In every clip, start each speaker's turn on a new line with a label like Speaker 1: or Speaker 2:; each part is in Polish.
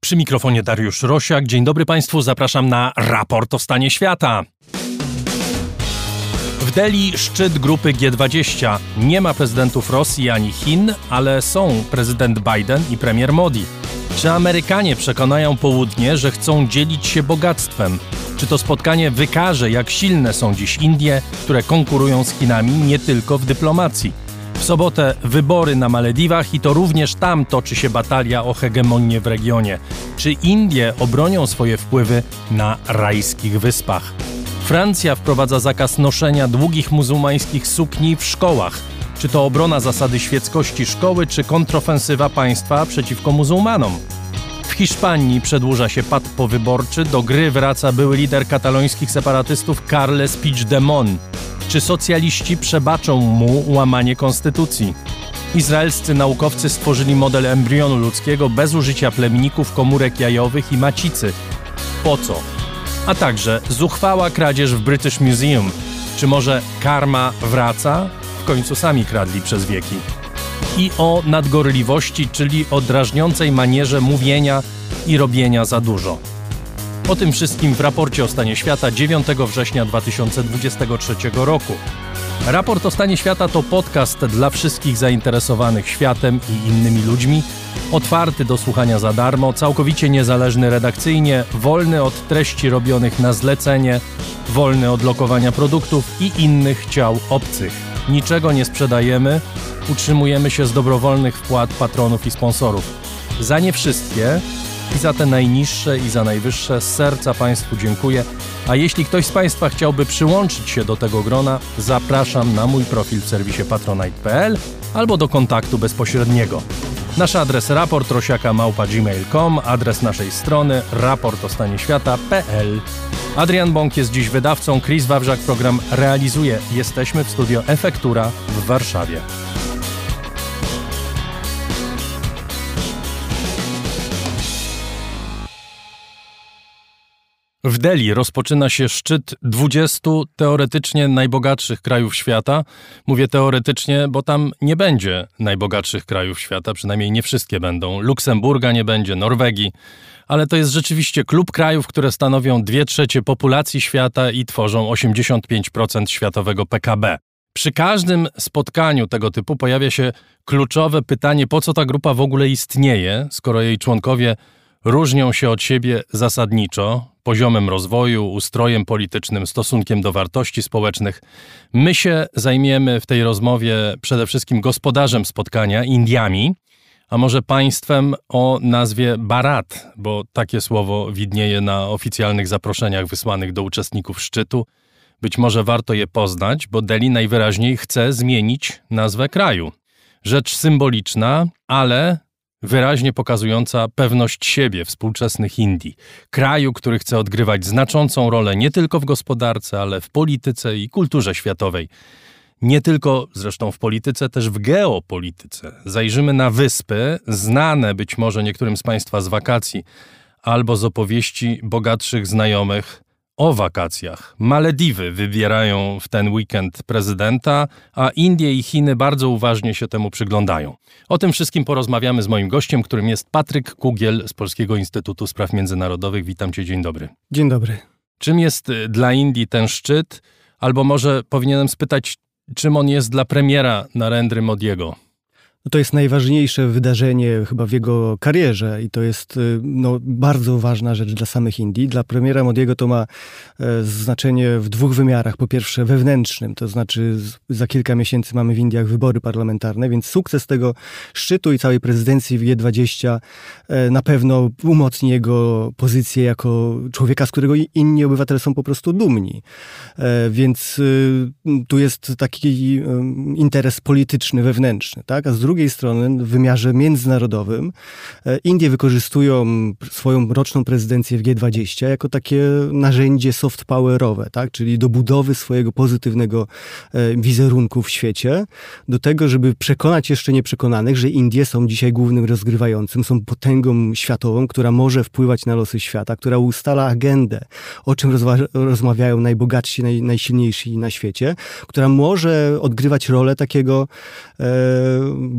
Speaker 1: Przy mikrofonie Dariusz Rosiak. Dzień dobry Państwu, zapraszam na raport o stanie świata. W Delhi szczyt grupy G20. Nie ma prezydentów Rosji ani Chin, ale są prezydent Biden i premier Modi. Czy Amerykanie przekonają południe, że chcą dzielić się bogactwem? Czy to spotkanie wykaże, jak silne są dziś Indie, które konkurują z Chinami nie tylko w dyplomacji? W sobotę wybory na Malediwach i to również tam toczy się batalia o hegemonię w regionie. Czy Indie obronią swoje wpływy na rajskich wyspach? Francja wprowadza zakaz noszenia długich muzułmańskich sukni w szkołach. Czy to obrona zasady świeckości szkoły, czy kontrofensywa państwa przeciwko muzułmanom? W Hiszpanii przedłuża się pad powyborczy. Do gry wraca były lider katalońskich separatystów Carles Puigdemont. Czy socjaliści przebaczą mu łamanie konstytucji? Izraelscy naukowcy stworzyli model embrionu ludzkiego bez użycia plemników, komórek jajowych i macicy. Po co? A także zuchwała kradzież w British Museum. Czy może karma wraca? W końcu sami kradli przez wieki. I o nadgorliwości, czyli o drażniącej manierze mówienia i robienia za dużo. O tym wszystkim w raporcie o stanie świata 9 września 2023 roku. Raport o stanie świata to podcast dla wszystkich zainteresowanych światem i innymi ludźmi, otwarty do słuchania za darmo, całkowicie niezależny redakcyjnie, wolny od treści robionych na zlecenie, wolny od lokowania produktów i innych ciał obcych. Niczego nie sprzedajemy, utrzymujemy się z dobrowolnych wpłat patronów i sponsorów. Za nie wszystkie i za te najniższe i za najwyższe z serca Państwu dziękuję, a jeśli ktoś z Państwa chciałby przyłączyć się do tego grona, zapraszam na mój profil w serwisie patronite.pl albo do kontaktu bezpośredniego. Nasz adres raportrosiaka@gmail.com, adres naszej strony raportostanieświata.pl. Adrian Bąk jest dziś wydawcą, Chris Wawrzak program realizuje. Jesteśmy w studio Efektura w Warszawie. W Delhi rozpoczyna się szczyt 20 teoretycznie najbogatszych krajów świata. Mówię teoretycznie, bo tam nie będzie najbogatszych krajów świata, przynajmniej nie wszystkie będą. Luksemburga nie będzie, Norwegii, ale to jest rzeczywiście klub krajów, które stanowią 2/3 populacji świata i tworzą 85% światowego PKB. Przy każdym spotkaniu tego typu pojawia się kluczowe pytanie, po co ta grupa w ogóle istnieje, skoro jej członkowie różnią się od siebie zasadniczo, poziomem rozwoju, ustrojem politycznym, stosunkiem do wartości społecznych. My się zajmiemy w tej rozmowie przede wszystkim gospodarzem spotkania, Indiami, a może państwem o nazwie Bharat, bo takie słowo widnieje na oficjalnych zaproszeniach wysłanych do uczestników szczytu. Być może warto je poznać, bo Delhi najwyraźniej chce zmienić nazwę kraju. Rzecz symboliczna, ale wyraźnie pokazująca pewność siebie współczesnych Indii. Kraju, który chce odgrywać znaczącą rolę nie tylko w gospodarce, ale w polityce i kulturze światowej. Nie tylko zresztą w polityce, też w geopolityce. Zajrzymy na wyspy, znane być może niektórym z Państwa z wakacji, albo z opowieści bogatszych znajomych o wakacjach. Malediwy wybierają w ten weekend prezydenta, a Indie i Chiny bardzo uważnie się temu przyglądają. O tym wszystkim porozmawiamy z moim gościem, którym jest Patryk Kugiel z Polskiego Instytutu Spraw Międzynarodowych. Witam Cię, dzień dobry.
Speaker 2: Dzień dobry.
Speaker 1: Czym jest dla Indii ten szczyt? Albo może powinienem spytać, czym on jest dla premiera Narendry Modiego?
Speaker 2: To jest najważniejsze wydarzenie chyba w jego karierze i to jest bardzo ważna rzecz dla samych Indii. Dla premiera Modiego to ma znaczenie w dwóch wymiarach. Po pierwsze wewnętrznym, to znaczy za kilka miesięcy mamy w Indiach wybory parlamentarne, więc sukces tego szczytu i całej prezydencji w G20 na pewno umocni jego pozycję jako człowieka, z którego inni obywatele są po prostu dumni. Więc tu jest taki interes polityczny, wewnętrzny, tak? A z drugiej strony w wymiarze międzynarodowym Indie wykorzystują swoją roczną prezydencję w G20 jako takie narzędzie soft powerowe, tak? Czyli do budowy swojego pozytywnego wizerunku w świecie, do tego, żeby przekonać jeszcze nieprzekonanych, że Indie są dzisiaj głównym rozgrywającym, są potęgą światową, która może wpływać na losy świata, która ustala agendę, o czym rozmawiają najbogatsi, najsilniejsi na świecie, która może odgrywać rolę takiego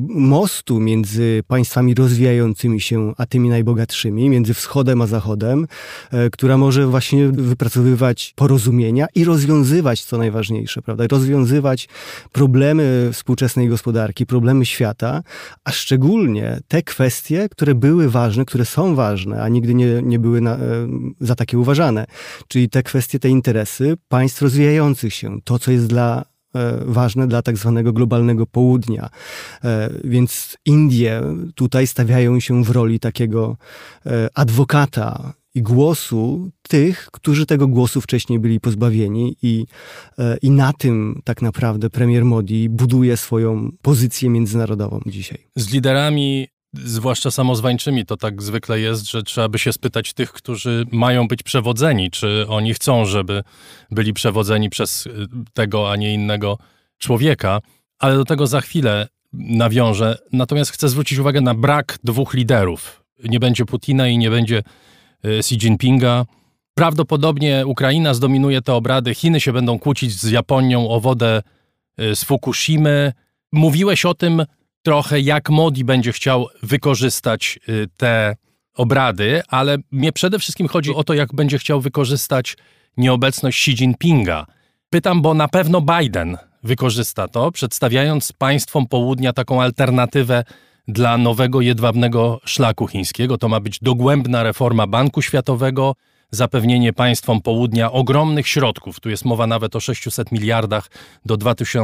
Speaker 2: mostu między państwami rozwijającymi się, a tymi najbogatszymi, między wschodem a zachodem, która może właśnie wypracowywać porozumienia i rozwiązywać, co najważniejsze, prawda? Rozwiązywać problemy współczesnej gospodarki, problemy świata, a szczególnie te kwestie, które były ważne, które są ważne, a nigdy nie były za takie uważane. Czyli te kwestie, te interesy państw rozwijających się, to, co jest ważne dla tak zwanego globalnego południa. Więc Indie tutaj stawiają się w roli takiego adwokata i głosu tych, którzy tego głosu wcześniej byli pozbawieni i na tym tak naprawdę premier Modi buduje swoją pozycję międzynarodową dzisiaj.
Speaker 1: Z liderami, zwłaszcza samozwańczymi, to tak zwykle jest, że trzeba by się spytać tych, którzy mają być przewodzeni, czy oni chcą, żeby byli przewodzeni przez tego, a nie innego człowieka, ale do tego za chwilę nawiążę. Natomiast chcę zwrócić uwagę na brak dwóch liderów. Nie będzie Putina i nie będzie Xi Jinpinga. Prawdopodobnie Ukraina zdominuje te obrady, Chiny się będą kłócić z Japonią o wodę z Fukushimy. Mówiłeś o tym trochę, jak Modi będzie chciał wykorzystać te obrady, ale mnie przede wszystkim chodzi o to, jak będzie chciał wykorzystać nieobecność Xi Jinpinga. Pytam, bo na pewno Biden wykorzysta to, przedstawiając państwom południa taką alternatywę dla nowego jedwabnego szlaku chińskiego. To ma być dogłębna reforma Banku Światowego, zapewnienie państwom południa ogromnych środków. Tu jest mowa nawet o 600 miliardach do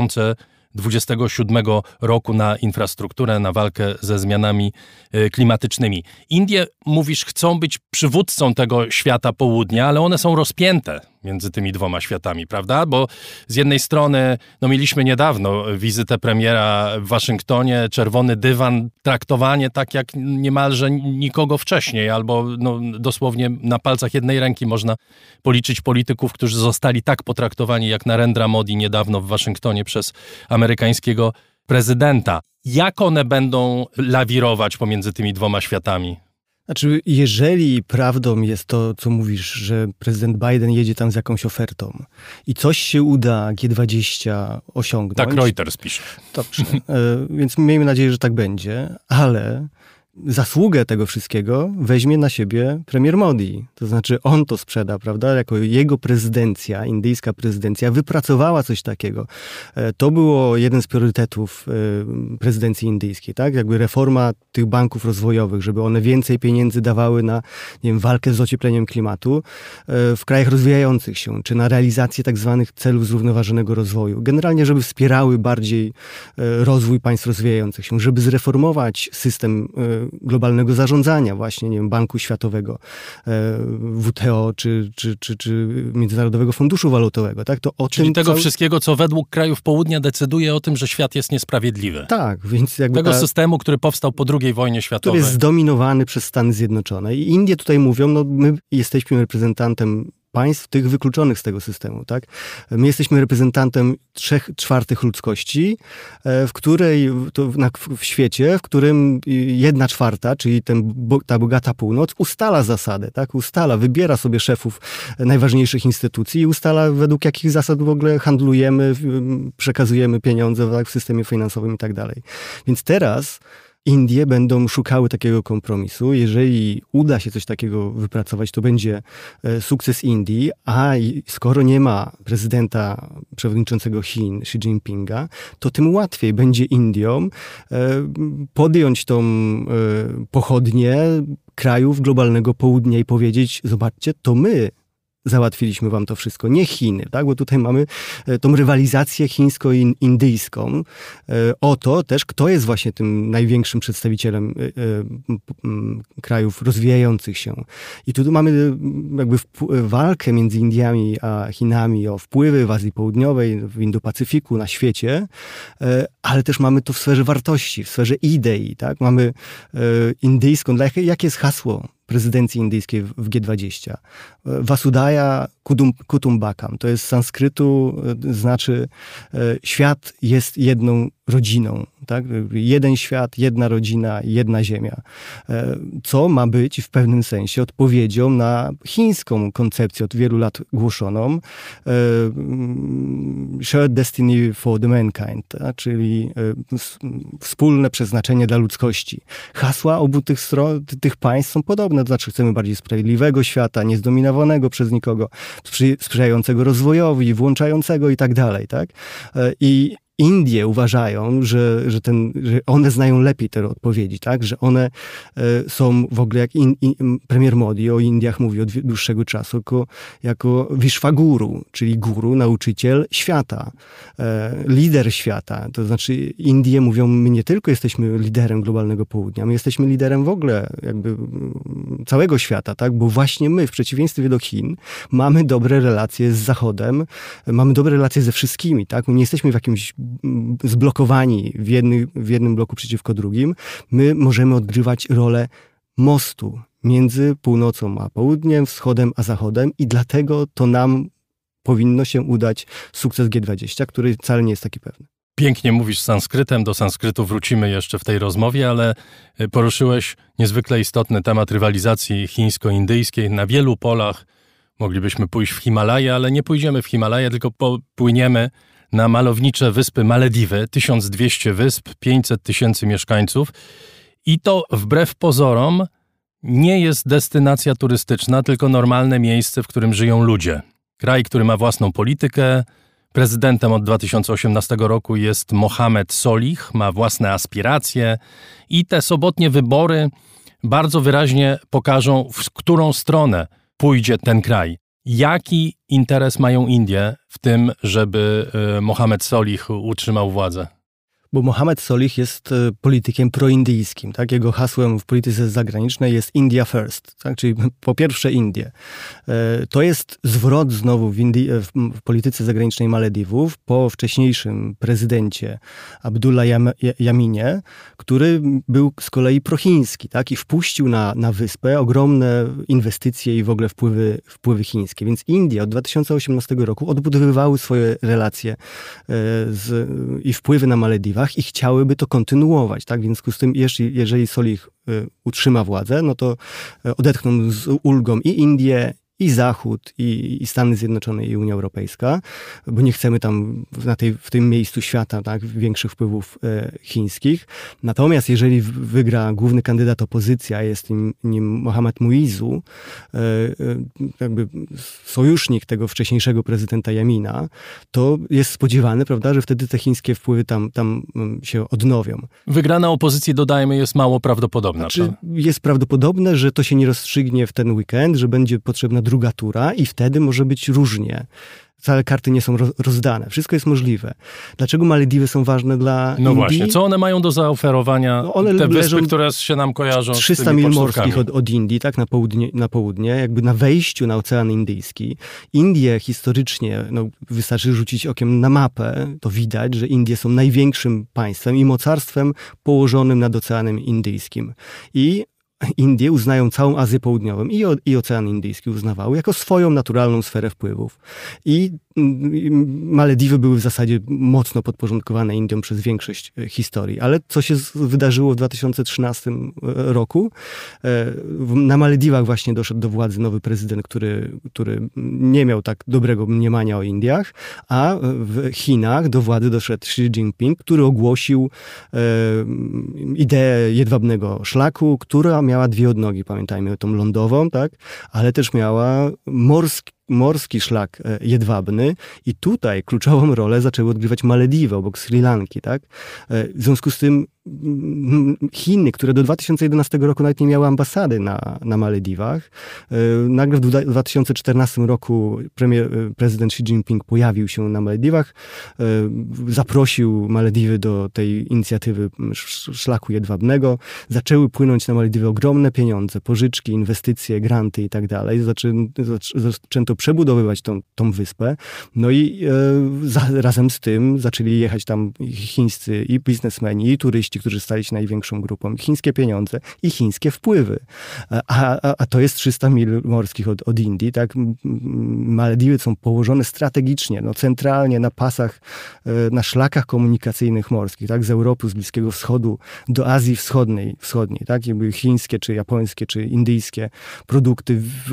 Speaker 1: 2027 roku na infrastrukturę, na walkę ze zmianami klimatycznymi. Indie, mówisz, chcą być przywódcą tego świata południa, ale one są rozpięte między tymi dwoma światami, prawda? Bo z jednej strony, mieliśmy niedawno wizytę premiera w Waszyngtonie, czerwony dywan, traktowanie tak jak niemalże nikogo wcześniej, albo dosłownie na palcach jednej ręki można policzyć polityków, którzy zostali tak potraktowani jak Narendra Modi niedawno w Waszyngtonie przez amerykańskiego prezydenta. Jak one będą lawirować pomiędzy tymi dwoma światami?
Speaker 2: Znaczy, jeżeli prawdą jest to, co mówisz, że prezydent Biden jedzie tam z jakąś ofertą i coś się uda G20 osiągnąć...
Speaker 1: Tak Reuters pisze.
Speaker 2: Dobrze, więc miejmy nadzieję, że tak będzie, ale zasługę tego wszystkiego weźmie na siebie premier Modi. To znaczy on to sprzeda, prawda? Jako jego prezydencja, indyjska prezydencja wypracowała coś takiego. To było jeden z priorytetów prezydencji indyjskiej, tak? Jakby reforma tych banków rozwojowych, żeby one więcej pieniędzy dawały na, walkę z ociepleniem klimatu w krajach rozwijających się, czy na realizację tak zwanych celów zrównoważonego rozwoju. Generalnie, żeby wspierały bardziej rozwój państw rozwijających się, żeby zreformować system globalnego zarządzania właśnie, Banku Światowego, WTO czy Międzynarodowego Funduszu Walutowego. Tak? To o
Speaker 1: Czyli
Speaker 2: tym
Speaker 1: tego wszystkiego, co według krajów południa decyduje o tym, że świat jest niesprawiedliwy.
Speaker 2: Tak, więc jakby
Speaker 1: tego systemu, który powstał po II wojnie światowej.
Speaker 2: Który jest zdominowany przez Stany Zjednoczone. I Indie tutaj mówią, my jesteśmy reprezentantem państw tych wykluczonych z tego systemu, tak? My jesteśmy reprezentantem 3/4 ludzkości, w świecie, w którym 1/4, czyli ta bogata północ, ustala zasady, tak? Wybiera sobie szefów najważniejszych instytucji i ustala, według jakich zasad w ogóle handlujemy, przekazujemy pieniądze, tak, w systemie finansowym i tak dalej. Więc teraz Indie będą szukały takiego kompromisu. Jeżeli uda się coś takiego wypracować, to będzie sukces Indii, a skoro nie ma prezydenta przewodniczącego Chin, Xi Jinpinga, to tym łatwiej będzie Indiom podjąć tą pochodnię krajów globalnego południa i powiedzieć, zobaczcie, to my załatwiliśmy wam to wszystko, nie Chiny, tak? Bo tutaj mamy tą rywalizację chińsko-indyjską o to też, kto jest właśnie tym największym przedstawicielem krajów rozwijających się. I tu mamy jakby walkę między Indiami a Chinami o wpływy w Azji Południowej, w Indo-Pacyfiku, na świecie, ale też mamy to w sferze wartości, w sferze idei, tak? Mamy indyjską, jakie jest hasło prezydencji indyjskiej w G20. Vasudhaya Kutumbakam. To jest z sanskrytu, znaczy świat jest jedną rodziną, tak? Jeden świat, jedna rodzina, jedna ziemia, co ma być w pewnym sensie odpowiedzią na chińską koncepcję od wielu lat głoszoną shared destiny for the mankind, tak? Czyli wspólne przeznaczenie dla ludzkości. Hasła obu tych państw są podobne, to znaczy chcemy bardziej sprawiedliwego świata, niezdominowanego przez nikogo, sprzyjającego rozwojowi, włączającego i tak dalej, tak? I Indie uważają, że one znają lepiej te odpowiedzi, tak? Że one są w ogóle, jak premier Modi o Indiach mówi od dłuższego czasu, jako Vishwaguru, czyli guru, nauczyciel świata, lider świata. To znaczy Indie mówią, my nie tylko jesteśmy liderem globalnego południa, my jesteśmy liderem w ogóle jakby całego świata, tak? Bo właśnie my, w przeciwieństwie do Chin, mamy dobre relacje z Zachodem, mamy dobre relacje ze wszystkimi, tak? My nie jesteśmy w jakimś zblokowani w jednym bloku przeciwko drugim. My możemy odgrywać rolę mostu między północą a południem, wschodem a zachodem i dlatego to nam powinno się udać sukces G20, który wcale nie jest taki pewny.
Speaker 1: Pięknie mówisz sanskrytem, do sanskrytu wrócimy jeszcze w tej rozmowie, ale poruszyłeś niezwykle istotny temat rywalizacji chińsko-indyjskiej. Na wielu polach moglibyśmy pójść w Himalaje, ale nie pójdziemy w Himalaje, tylko popłyniemy na malownicze wyspy Malediwy, 1200 wysp, 500 tysięcy mieszkańców i to wbrew pozorom nie jest destynacja turystyczna, tylko normalne miejsce, w którym żyją ludzie. Kraj, który ma własną politykę, prezydentem od 2018 roku jest Mohamed Solih, ma własne aspiracje i te sobotnie wybory bardzo wyraźnie pokażą, w którą stronę pójdzie ten kraj. Jaki interes mają Indie w tym, żeby Mohamed Solih utrzymał władzę?
Speaker 2: Bo Mohamed Solih jest politykiem proindyjskim. Tak? Jego hasłem w polityce zagranicznej jest India First, tak? Czyli po pierwsze Indie. To jest zwrot znowu w polityce zagranicznej Malediwów po wcześniejszym prezydencie Abdullah Yaminie, który był z kolei prochiński, tak? I wpuścił na wyspę ogromne inwestycje i w ogóle wpływy chińskie. Więc Indie od 2018 roku odbudowywały swoje relacje i wpływy na Malediwach i chciałyby to kontynuować. Tak? W związku z tym, jeżeli Solih utrzyma władzę, no to odetchną z ulgą i Indie, i Zachód, i Stany Zjednoczone, i Unia Europejska, bo nie chcemy tam w tym miejscu świata, tak, większych wpływów chińskich. Natomiast jeżeli wygra główny kandydat opozycja, jest nim Mohamed Muizzu, jakby sojusznik tego wcześniejszego prezydenta Yamina, to jest spodziewane, prawda, że wtedy te chińskie wpływy tam się odnowią.
Speaker 1: Wygrana opozycji, dodajmy, jest mało prawdopodobna.
Speaker 2: Znaczy, jest prawdopodobne, że to się nie rozstrzygnie w ten weekend, że będzie potrzebna druga tura i wtedy może być różnie. Wcale karty nie są rozdane. Wszystko jest możliwe. Dlaczego Malediwy są ważne dla Indii?
Speaker 1: No właśnie, co one mają do zaoferowania? No one te wyspy, które się nam kojarzą
Speaker 2: 300 mil morskich od Indii, tak, na południe, jakby na wejściu na Ocean Indyjski. Indie historycznie, no, wystarczy rzucić okiem na mapę, to widać, że Indie są największym państwem i mocarstwem położonym nad Oceanem Indyjskim. I Indie uznają całą Azję Południową i Ocean Indyjski uznawały jako swoją naturalną sferę wpływów. I Malediwy były w zasadzie mocno podporządkowane Indiom przez większość historii. Ale co się wydarzyło w 2013 roku? Na Malediwach właśnie doszedł do władzy nowy prezydent, który nie miał tak dobrego mniemania o Indiach, a w Chinach do władzy doszedł Xi Jinping, który ogłosił ideę jedwabnego szlaku, która miała dwie odnogi, pamiętajmy, tą lądową, tak? Ale też miała morski szlak jedwabny i tutaj kluczową rolę zaczęły odgrywać Malediwy obok Sri Lanki, tak? W związku z tym Chiny, które do 2011 roku nawet nie miały ambasady na Malediwach, nagle w 2014 roku prezydent Xi Jinping pojawił się na Malediwach, zaprosił Malediwy do tej inicjatywy szlaku jedwabnego, zaczęły płynąć na Malediwy ogromne pieniądze, pożyczki, inwestycje, granty i tak dalej. Zaczęto przebudowywać tą wyspę. No i razem z tym zaczęli jechać tam chińscy i biznesmeni, i turyści, którzy stali się największą grupą, chińskie pieniądze i chińskie wpływy. A to jest 300 mil morskich od Indii, tak? Malediwy są położone strategicznie, no centralnie na pasach, na szlakach komunikacyjnych morskich, tak? Z Europy, z Bliskiego Wschodu do Azji Wschodniej, tak? Jakby chińskie, czy japońskie, czy indyjskie produkty w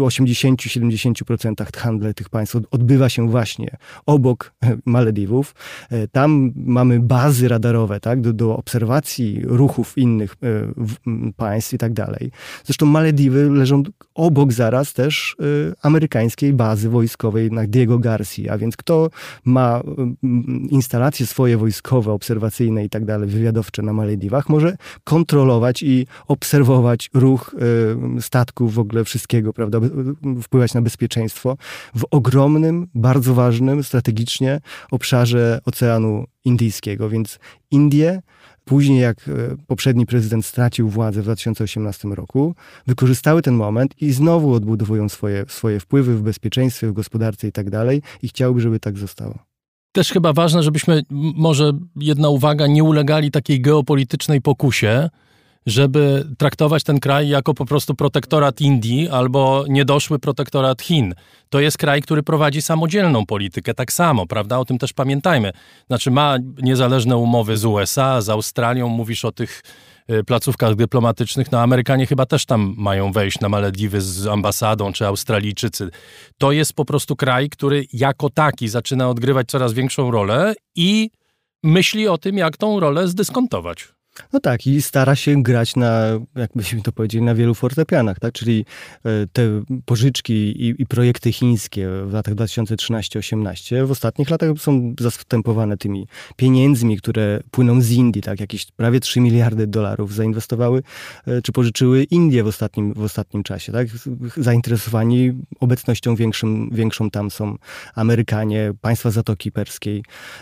Speaker 2: 80-70% handlu tych państw odbywa się właśnie obok Malediwów. Tam mamy bazy radarowe, tak? Do obserwacji ruchów innych państw i tak dalej. Zresztą Malediwy leżą obok zaraz też amerykańskiej bazy wojskowej na Diego Garcia, a więc kto ma instalacje swoje wojskowe, obserwacyjne i tak dalej, wywiadowcze na Malediwach, może kontrolować i obserwować ruch statków, w ogóle wszystkiego, prawda, wpływać na bezpieczeństwo w ogromnym, bardzo ważnym strategicznie obszarze Oceanu Indyjskiego. Więc Indie, później jak poprzedni prezydent stracił władzę w 2018 roku, wykorzystały ten moment i znowu odbudowują swoje wpływy w bezpieczeństwie, w gospodarce i tak dalej i chciałby, żeby tak zostało.
Speaker 1: Też chyba ważne, żebyśmy, może jedna uwaga, nie ulegali takiej geopolitycznej pokusie, żeby traktować ten kraj jako po prostu protektorat Indii albo niedoszły protektorat Chin. To jest kraj, który prowadzi samodzielną politykę, tak samo, prawda? O tym też pamiętajmy. Znaczy ma niezależne umowy z USA, z Australią, mówisz o tych placówkach dyplomatycznych, no Amerykanie chyba też tam mają wejść na Malediwy z ambasadą, czy Australijczycy. To jest po prostu kraj, który jako taki zaczyna odgrywać coraz większą rolę i myśli o tym, jak tą rolę zdyskontować.
Speaker 2: No tak, i stara się grać na, jakbyśmy to powiedzieli, na wielu fortepianach, tak? Czyli te pożyczki i projekty chińskie w latach 2013-18 w ostatnich latach są zastępowane tymi pieniędzmi, które płyną z Indii, tak? Jakieś prawie 3 miliardy dolarów zainwestowały, czy pożyczyły Indie w ostatnim czasie, tak? Zainteresowani obecnością większą tam są Amerykanie, państwa Zatoki Perskiej,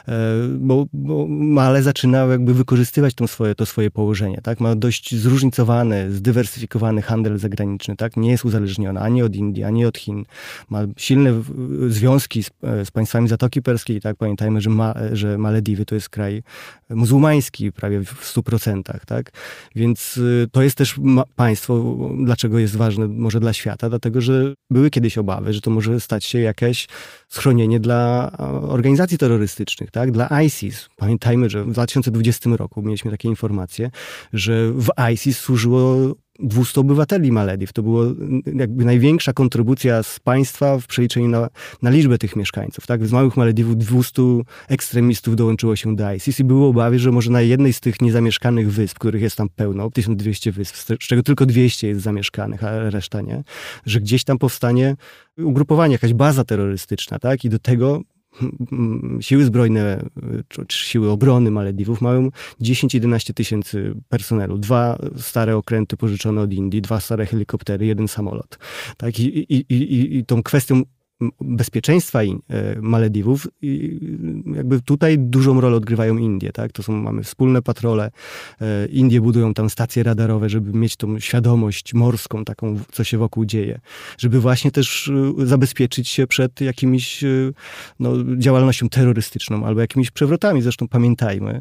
Speaker 2: bo Male zaczyna jakby wykorzystywać to swoje położenie, tak? Ma dość zróżnicowany, zdywersyfikowany handel zagraniczny, tak? Nie jest uzależniona ani od Indii, ani od Chin. Ma silne związki z państwami Zatoki Perskiej, tak? Pamiętajmy, że Malediwy to jest kraj muzułmański prawie w 100%, tak? Więc to jest też państwo, dlaczego jest ważne może dla świata, dlatego, że były kiedyś obawy, że to może stać się jakieś schronienie dla organizacji terrorystycznych, tak? Dla ISIS. Pamiętajmy, że w 2020 roku mieliśmy takie informacje, że w ISIS służyło 200 obywateli Malediw. To była jakby największa kontrybucja z państwa w przeliczeniu na liczbę tych mieszkańców. Tak? Z małych Malediwów 200 ekstremistów dołączyło się do ISIS i było obawy, że może na jednej z tych niezamieszkanych wysp, których jest tam pełno, 1200 wysp, z czego tylko 200 jest zamieszkanych, a reszta nie, że gdzieś tam powstanie ugrupowanie, jakaś baza terrorystyczna, tak? I do tego siły zbrojne, czy siły obrony Malediwów mają 10-11 tysięcy personelu. 2 stare okręty pożyczone od Indii, 2 stare helikoptery, 1 samolot. Tak? I tą kwestią bezpieczeństwa Malediwów, jakby tutaj dużą rolę odgrywają Indie, tak? Mamy wspólne patrole, Indie budują tam stacje radarowe, żeby mieć tą świadomość morską, taką, co się wokół dzieje, żeby właśnie też zabezpieczyć się przed jakimiś działalnością terrorystyczną albo jakimiś przewrotami. Zresztą pamiętajmy,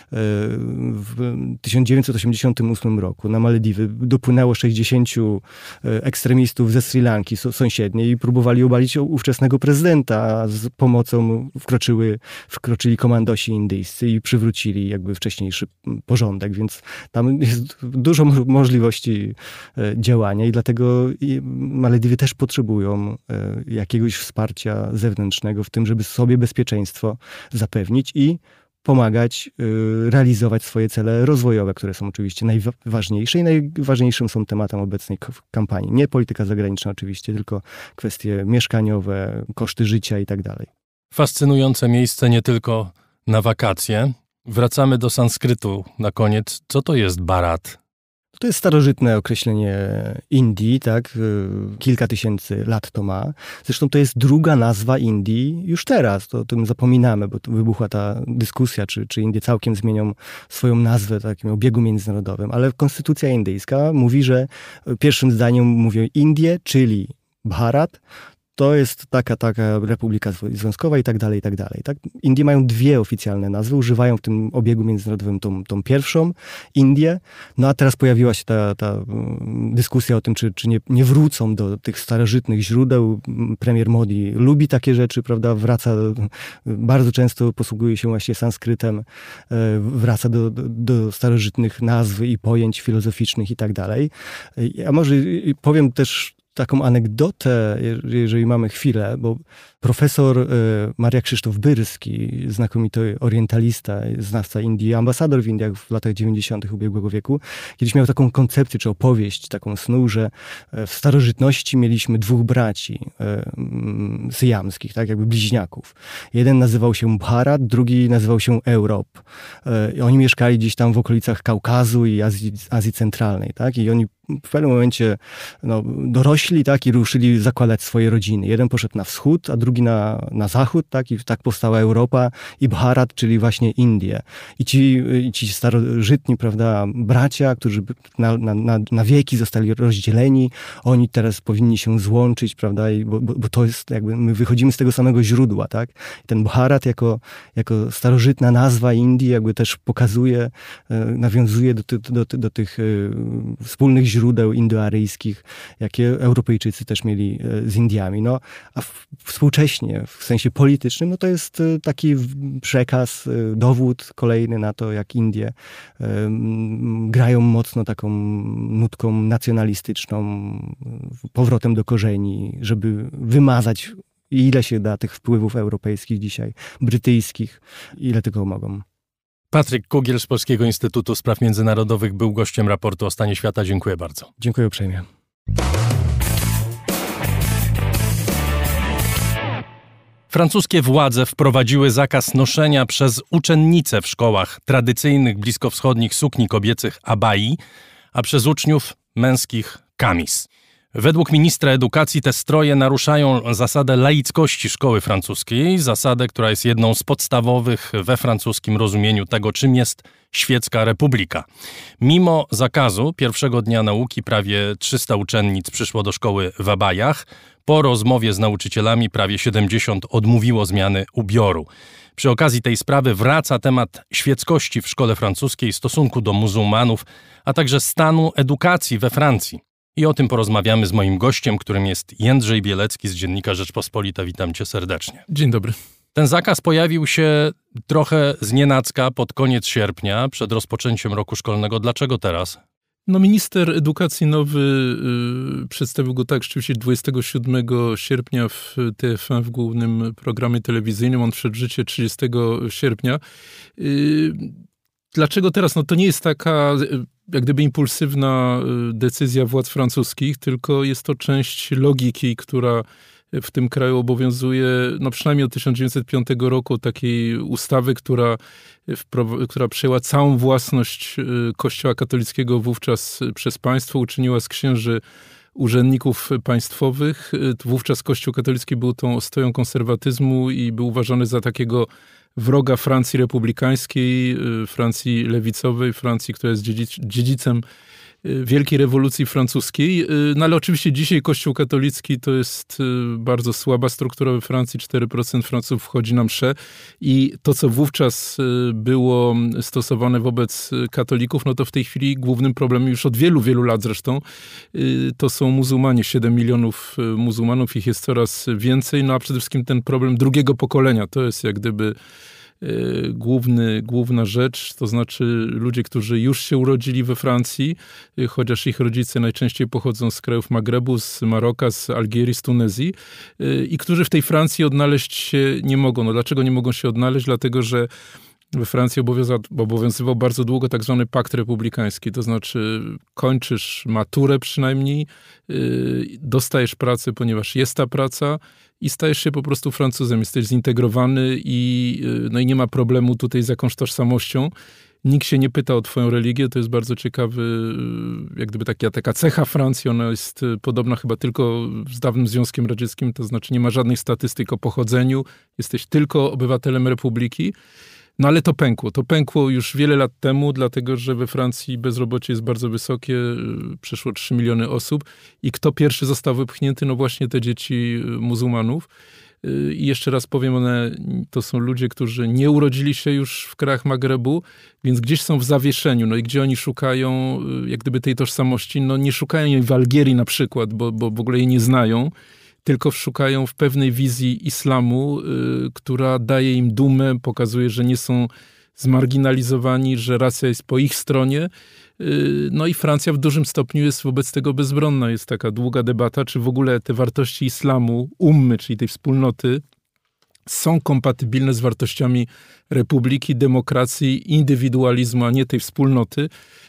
Speaker 2: w 1988 roku na Malediwy dopłynęło 60 ekstremistów ze Sri Lanki sąsiedniej i próbowali obalić ówczesnego prezydenta, a z pomocą wkroczyli komandosi indyjscy i przywrócili jakby wcześniejszy porządek, więc tam jest dużo możliwości działania i dlatego Malediwy też potrzebują jakiegoś wsparcia zewnętrznego w tym, żeby sobie bezpieczeństwo zapewnić i pomagać realizować swoje cele rozwojowe, które są oczywiście najważniejsze i najważniejszym są tematem obecnej kampanii. Nie polityka zagraniczna oczywiście, tylko kwestie mieszkaniowe, koszty życia i tak dalej.
Speaker 1: Fascynujące miejsce nie tylko na wakacje. Wracamy do sanskrytu na koniec. Co to jest Bharat?
Speaker 2: To jest starożytne określenie Indii, tak? Kilka tysięcy lat to ma. Zresztą to jest druga nazwa Indii już teraz. To o tym zapominamy, bo wybuchła ta dyskusja, czy Indie całkiem zmienią swoją nazwę w takim obiegu międzynarodowym. Ale konstytucja indyjska mówi, że pierwszym zdaniem mówią Indie, czyli Bharat, to jest taka republika związkowa i tak dalej, i tak dalej. Tak? Indie mają dwie oficjalne nazwy, używają w tym obiegu międzynarodowym tą pierwszą, Indie, no a teraz pojawiła się ta dyskusja o tym, czy nie wrócą do tych starożytnych źródeł. Premier Modi lubi takie rzeczy, prawda, wraca, bardzo często posługuje się właśnie sanskrytem, wraca do starożytnych nazw i pojęć filozoficznych i tak dalej. A może powiem też taką anegdotę, jeżeli mamy chwilę, bo profesor Maria Krzysztof Byrski, znakomity orientalista, znawca Indii, ambasador w Indiach w latach 90. ubiegłego wieku, kiedyś miał taką koncepcję, czy opowieść, taką snuł, że w starożytności mieliśmy dwóch braci syjamskich, tak, jakby bliźniaków. Jeden nazywał się Bharat, drugi nazywał się Europ. Oni mieszkali gdzieś tam w okolicach Kaukazu i Azji Centralnej, tak, i oni w pewnym momencie dorośli, tak, i ruszyli zakładać swoje rodziny. Jeden poszedł na wschód, a drugi na zachód, tak, i tak powstała Europa i Bharat, czyli właśnie Indie. I ci starożytni, prawda, bracia, którzy na wieki zostali rozdzieleni, oni teraz powinni się złączyć, prawda, bo to jest jakby, my wychodzimy z tego samego źródła, tak. I ten Bharat jako starożytna nazwa Indii jakby też pokazuje, nawiązuje do tych wspólnych źródeł indoaryjskich, jakie Europejczycy też mieli z Indiami. No, a współcześnie, w sensie politycznym, no to jest taki przekaz, dowód kolejny na to, jak Indie grają mocno taką nutką nacjonalistyczną, powrotem do korzeni, żeby wymazać, ile się da tych wpływów europejskich dzisiaj, brytyjskich, ile tylko mogą.
Speaker 1: Patryk Kugiel z Polskiego Instytutu Spraw Międzynarodowych był gościem raportu o stanie świata. Dziękuję bardzo.
Speaker 2: Dziękuję uprzejmie.
Speaker 1: Francuskie władze wprowadziły zakaz noszenia przez uczennice w szkołach tradycyjnych bliskowschodnich sukni kobiecych abai, a przez uczniów męskich kamis. Według ministra edukacji te stroje naruszają zasadę laickości szkoły francuskiej, zasadę, która jest jedną z podstawowych we francuskim rozumieniu tego, czym jest świecka republika. Mimo zakazu pierwszego dnia nauki prawie 300 uczennic przyszło do szkoły w abajach. Po rozmowie z nauczycielami prawie 70 odmówiło zmiany ubioru. Przy okazji tej sprawy wraca temat świeckości w szkole francuskiej, stosunku do muzułmanów, a także stanu edukacji we Francji. I o tym porozmawiamy z moim gościem, którym jest Jędrzej Bielecki z Dziennika Rzeczpospolita. Witam cię serdecznie.
Speaker 3: Dzień dobry.
Speaker 1: Ten zakaz pojawił się trochę znienacka pod koniec sierpnia, przed rozpoczęciem roku szkolnego. Dlaczego teraz?
Speaker 3: Minister edukacji nowy przedstawił go tak rzeczywiście 27 sierpnia w TF1 w głównym programie telewizyjnym. On wszedł w życie 30 sierpnia. Dlaczego teraz? No to nie jest taka jak gdyby impulsywna decyzja władz francuskich, tylko jest to część logiki, która w tym kraju obowiązuje, no przynajmniej od 1905 roku, takiej ustawy, która przejęła całą własność Kościoła katolickiego wówczas przez państwo, uczyniła z księży urzędników państwowych. Wówczas Kościół katolicki był tą ostoją konserwatyzmu i był uważany za takiego wroga Francji republikańskiej, Francji lewicowej, Francji, która jest dziedzicem Wielkiej Rewolucji Francuskiej. No ale oczywiście dzisiaj Kościół katolicki to jest bardzo słaba struktura we Francji. 4% Francuzów wchodzi na msze i to, co wówczas było stosowane wobec katolików, no to w tej chwili głównym problemem już od wielu, wielu lat zresztą to są muzułmanie. 7 milionów muzułmanów, ich jest coraz więcej. No a przede wszystkim ten problem drugiego pokolenia. To jest jak gdyby główna rzecz, to znaczy ludzie, którzy już się urodzili we Francji, chociaż ich rodzice najczęściej pochodzą z krajów Magrebu, z Maroka, z Algierii, z Tunezji i którzy w tej Francji odnaleźć się nie mogą. No dlaczego nie mogą się odnaleźć? Dlatego, że we Francji obowiązywał bardzo długo tak zwany pakt republikański, to znaczy kończysz maturę przynajmniej, dostajesz pracę, ponieważ jest ta praca i stajesz się po prostu Francuzem, jesteś zintegrowany i nie ma problemu tutaj z jakąś tożsamością. Nikt się nie pyta o twoją religię, to jest bardzo ciekawy, jak gdyby taka cecha Francji, ona jest podobna chyba tylko z dawnym Związkiem Radzieckim, to znaczy nie ma żadnych statystyk o pochodzeniu, jesteś tylko obywatelem republiki. No ale to pękło. To pękło już wiele lat temu, dlatego że we Francji bezrobocie jest bardzo wysokie, przeszło 3 miliony osób i kto pierwszy został wypchnięty? No właśnie te dzieci muzułmanów. I jeszcze raz powiem, to są ludzie, którzy nie urodzili się już w krajach Magrebu, więc gdzieś są w zawieszeniu. No i gdzie oni szukają jak gdyby tej tożsamości? No nie szukają jej w Algierii na przykład, bo w ogóle jej nie znają, tylko szukają w pewnej wizji islamu, która daje im dumę, pokazuje, że nie są zmarginalizowani, że racja jest po ich stronie. No i Francja w dużym stopniu jest wobec tego bezbronna. Jest taka długa debata, czy w ogóle te wartości islamu, czyli tej wspólnoty, są kompatybilne z wartościami republiki, demokracji, indywidualizmu, a nie tej wspólnoty,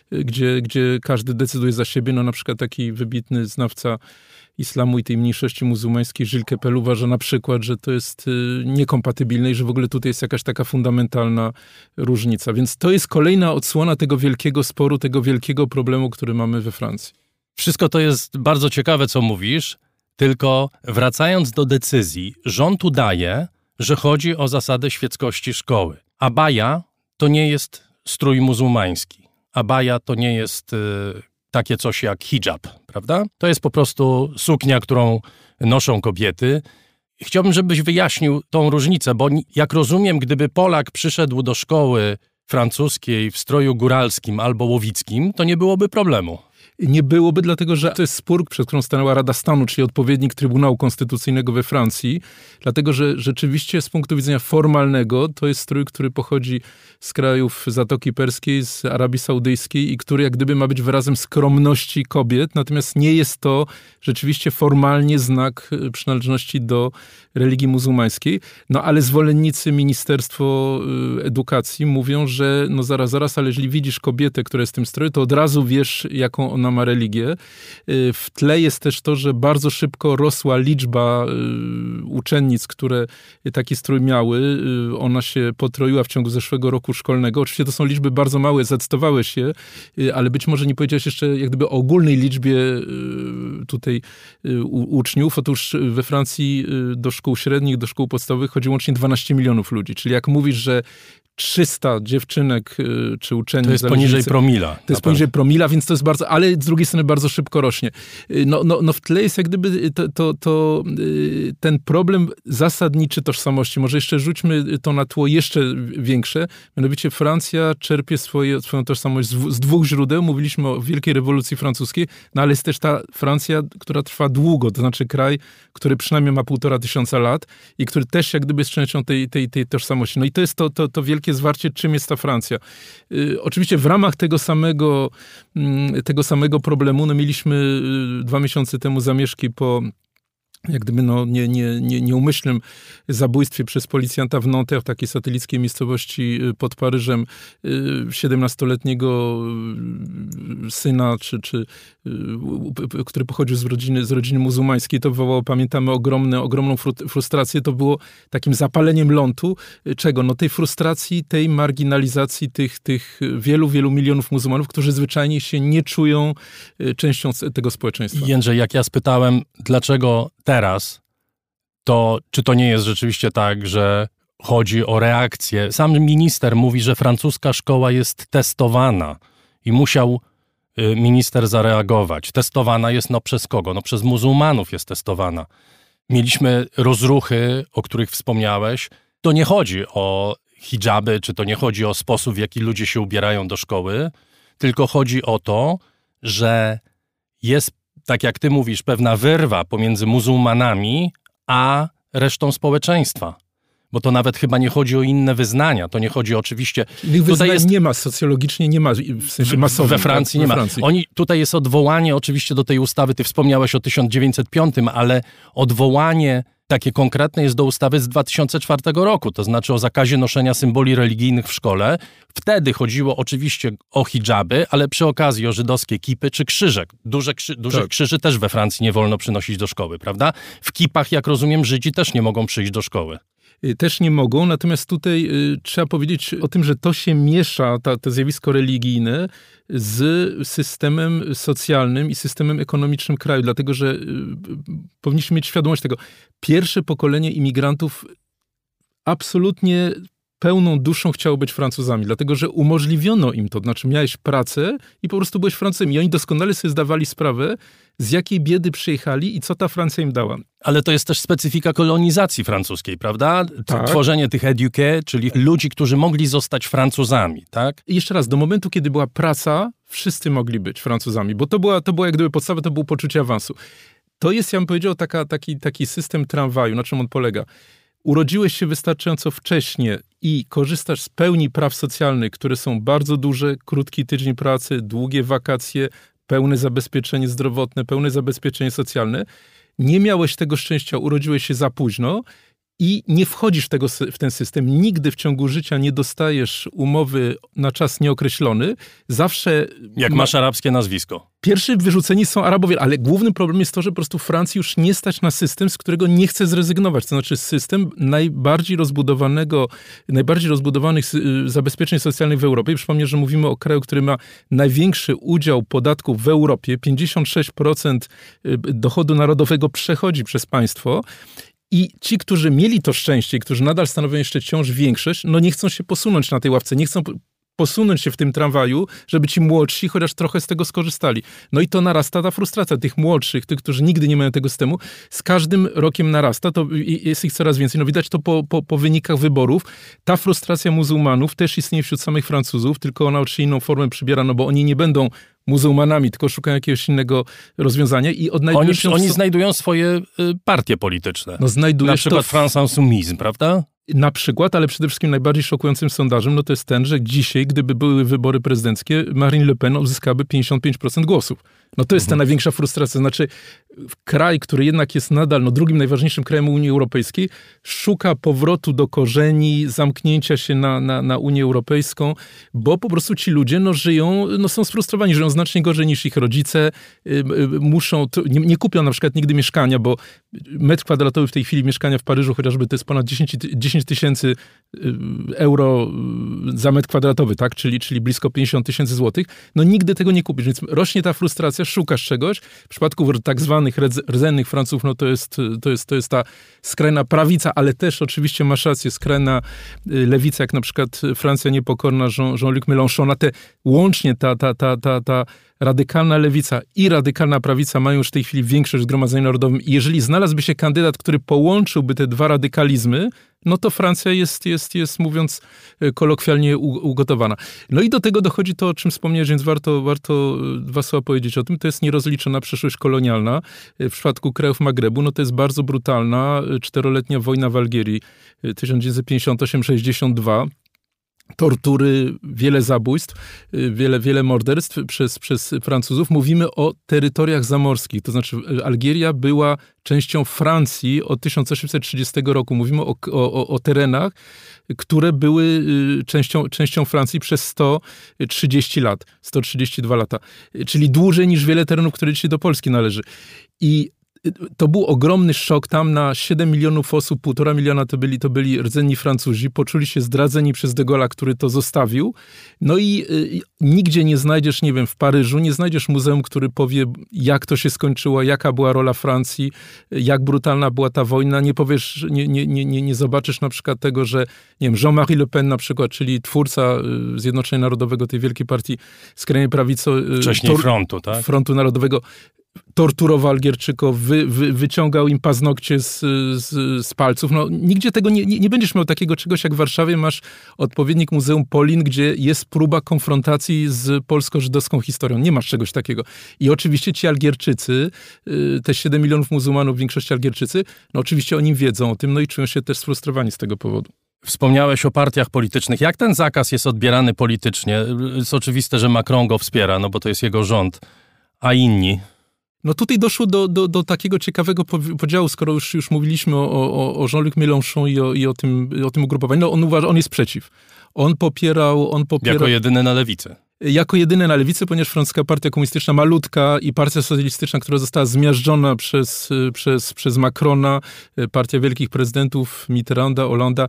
Speaker 3: gdzie każdy decyduje za siebie. No na przykład taki wybitny znawca islamu i tej mniejszości muzułmańskiej, Gilles Kepel, uważa na przykład, że to jest niekompatybilne i że w ogóle tutaj jest jakaś taka fundamentalna różnica. Więc to jest kolejna odsłona tego wielkiego sporu, tego wielkiego problemu, który mamy we Francji.
Speaker 1: Wszystko to jest bardzo ciekawe, co mówisz, tylko wracając do decyzji, rząd udaje, że chodzi o zasadę świeckości szkoły. Abaja to nie jest strój muzułmański. Abaja to nie jest takie coś jak hijab, prawda? To jest po prostu suknia, którą noszą kobiety. Chciałbym, żebyś wyjaśnił tą różnicę, bo jak rozumiem, gdyby Polak przyszedł do szkoły francuskiej w stroju góralskim albo łowickim, to nie byłoby problemu.
Speaker 3: Nie byłoby, dlatego że to jest spór, przed którą stanęła Rada Stanu, czyli odpowiednik Trybunału Konstytucyjnego we Francji, dlatego że rzeczywiście z punktu widzenia formalnego to jest strój, który pochodzi z krajów Zatoki Perskiej, z Arabii Saudyjskiej i który jak gdyby ma być wyrazem skromności kobiet, natomiast nie jest to rzeczywiście formalnie znak przynależności do religii muzułmańskiej. No ale zwolennicy Ministerstwo Edukacji mówią, że no zaraz, ale jeżeli widzisz kobietę, która jest w tym stroju, to od razu wiesz, jaką ona ma religię. W tle jest też to, że bardzo szybko rosła liczba uczennic, które taki strój miały. Ona się potroiła w ciągu zeszłego roku szkolnego. Oczywiście to są liczby bardzo małe, zacytowałeś się, ale być może nie powiedziałeś jeszcze jak gdyby o ogólnej liczbie tutaj uczniów. Otóż we Francji do szkół średnich, do szkół podstawowych chodzi łącznie 12 milionów ludzi. Czyli jak mówisz, że 300 dziewczynek czy uczennic...
Speaker 1: To jest poniżej promila.
Speaker 3: To jest poniżej promila, więc to jest bardzo... Ale z drugiej strony bardzo szybko rośnie. No w tle jest jak gdyby ten problem zasadniczy tożsamości. Może jeszcze rzućmy to na tło jeszcze większe. Mianowicie Francja czerpie swoją tożsamość z dwóch źródeł. Mówiliśmy o Wielkiej Rewolucji Francuskiej, no ale jest też ta Francja, która trwa długo. To znaczy kraj, który przynajmniej ma 1500 lat i który też jak gdyby jest częścią tej tożsamości. No i to jest to wielkie zwarcie, czym jest ta Francja. Oczywiście w ramach tego samego problemu, no mieliśmy 2 miesiące temu zamieszki po jak gdyby nieumyślnym zabójstwie przez policjanta w Nanterre, takiej satelickiej miejscowości pod Paryżem, 17-letniego syna, który pochodził z rodziny muzułmańskiej. To wywołało, pamiętamy, ogromną frustrację. To było takim zapaleniem lądu. Czego? No tej frustracji, tej marginalizacji tych wielu milionów muzułmanów, którzy zwyczajnie się nie czują częścią tego społeczeństwa.
Speaker 1: Jędrzej, jak ja spytałem, dlaczego teraz, to czy to nie jest rzeczywiście tak, że chodzi o reakcję? Sam minister mówi, że francuska szkoła jest testowana i musiał minister zareagować. Testowana jest przez kogo? Przez muzułmanów jest testowana. Mieliśmy rozruchy, o których wspomniałeś. To nie chodzi o hijaby, czy to nie chodzi o sposób, w jaki ludzie się ubierają do szkoły, tylko chodzi o to, że jest, tak jak ty mówisz, pewna wyrwa pomiędzy muzułmanami a resztą społeczeństwa. Bo to nawet chyba nie chodzi o inne wyznania. To nie chodzi oczywiście...
Speaker 3: Innych wyznań nie ma, socjologicznie nie ma, w sensie masowym.
Speaker 1: We Francji nie ma. Tutaj jest odwołanie oczywiście do tej ustawy, ty wspomniałeś o 1905, ale odwołanie takie konkretne jest do ustawy z 2004 roku, to znaczy o zakazie noszenia symboli religijnych w szkole. Wtedy chodziło oczywiście o hijaby, ale przy okazji o żydowskie kipy czy krzyżek. Dużych krzyży też we Francji nie wolno przynosić do szkoły, prawda? W kipach, jak rozumiem, Żydzi też nie mogą przyjść do szkoły.
Speaker 3: Też nie mogą, natomiast tutaj trzeba powiedzieć o tym, że to się miesza, to zjawisko religijne z systemem socjalnym i systemem ekonomicznym kraju, dlatego że powinniśmy mieć świadomość tego. Pierwsze pokolenie imigrantów absolutnie pełną duszą chciało być Francuzami, dlatego że umożliwiono im to, znaczy miałeś pracę i po prostu byłeś Francuzem i oni doskonale sobie zdawali sprawę, z jakiej biedy przyjechali i co ta Francja im dała.
Speaker 1: Ale to jest też specyfika kolonizacji francuskiej, prawda?
Speaker 3: Tak.
Speaker 1: Tworzenie tych éduqués, czyli ludzi, którzy mogli zostać Francuzami, tak?
Speaker 3: I jeszcze raz, do momentu, kiedy była praca, wszyscy mogli być Francuzami, bo to była jak gdyby podstawa, to było poczucie awansu. To jest, ja bym powiedział, taki system tramwaju, na czym on polega. Urodziłeś się wystarczająco wcześnie i korzystasz z pełni praw socjalnych, które są bardzo duże, krótki tydzień pracy, długie wakacje, pełne zabezpieczenie zdrowotne, pełne zabezpieczenie socjalne. Nie miałeś tego szczęścia, urodziłeś się za późno i nie wchodzisz w ten system. Nigdy w ciągu życia nie dostajesz umowy na czas nieokreślony. Zawsze...
Speaker 1: Jak masz arabskie nazwisko.
Speaker 3: Pierwszy wyrzuceni są Arabowie, ale głównym problemem jest to, że po prostu Francji już nie stać na system, z którego nie chce zrezygnować. To znaczy system najbardziej rozbudowanych zabezpieczeń socjalnych w Europie. Przypomnę, że mówimy o kraju, który ma największy udział podatków w Europie. 56% dochodu narodowego przechodzi przez państwo. I ci, którzy mieli to szczęście, którzy nadal stanowią jeszcze wciąż większość, no nie chcą się posunąć na tej ławce, nie chcą posunąć się w tym tramwaju, żeby ci młodsi chociaż trochę z tego skorzystali. No i to narasta ta frustracja tych młodszych, tych, którzy nigdy nie mają tego systemu. Z każdym rokiem narasta, to jest ich coraz więcej. No widać to po wynikach wyborów. Ta frustracja muzułmanów też istnieje wśród samych Francuzów, tylko ona oczywiście inną formę przybiera, no bo oni nie będą muzułmanami, tylko szukają jakiegoś innego rozwiązania i odnajdują się...
Speaker 1: Oni znajdują swoje partie polityczne.
Speaker 3: No
Speaker 1: na przykład France Insoumise, prawda?
Speaker 3: Na przykład, ale przede wszystkim najbardziej szokującym sondażem, no to jest ten, że dzisiaj, gdyby były wybory prezydenckie, Marine Le Pen uzyskałaby 55% głosów. No to jest ta największa frustracja. Znaczy, kraj, który jednak jest nadal drugim najważniejszym krajem Unii Europejskiej, szuka powrotu do korzeni, zamknięcia się na Unię Europejską, bo po prostu ci ludzie żyją, są sfrustrowani, żyją znacznie gorzej niż ich rodzice, muszą, nie kupią na przykład nigdy mieszkania, bo metr kwadratowy w tej chwili mieszkania w Paryżu chociażby to jest ponad 10 tysięcy euro za metr kwadratowy, tak? Czyli blisko 50 tysięcy złotych. No nigdy tego nie kupisz, więc rośnie ta frustracja, szukasz czegoś. W przypadku tak zwanych rdzennych Francuzów, no to jest ta skrajna prawica, ale też oczywiście masz rację, skrajna lewica, jak na przykład Francja Niepokorna, Jean-Luc Mélenchon, łącznie ta radykalna lewica i radykalna prawica mają już w tej chwili większość w Zgromadzeniu Narodowym i jeżeli znalazłby się kandydat, który połączyłby te dwa radykalizmy, no to Francja jest mówiąc kolokwialnie, ugotowana. No i do tego dochodzi to, o czym wspomniałeś, więc warto dwa słowa powiedzieć o tym. To jest nierozliczona przeszłość kolonialna. W przypadku krajów Magrebu, no to jest bardzo brutalna 4-letnia wojna w Algierii 1958-62. Tortury, wiele zabójstw, wiele morderstw przez Francuzów. Mówimy o terytoriach zamorskich, to znaczy Algieria była częścią Francji od 1830 roku. Mówimy o terenach, które były częścią Francji przez 130 lat, 132 lata, czyli dłużej niż wiele terenów, które dzisiaj do Polski należy. I to był ogromny szok. Tam na 7 milionów osób, 1,5 miliona to byli rdzenni Francuzi. Poczuli się zdradzeni przez de Gaulle'a, który to zostawił. No i nigdzie nie znajdziesz, nie wiem, w Paryżu, nie znajdziesz muzeum, który powie, jak to się skończyło, jaka była rola Francji, jak brutalna była ta wojna. Nie powiesz, nie zobaczysz na przykład tego, że nie wiem, Jean-Marie Le Pen na przykład, czyli twórca Zjednoczenia Narodowego, tej wielkiej partii skrajnej prawicy.
Speaker 1: Wcześniej frontu, tak?
Speaker 3: Frontu Narodowego. Torturował Algierczyków, wyciągał im paznokcie z palców. No, nigdzie tego nie będziesz miał takiego czegoś, jak w Warszawie masz odpowiednik Muzeum Polin, gdzie jest próba konfrontacji z polsko-żydowską historią. Nie masz czegoś takiego. I oczywiście ci Algierczycy, te 7 milionów muzułmanów, w większości Algierczycy, no oczywiście oni wiedzą o tym, no i czują się też sfrustrowani z tego powodu.
Speaker 1: Wspomniałeś o partiach politycznych. Jak ten zakaz jest odbierany politycznie? Jest oczywiste, że Macron go wspiera, no bo to jest jego rząd, a inni...
Speaker 3: No tutaj doszło do takiego ciekawego podziału, skoro już mówiliśmy o Jean-Luc Mélenchon i o tym ugrupowaniu. No on jest przeciw. On popierał...
Speaker 1: Jako jedyny na lewicę.
Speaker 3: Jako jedyny na lewicę, ponieważ francuska partia komunistyczna malutka i partia socjalistyczna, która została zmiażdżona przez Macrona, partia wielkich prezydentów Mitterranda, Hollanda,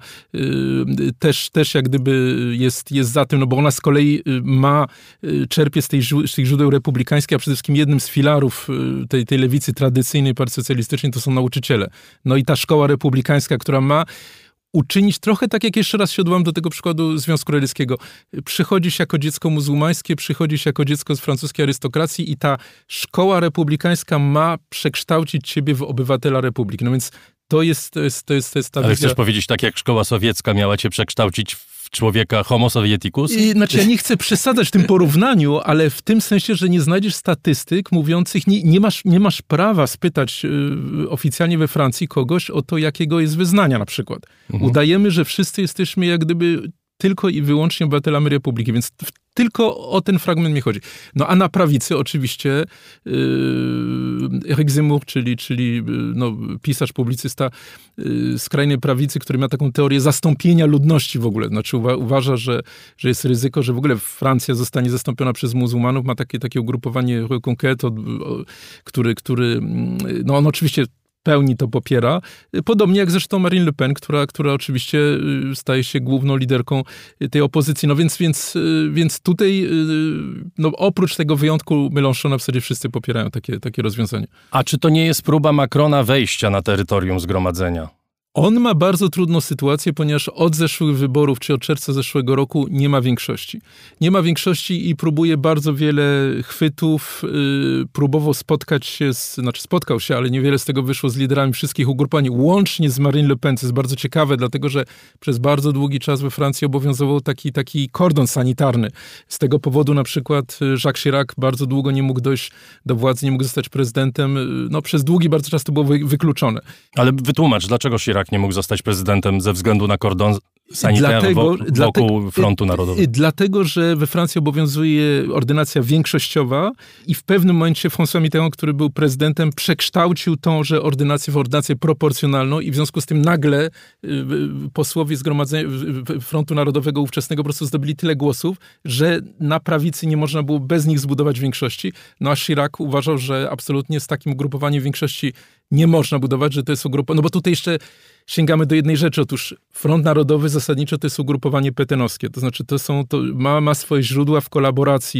Speaker 3: też jak gdyby jest za tym, no bo ona z kolei czerpie z tych źródeł republikańskich, a przede wszystkim jednym z filarów tej lewicy tradycyjnej partii socjalistycznej to są nauczyciele. No i ta szkoła republikańska, która ma uczynić trochę tak, jak jeszcze raz się odwołam do tego przykładu Związku Radzieckiego. Przychodzisz jako dziecko muzułmańskie, przychodzisz jako dziecko z francuskiej arystokracji i ta szkoła republikańska ma przekształcić ciebie w obywatela republiki. No więc to jest ta
Speaker 1: Ale
Speaker 3: wizja.
Speaker 1: chcesz powiedzieć tak, jak szkoła sowiecka miała cię przekształcić w człowieka homo sovieticus?
Speaker 3: Znaczy, ja nie chcę przesadzać w tym porównaniu, ale w tym sensie, że nie znajdziesz statystyk mówiących, nie masz prawa spytać oficjalnie we Francji kogoś o to, jakiego jest wyznania na przykład. Udajemy, że wszyscy jesteśmy jak gdyby tylko i wyłącznie obywatelami Republiki, więc tylko o ten fragment mi chodzi. No a na prawicy oczywiście Eric Zemmour, czyli pisarz, publicysta skrajnej prawicy, który ma taką teorię zastąpienia ludności w ogóle. Znaczy uważa, że jest ryzyko, że w ogóle Francja zostanie zastąpiona przez muzułmanów. Ma takie ugrupowanie Reconquête, który on oczywiście pełni to popiera. Podobnie jak zresztą Marine Le Pen, która oczywiście staje się główną liderką tej opozycji. No więc tutaj oprócz tego wyjątku Mélenchona w zasadzie wszyscy popierają takie rozwiązanie.
Speaker 1: A czy to nie jest próba Macrona wejścia na terytorium zgromadzenia?
Speaker 3: On ma bardzo trudną sytuację, ponieważ od zeszłych wyborów, czy od czerwca zeszłego roku nie ma większości. Nie ma większości i próbuje bardzo wiele chwytów. Próbował spotkał się, ale niewiele z tego wyszło z liderami wszystkich ugrupowań, łącznie z Marine Le Pen, co jest bardzo ciekawe, dlatego że przez bardzo długi czas we Francji obowiązywał taki kordon sanitarny. Z tego powodu na przykład Jacques Chirac bardzo długo nie mógł dojść do władzy, nie mógł zostać prezydentem. Przez długi bardzo czas to było wykluczone.
Speaker 1: Ale wytłumacz, dlaczego Chirac nie mógł zostać prezydentem ze względu na kordon sanitarny wokół Frontu Narodowego?
Speaker 3: Dlatego, że we Francji obowiązuje ordynacja większościowa i w pewnym momencie François Mitterrand, który był prezydentem, przekształcił tąże ordynację w ordynację proporcjonalną i w związku z tym nagle posłowie Zgromadzenia Frontu Narodowego ówczesnego po prostu zdobyli tyle głosów, że na prawicy nie można było bez nich zbudować większości. No a Chirac uważał, że absolutnie z takim ugrupowaniem większości nie można budować, że to jest ugrupowanie. No bo tutaj jeszcze sięgamy do jednej rzeczy. Otóż Front Narodowy zasadniczo to jest ugrupowanie petenowskie. To znaczy ma swoje źródła w kolaboracji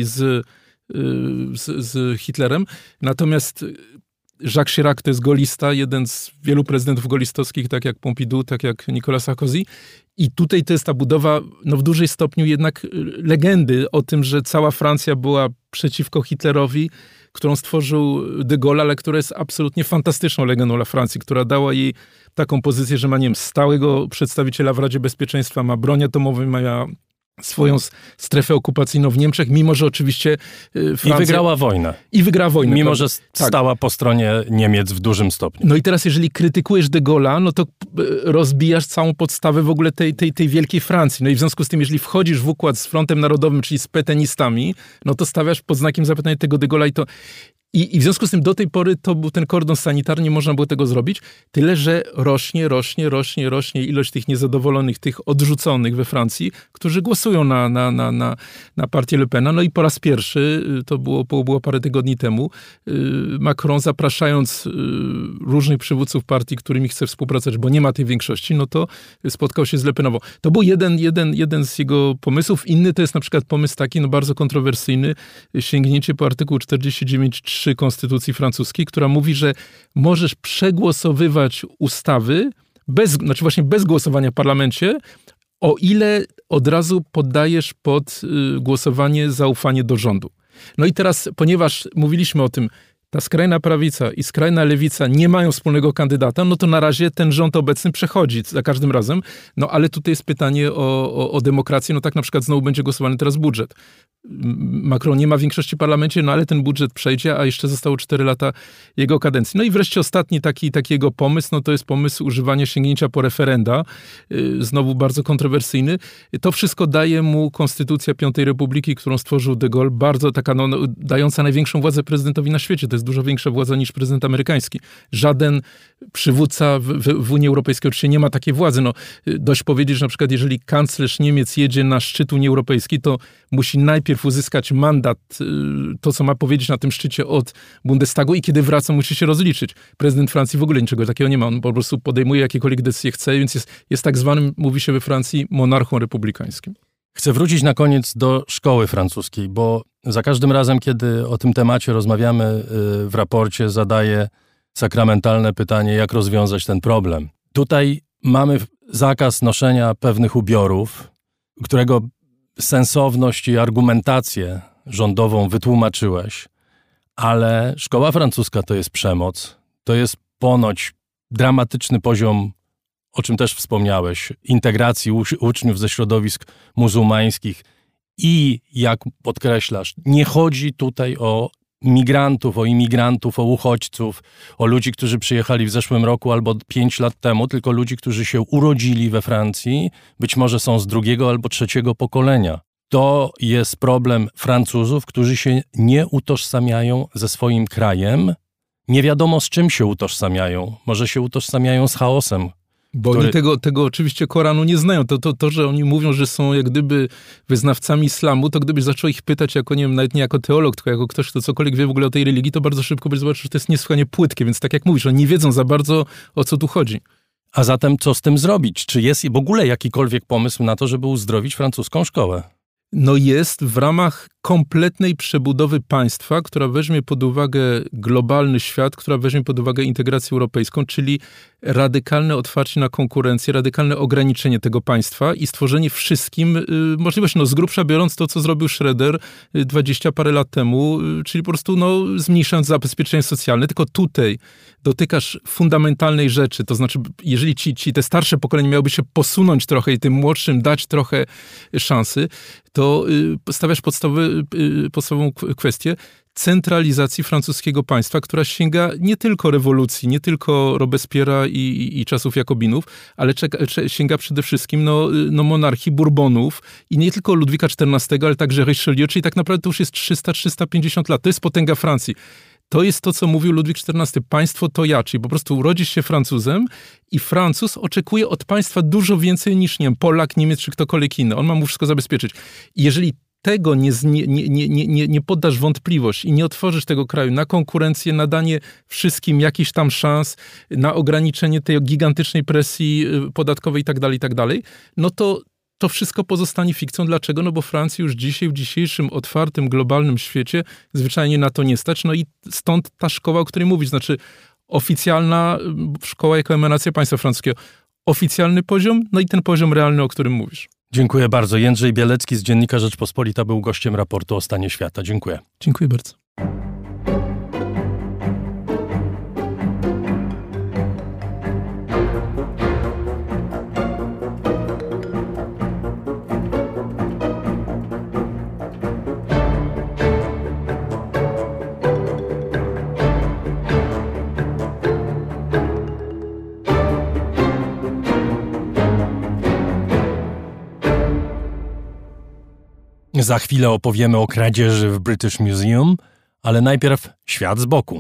Speaker 3: z Hitlerem. Natomiast Jacques Chirac to jest gaullista, jeden z wielu prezydentów gaulistowskich, tak jak Pompidou, tak jak Nicolas Sarkozy. I tutaj to jest ta budowa, w dużej stopniu jednak legendy o tym, że cała Francja była przeciwko Hitlerowi, którą stworzył de Gaulle, ale która jest absolutnie fantastyczną legendą dla Francji, która dała jej taką pozycję, że ma, stałego przedstawiciela w Radzie Bezpieczeństwa, ma broń atomową, ma swoją strefę okupacyjną w Niemczech, mimo że oczywiście Francja...
Speaker 1: I wygrała wojnę. Mimo, że stała po stronie Niemiec w dużym stopniu.
Speaker 3: No i teraz, jeżeli krytykujesz de Gaulle'a, no to rozbijasz całą podstawę w ogóle tej wielkiej Francji. No i w związku z tym, jeżeli wchodzisz w układ z Frontem Narodowym, czyli z petenistami, no to stawiasz pod znakiem zapytania tego de Gaulle'a i w związku z tym do tej pory to był ten kordon sanitarny, nie można było tego zrobić, tyle że rośnie ilość tych niezadowolonych, tych odrzuconych we Francji, którzy głosują na partię Le Pena. No i po raz pierwszy, to było parę tygodni temu, Macron zapraszając różnych przywódców partii, którymi chce współpracować, bo nie ma tej większości, no to spotkał się z Le Penową. To był jeden z jego pomysłów. Inny to jest na przykład pomysł taki, bardzo kontrowersyjny, sięgnięcie po artykuł 49.3 Konstytucji francuskiej, która mówi, że możesz przegłosowywać ustawy bez głosowania w parlamencie, o ile od razu poddajesz pod głosowanie zaufanie do rządu. No i teraz, ponieważ mówiliśmy o tym, ta skrajna prawica i skrajna lewica nie mają wspólnego kandydata, no to na razie ten rząd obecny przechodzi za każdym razem. No ale tutaj jest pytanie o demokrację. No tak na przykład znowu będzie głosowany teraz budżet. Macron nie ma większości w parlamencie, no ale ten budżet przejdzie, a jeszcze zostało 4 lata jego kadencji. No i wreszcie ostatni taki jego pomysł, no to jest pomysł używania sięgnięcia po referenda. Znowu bardzo kontrowersyjny. To wszystko daje mu Konstytucja Piątej Republiki, którą stworzył de Gaulle, bardzo taka dająca największą władzę prezydentowi na świecie. To jest dużo większa władza niż prezydent amerykański. Żaden przywódca w Unii Europejskiej oczywiście nie ma takiej władzy. No, dość powiedzieć, że na przykład jeżeli kanclerz Niemiec jedzie na szczyt Unii Europejskiej, to musi najpierw uzyskać mandat, to co ma powiedzieć na tym szczycie od Bundestagu i kiedy wraca, musi się rozliczyć. Prezydent Francji w ogóle niczego takiego nie ma. On po prostu podejmuje jakiekolwiek decyzje chce, więc jest tak zwanym, mówi się we Francji, monarchą republikańskim.
Speaker 1: Chcę wrócić na koniec do szkoły francuskiej, bo za każdym razem, kiedy o tym temacie rozmawiamy w raporcie, zadaję sakramentalne pytanie, jak rozwiązać ten problem. Tutaj mamy zakaz noszenia pewnych ubiorów, którego sensowność i argumentację rządową wytłumaczyłeś, ale szkoła francuska to jest przemoc, to jest ponoć dramatyczny poziom, o czym też wspomniałeś, integracji uczniów ze środowisk muzułmańskich i, jak podkreślasz, nie chodzi tutaj o migrantów, o imigrantów, o uchodźców, o ludzi, którzy przyjechali w zeszłym roku albo 5 lat temu, tylko ludzi, którzy się urodzili we Francji, być może są z 2. albo 3. pokolenia. To jest problem Francuzów, którzy się nie utożsamiają ze swoim krajem. Nie wiadomo, z czym się utożsamiają. Może się utożsamiają z chaosem.
Speaker 3: Bo oni tego oczywiście Koranu nie znają. To, że oni mówią, że są jak gdyby wyznawcami islamu, to gdybyś zaczął ich pytać jako, nie wiem, nawet nie jako teolog, tylko jako ktoś, kto cokolwiek wie w ogóle o tej religii, to bardzo szybko byś zobaczył, że to jest niesłychanie płytkie. Więc tak jak mówisz, oni nie wiedzą za bardzo, o co tu chodzi.
Speaker 1: A zatem co z tym zrobić? Czy jest w ogóle jakikolwiek pomysł na to, żeby uzdrowić francuską szkołę?
Speaker 3: No jest w ramach kompletnej przebudowy państwa, która weźmie pod uwagę globalny świat, która weźmie pod uwagę integrację europejską, czyli radykalne otwarcie na konkurencję, radykalne ograniczenie tego państwa i stworzenie wszystkim możliwość, z grubsza biorąc to, co zrobił Schroeder 20 parę lat temu, czyli po prostu zmniejszając zabezpieczenie socjalne, tylko tutaj dotykasz fundamentalnej rzeczy, to znaczy jeżeli te starsze pokolenia miałyby się posunąć trochę i tym młodszym dać trochę szansy, to stawiasz podstawową kwestię centralizacji francuskiego państwa, która sięga nie tylko rewolucji, nie tylko Robespierre'a i czasów Jakobinów, ale sięga przede wszystkim monarchii Bourbonów i nie tylko Ludwika XIV, ale także Richelieu, czyli tak naprawdę to już jest 300-350 lat. To jest potęga Francji. To jest to, co mówił Ludwik XIV. Państwo to ja, czyli po prostu urodzisz się Francuzem i Francuz oczekuje od państwa dużo więcej niż, nie wiem, Polak, Niemiec czy ktokolwiek inny. On ma mu wszystko zabezpieczyć. I jeżeli tego nie poddasz wątpliwość i nie otworzysz tego kraju na konkurencję, na danie wszystkim jakichś tam szans, na ograniczenie tej gigantycznej presji podatkowej i tak dalej, no to wszystko pozostanie fikcją. Dlaczego? No bo Francji już dzisiaj, w dzisiejszym otwartym, globalnym świecie zwyczajnie na to nie stać. No i stąd ta szkoła, o której mówisz, znaczy oficjalna szkoła jako emanacja państwa francuskiego. Oficjalny poziom, no i ten poziom realny, o którym mówisz.
Speaker 1: Dziękuję bardzo. Jędrzej Bielecki z Dziennika Rzeczpospolita był gościem raportu o stanie świata. Dziękuję.
Speaker 3: Dziękuję bardzo.
Speaker 1: Za chwilę opowiemy o kradzieży w British Museum, ale najpierw świat z boku.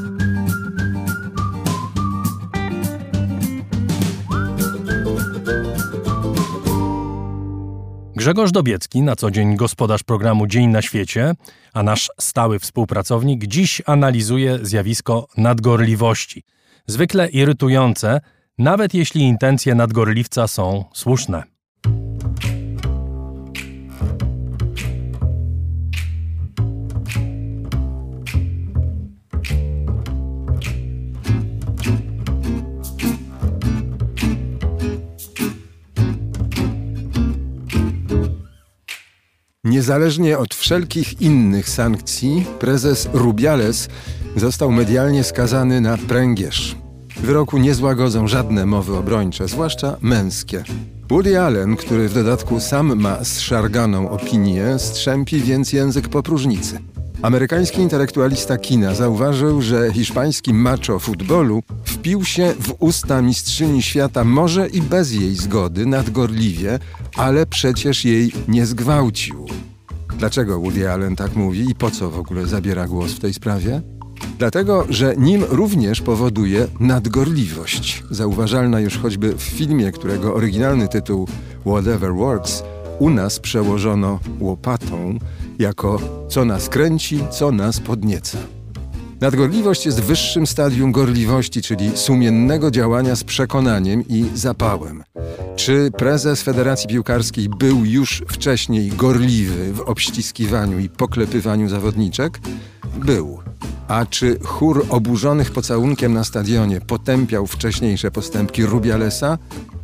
Speaker 1: Grzegorz Dobiecki, na co dzień gospodarz programu Dzień na świecie, a nasz stały współpracownik, dziś analizuje zjawisko nadgorliwości. Zwykle irytujące, nawet jeśli intencje nadgorliwca są słuszne.
Speaker 4: Niezależnie od wszelkich innych sankcji, prezes Rubiales został medialnie skazany na pręgierz. Wyroku nie złagodzą żadne mowy obrończe, zwłaszcza męskie. Woody Allen, który w dodatku sam ma zszarganą opinię, strzępi więc język po próżnicy. Amerykański intelektualista kina zauważył, że hiszpański macho futbolu wpił się w usta mistrzyni świata może i bez jej zgody nadgorliwie, ale przecież jej nie zgwałcił. Dlaczego Woody Allen tak mówi i po co w ogóle zabiera głos w tej sprawie? Dlatego, że nim również powoduje nadgorliwość, zauważalna już choćby w filmie, którego oryginalny tytuł Whatever Works u nas przełożono łopatą jako co nas kręci, co nas podnieca. Nadgorliwość jest wyższym stadium gorliwości, czyli sumiennego działania z przekonaniem i zapałem. Czy prezes Federacji Piłkarskiej był już wcześniej gorliwy w obściskiwaniu i poklepywaniu zawodniczek? Był. A czy chór oburzonych pocałunkiem na stadionie potępiał wcześniejsze postępki Rubialesa?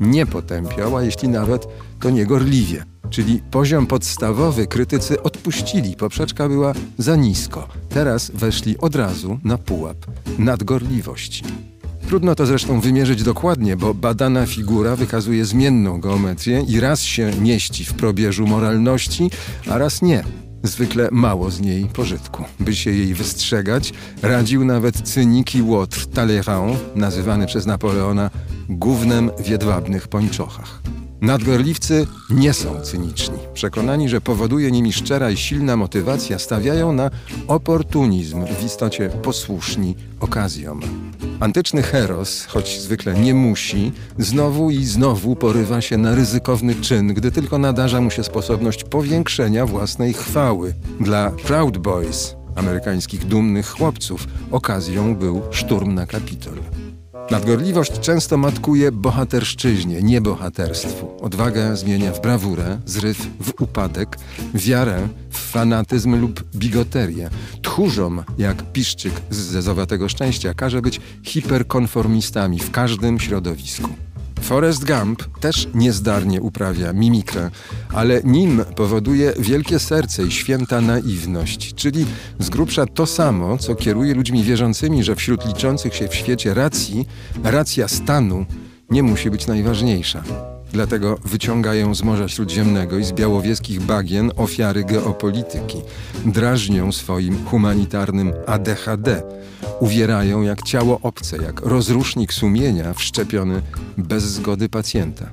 Speaker 4: nie potępiał, a jeśli nawet, to nie gorliwie. Czyli poziom podstawowy krytycy odpuścili, poprzeczka była za nisko. Teraz weszli od razu na pułap nadgorliwości. Trudno to zresztą wymierzyć dokładnie, bo badana figura wykazuje zmienną geometrię i raz się mieści w probierzu moralności, a raz nie. Zwykle mało z niej pożytku. By się jej wystrzegać, radził nawet cynik i łotr Talleyrand, nazywany przez Napoleona gównem w jedwabnych pończochach. Nadgorliwcy nie są cyniczni. Przekonani, że powoduje nimi szczera i silna motywacja, stawiają na oportunizm, w istocie posłuszni okazjom. Antyczny heros, choć zwykle nie musi, znowu i znowu porywa się na ryzykowny czyn, gdy tylko nadarza mu się sposobność powiększenia własnej chwały. Dla Proud Boys, amerykańskich dumnych chłopców, okazją był szturm na Kapitol. Nadgorliwość często matkuje bohaterszczyźnie, nie bohaterstwu. Odwagę zmienia w brawurę, zryw w upadek, wiarę w fanatyzm lub bigoterię. Tchórzom, jak Piszczyk z Zezowatego Szczęścia, każe być hiperkonformistami w każdym środowisku. Forrest Gump też niezdarnie uprawia mimikrę, ale nim powoduje wielkie serce i święta naiwność, czyli z grubsza to samo, co kieruje ludźmi wierzącymi, że wśród liczących się w świecie racji, racja stanu nie musi być najważniejsza. Dlatego wyciągają z Morza Śródziemnego i z białowieskich bagien ofiary geopolityki. Drażnią swoim humanitarnym ADHD. Uwierają jak ciało obce, jak rozrusznik sumienia wszczepiony bez zgody pacjenta.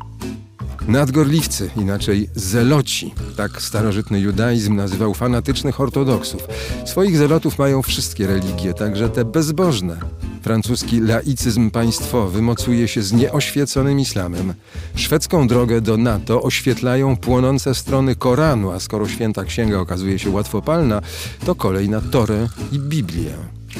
Speaker 4: Nadgorliwcy, inaczej zeloci, tak starożytny judaizm nazywał fanatycznych ortodoksów. Swoich zelotów mają wszystkie religie, także te bezbożne. Francuski laicyzm państwowy mocuje się z nieoświeconym islamem. Szwedzką drogę do NATO oświetlają płonące strony Koranu, a skoro święta księga okazuje się łatwopalna, to kolej na Torę i Biblię.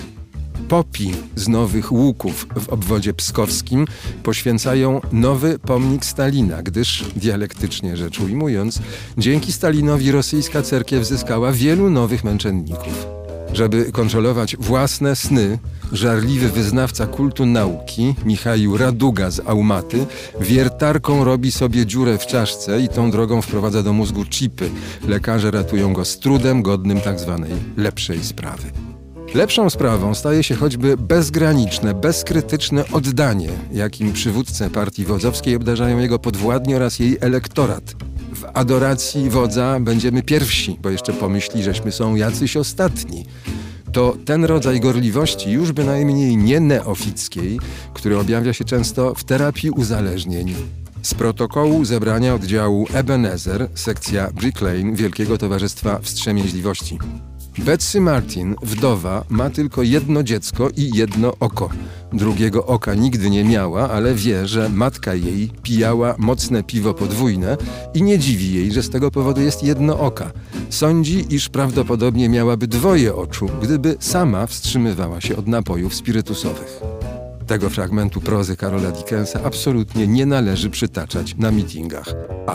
Speaker 4: Popi z Nowych Łuków w obwodzie pskowskim poświęcają nowy pomnik Stalina, gdyż, dialektycznie rzecz ujmując, dzięki Stalinowi rosyjska cerkiew zyskała wielu nowych męczenników. Żeby kontrolować własne sny, żarliwy wyznawca kultu nauki, Michaił Raduga z Aumaty, wiertarką robi sobie dziurę w czaszce i tą drogą wprowadza do mózgu czipy. Lekarze ratują go z trudem godnym tak zwanej lepszej sprawy. Lepszą sprawą staje się choćby bezgraniczne, bezkrytyczne oddanie, jakim przywódcę partii wodzowskiej obdarzają jego podwładni oraz jej elektorat. W adoracji wodza będziemy pierwsi, bo jeszcze pomyśli, żeśmy są jacyś ostatni. To ten rodzaj gorliwości, już bynajmniej nie neofickiej, który objawia się często w terapii uzależnień. Z protokołu zebrania oddziału Ebenezer, sekcja Brick Lane Wielkiego Towarzystwa Wstrzemięźliwości. Betsy Martin, wdowa, ma tylko jedno dziecko i jedno oko. Drugiego oka nigdy nie miała, ale wie, że matka jej pijała mocne piwo podwójne i nie dziwi jej, że z tego powodu jest jedno oka. Sądzi, iż prawdopodobnie miałaby dwoje oczu, gdyby sama wstrzymywała się od napojów spirytusowych. Tego fragmentu prozy Karola Dickensa absolutnie nie należy przytaczać na mitingach.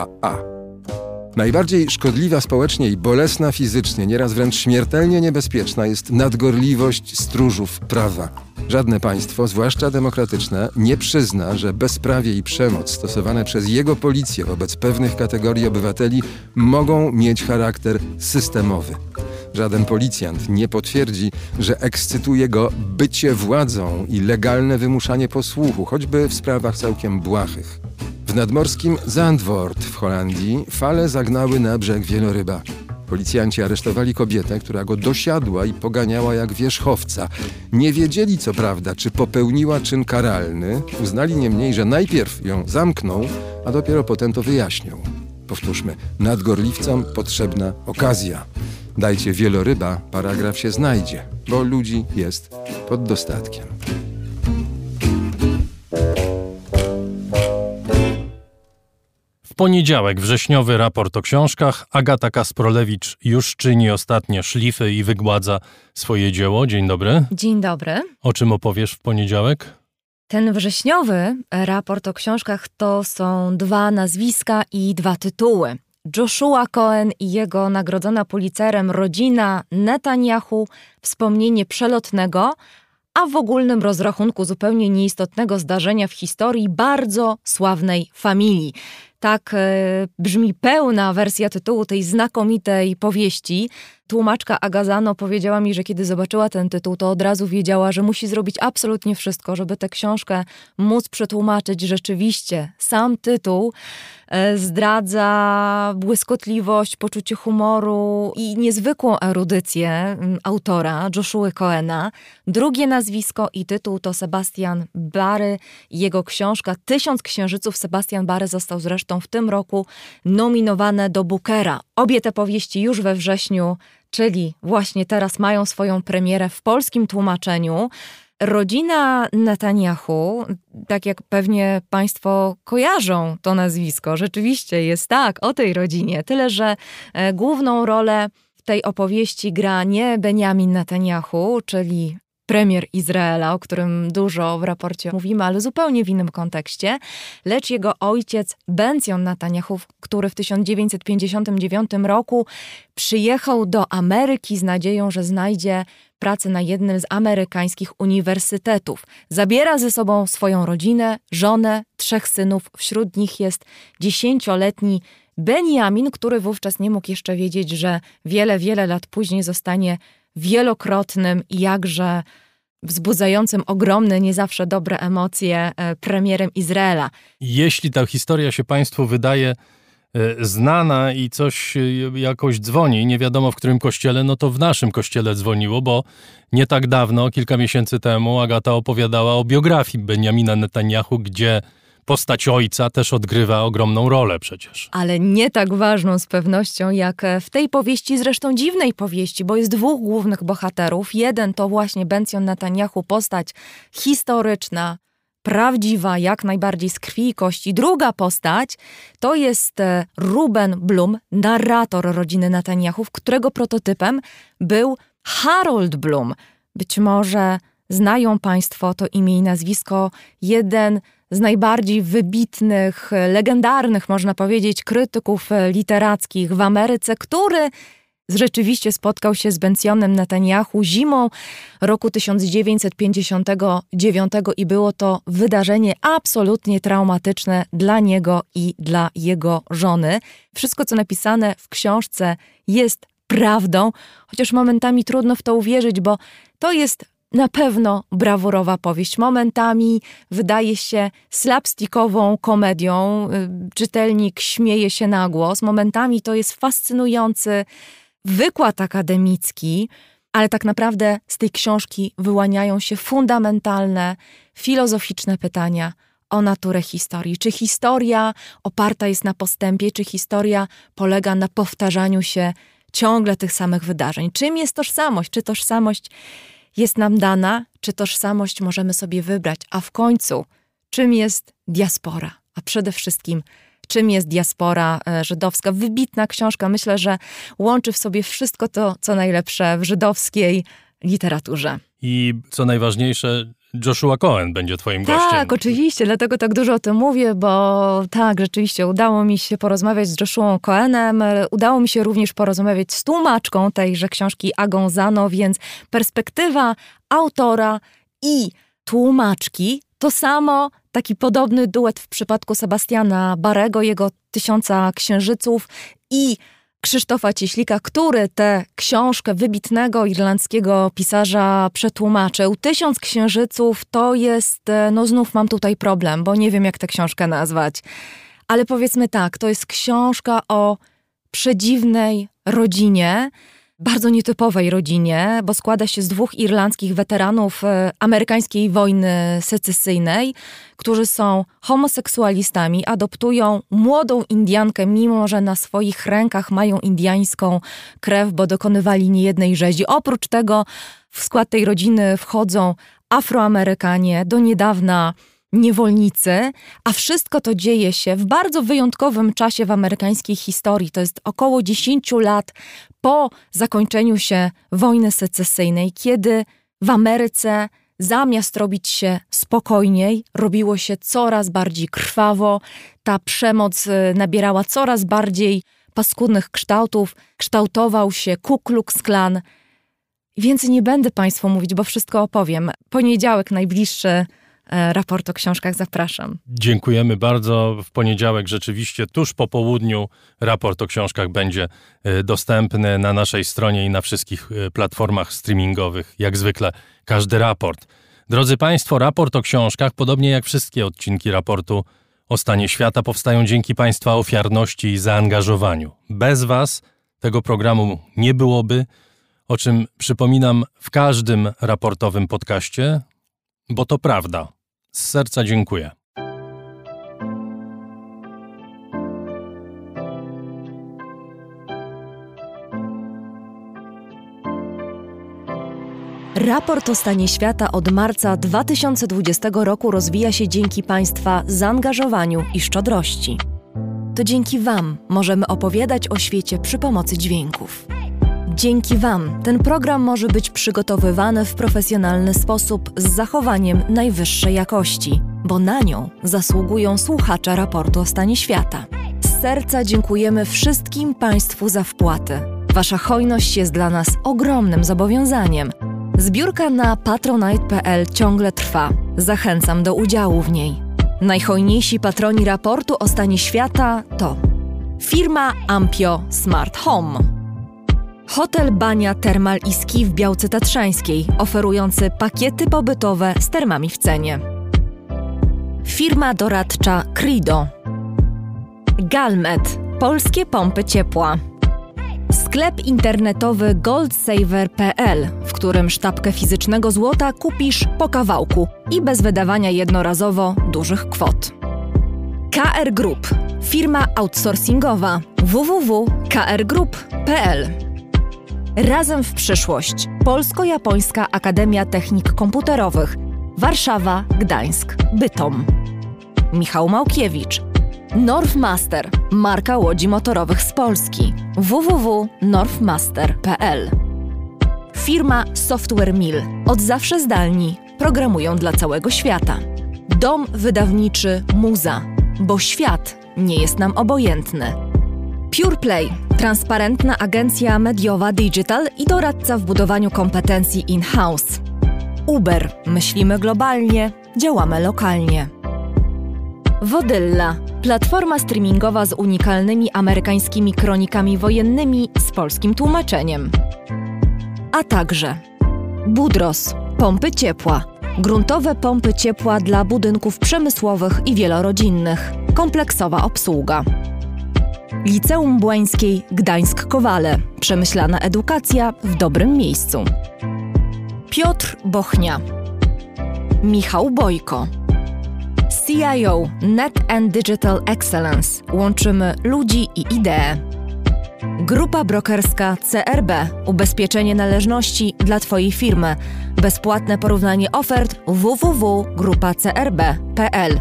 Speaker 4: Najbardziej szkodliwa społecznie i bolesna fizycznie, nieraz wręcz śmiertelnie niebezpieczna jest nadgorliwość stróżów prawa. Żadne państwo, zwłaszcza demokratyczne, nie przyzna, że bezprawie i przemoc stosowane przez jego policję wobec pewnych kategorii obywateli mogą mieć charakter systemowy. Żaden policjant nie potwierdzi, że ekscytuje go bycie władzą i legalne wymuszanie posłuchu, choćby w sprawach całkiem błahych. W nadmorskim Zandvoort w Holandii fale zagnały na brzeg wieloryba. Policjanci aresztowali kobietę, która go dosiadła i poganiała jak wierzchowca. Nie wiedzieli co prawda, czy popełniła czyn karalny. Uznali niemniej, że najpierw ją zamkną, a dopiero potem to wyjaśnią. Powtórzmy, nadgorliwcom potrzebna okazja. Dajcie wieloryba, paragraf się znajdzie, bo ludzi jest pod dostatkiem.
Speaker 1: W poniedziałek wrześniowy raport o książkach. Agata Kasprolewicz już czyni ostatnie szlify i wygładza swoje dzieło. Dzień dobry.
Speaker 5: Dzień dobry.
Speaker 1: O czym opowiesz w poniedziałek?
Speaker 5: Ten wrześniowy raport o książkach to są 2 nazwiska i 2 tytuły. Joshua Cohen i jego nagrodzona Pulitzerem rodzina Netanyahu, wspomnienie przelotnego, a w ogólnym rozrachunku zupełnie nieistotnego zdarzenia w historii bardzo sławnej familii. Tak brzmi pełna wersja tytułu tej znakomitej powieści. Tłumaczka Aga Zano powiedziała mi, że kiedy zobaczyła ten tytuł, to od razu wiedziała, że musi zrobić absolutnie wszystko, żeby tę książkę móc przetłumaczyć rzeczywiście. Sam tytuł zdradza błyskotliwość, poczucie humoru i niezwykłą erudycję autora, Joshua Cohena. Drugie nazwisko i tytuł to Sebastian Barry i jego książka 1000 księżyców. Sebastian Barry został zresztą w tym roku nominowany do Bookera. Obie te powieści już we wrześniu, czyli właśnie teraz, mają swoją premierę w polskim tłumaczeniu. Rodzina Netanyahu, tak jak pewnie Państwo kojarzą to nazwisko, rzeczywiście jest tak, o tej rodzinie. Tyle, że główną rolę w tej opowieści gra nie Benjamin Netanyahu, czyli premier Izraela, o którym dużo w raporcie mówimy, ale zupełnie w innym kontekście, lecz jego ojciec Benzion Netanyahu, który w 1959 roku przyjechał do Ameryki z nadzieją, że znajdzie pracę na jednym z amerykańskich uniwersytetów. Zabiera ze sobą swoją rodzinę, żonę, 3 synów. Wśród nich jest 10-letni Benjamin, który wówczas nie mógł jeszcze wiedzieć, że wiele lat później zostanie wielokrotnym i jakże wzbudzającym ogromne, nie zawsze dobre emocje premierem Izraela.
Speaker 1: Jeśli ta historia się Państwu wydaje znana i coś jakoś dzwoni, nie wiadomo w którym kościele, no to w naszym kościele dzwoniło, bo nie tak dawno, kilka miesięcy temu, Agata opowiadała o biografii Benjamina Netanyahu, gdzie postać ojca też odgrywa ogromną rolę przecież.
Speaker 5: Ale nie tak ważną z pewnością jak w tej powieści, zresztą dziwnej powieści, bo jest 2 głównych bohaterów. Jeden to właśnie Benzion Netanyahu, postać historyczna, prawdziwa, jak najbardziej z krwi i kości. Druga postać to jest Ruben Blum, narrator rodziny Netanyahów, którego prototypem był Harold Blum. Być może znają Państwo to imię i nazwisko, jeden z najbardziej wybitnych, legendarnych, można powiedzieć, krytyków literackich w Ameryce, który rzeczywiście spotkał się z Benzionem Netanyahu zimą roku 1959 i było to wydarzenie absolutnie traumatyczne dla niego i dla jego żony. Wszystko, co napisane w książce, jest prawdą, chociaż momentami trudno w to uwierzyć, bo to jest na pewno brawurowa powieść. Momentami wydaje się slapstickową komedią. Czytelnik śmieje się na głos. Momentami to jest fascynujący wykład akademicki, ale tak naprawdę z tej książki wyłaniają się fundamentalne, filozoficzne pytania o naturę historii. Czy historia oparta jest na postępie, czy historia polega na powtarzaniu się ciągle tych samych wydarzeń? Czym jest tożsamość? Czy tożsamość jest nam dana, czy tożsamość możemy sobie wybrać? A w końcu, czym jest diaspora? A przede wszystkim, czym jest diaspora żydowska? Wybitna książka. Myślę, że łączy w sobie wszystko to, co najlepsze w żydowskiej literaturze.
Speaker 1: I co najważniejsze, Joshua Cohen będzie twoim gościem.
Speaker 5: Tak, oczywiście, dlatego tak dużo o tym mówię, bo tak, rzeczywiście udało mi się porozmawiać z Joshuą Cohenem, udało mi się również porozmawiać z tłumaczką tejże książki Agą Zano, więc perspektywa autora i tłumaczki to samo, taki podobny duet w przypadku Sebastiana Barrego, jego 1000 księżyców i Krzysztofa Cieślika, który tę książkę wybitnego irlandzkiego pisarza przetłumaczył. 1000 księżyców to jest, no znów mam tutaj problem, bo nie wiem jak tę książkę nazwać. Ale powiedzmy tak, to jest książka o przedziwnej rodzinie, bardzo nietypowej rodzinie, bo składa się z 2 irlandzkich weteranów amerykańskiej wojny secesyjnej, którzy są homoseksualistami, adoptują młodą Indiankę, mimo że na swoich rękach mają indiańską krew, bo dokonywali niejednej rzezi. Oprócz tego w skład tej rodziny wchodzą Afroamerykanie, do niedawna niewolnicy, a wszystko to dzieje się w bardzo wyjątkowym czasie w amerykańskiej historii. To jest około 10 lat po zakończeniu się wojny secesyjnej, kiedy w Ameryce zamiast robić się spokojniej, robiło się coraz bardziej krwawo. Ta przemoc nabierała coraz bardziej paskudnych kształtów. Kształtował się Ku Klux Klan. Więcej nie będę Państwu mówić, bo wszystko opowiem. Poniedziałek najbliższy, raport o książkach, zapraszam.
Speaker 1: Dziękujemy bardzo. W poniedziałek rzeczywiście tuż po południu raport o książkach będzie dostępny na naszej stronie i na wszystkich platformach streamingowych. Jak zwykle każdy raport. Drodzy Państwo, raport o książkach, podobnie jak wszystkie odcinki raportu o stanie świata, powstają dzięki Państwa ofiarności i zaangażowaniu. Bez Was tego programu nie byłoby, o czym przypominam w każdym raportowym podcaście, bo to prawda. Z serca dziękuję.
Speaker 5: Raport o stanie świata od marca 2020 roku rozwija się dzięki Państwa zaangażowaniu i szczodrości. To dzięki Wam możemy opowiadać o świecie przy pomocy dźwięków. Dzięki Wam ten program może być przygotowywany w profesjonalny sposób z zachowaniem najwyższej jakości, bo na nią zasługują słuchacze raportu o stanie świata. Z serca dziękujemy wszystkim Państwu za wpłaty. Wasza hojność jest dla nas ogromnym zobowiązaniem. Zbiórka na patronite.pl ciągle trwa. Zachęcam do udziału w niej. Najhojniejsi patroni raportu o stanie świata to firma Ampio Smart Home, Hotel Bania Thermal i Ski w Białce Tatrzańskiej, oferujący pakiety pobytowe z termami w cenie, firma doradcza Crido, Galmet, polskie pompy ciepła, sklep internetowy goldsaver.pl, w którym sztabkę fizycznego złota kupisz po kawałku i bez wydawania jednorazowo dużych kwot. KR Group, firma outsourcingowa www.krgroup.pl. Razem w przyszłość. Polsko-Japońska Akademia Technik Komputerowych. Warszawa, Gdańsk, Bytom. Michał Małkiewicz. Northmaster, marka łodzi motorowych z Polski. www.northmaster.pl. Firma Software Mill. Od zawsze zdalni. Programują dla całego świata. Dom wydawniczy Muza. Bo świat nie jest nam obojętny. PurePlay. Transparentna agencja mediowa digital i doradca w budowaniu kompetencji in-house. Uber. Myślimy globalnie, działamy lokalnie. Wodylla. Platforma streamingowa z unikalnymi amerykańskimi kronikami wojennymi z polskim tłumaczeniem. A także Budros. Pompy ciepła. Gruntowe pompy ciepła dla budynków przemysłowych i wielorodzinnych. Kompleksowa obsługa. Liceum Błańskiej Gdańsk-Kowale. Przemyślana edukacja w dobrym miejscu. Piotr Bochnia. Michał Bojko. CIO Net and Digital Excellence. Łączymy ludzi i idee. Grupa brokerska CRB. Ubezpieczenie należności dla Twojej firmy. Bezpłatne porównanie ofert www.grupacrb.pl.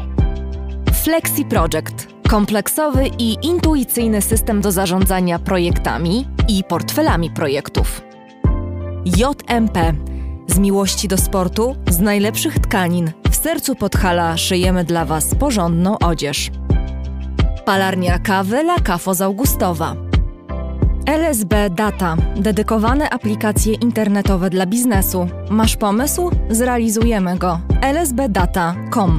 Speaker 5: Flexi Project. Kompleksowy i intuicyjny system do zarządzania projektami i portfelami projektów. JMP. Z miłości do sportu, z najlepszych tkanin, w sercu Podhala szyjemy dla Was porządną odzież. Palarnia kawy La Cafo z Augustowa. LSB Data. Dedykowane aplikacje internetowe dla biznesu. Masz pomysł? Zrealizujemy go. lsbdata.com.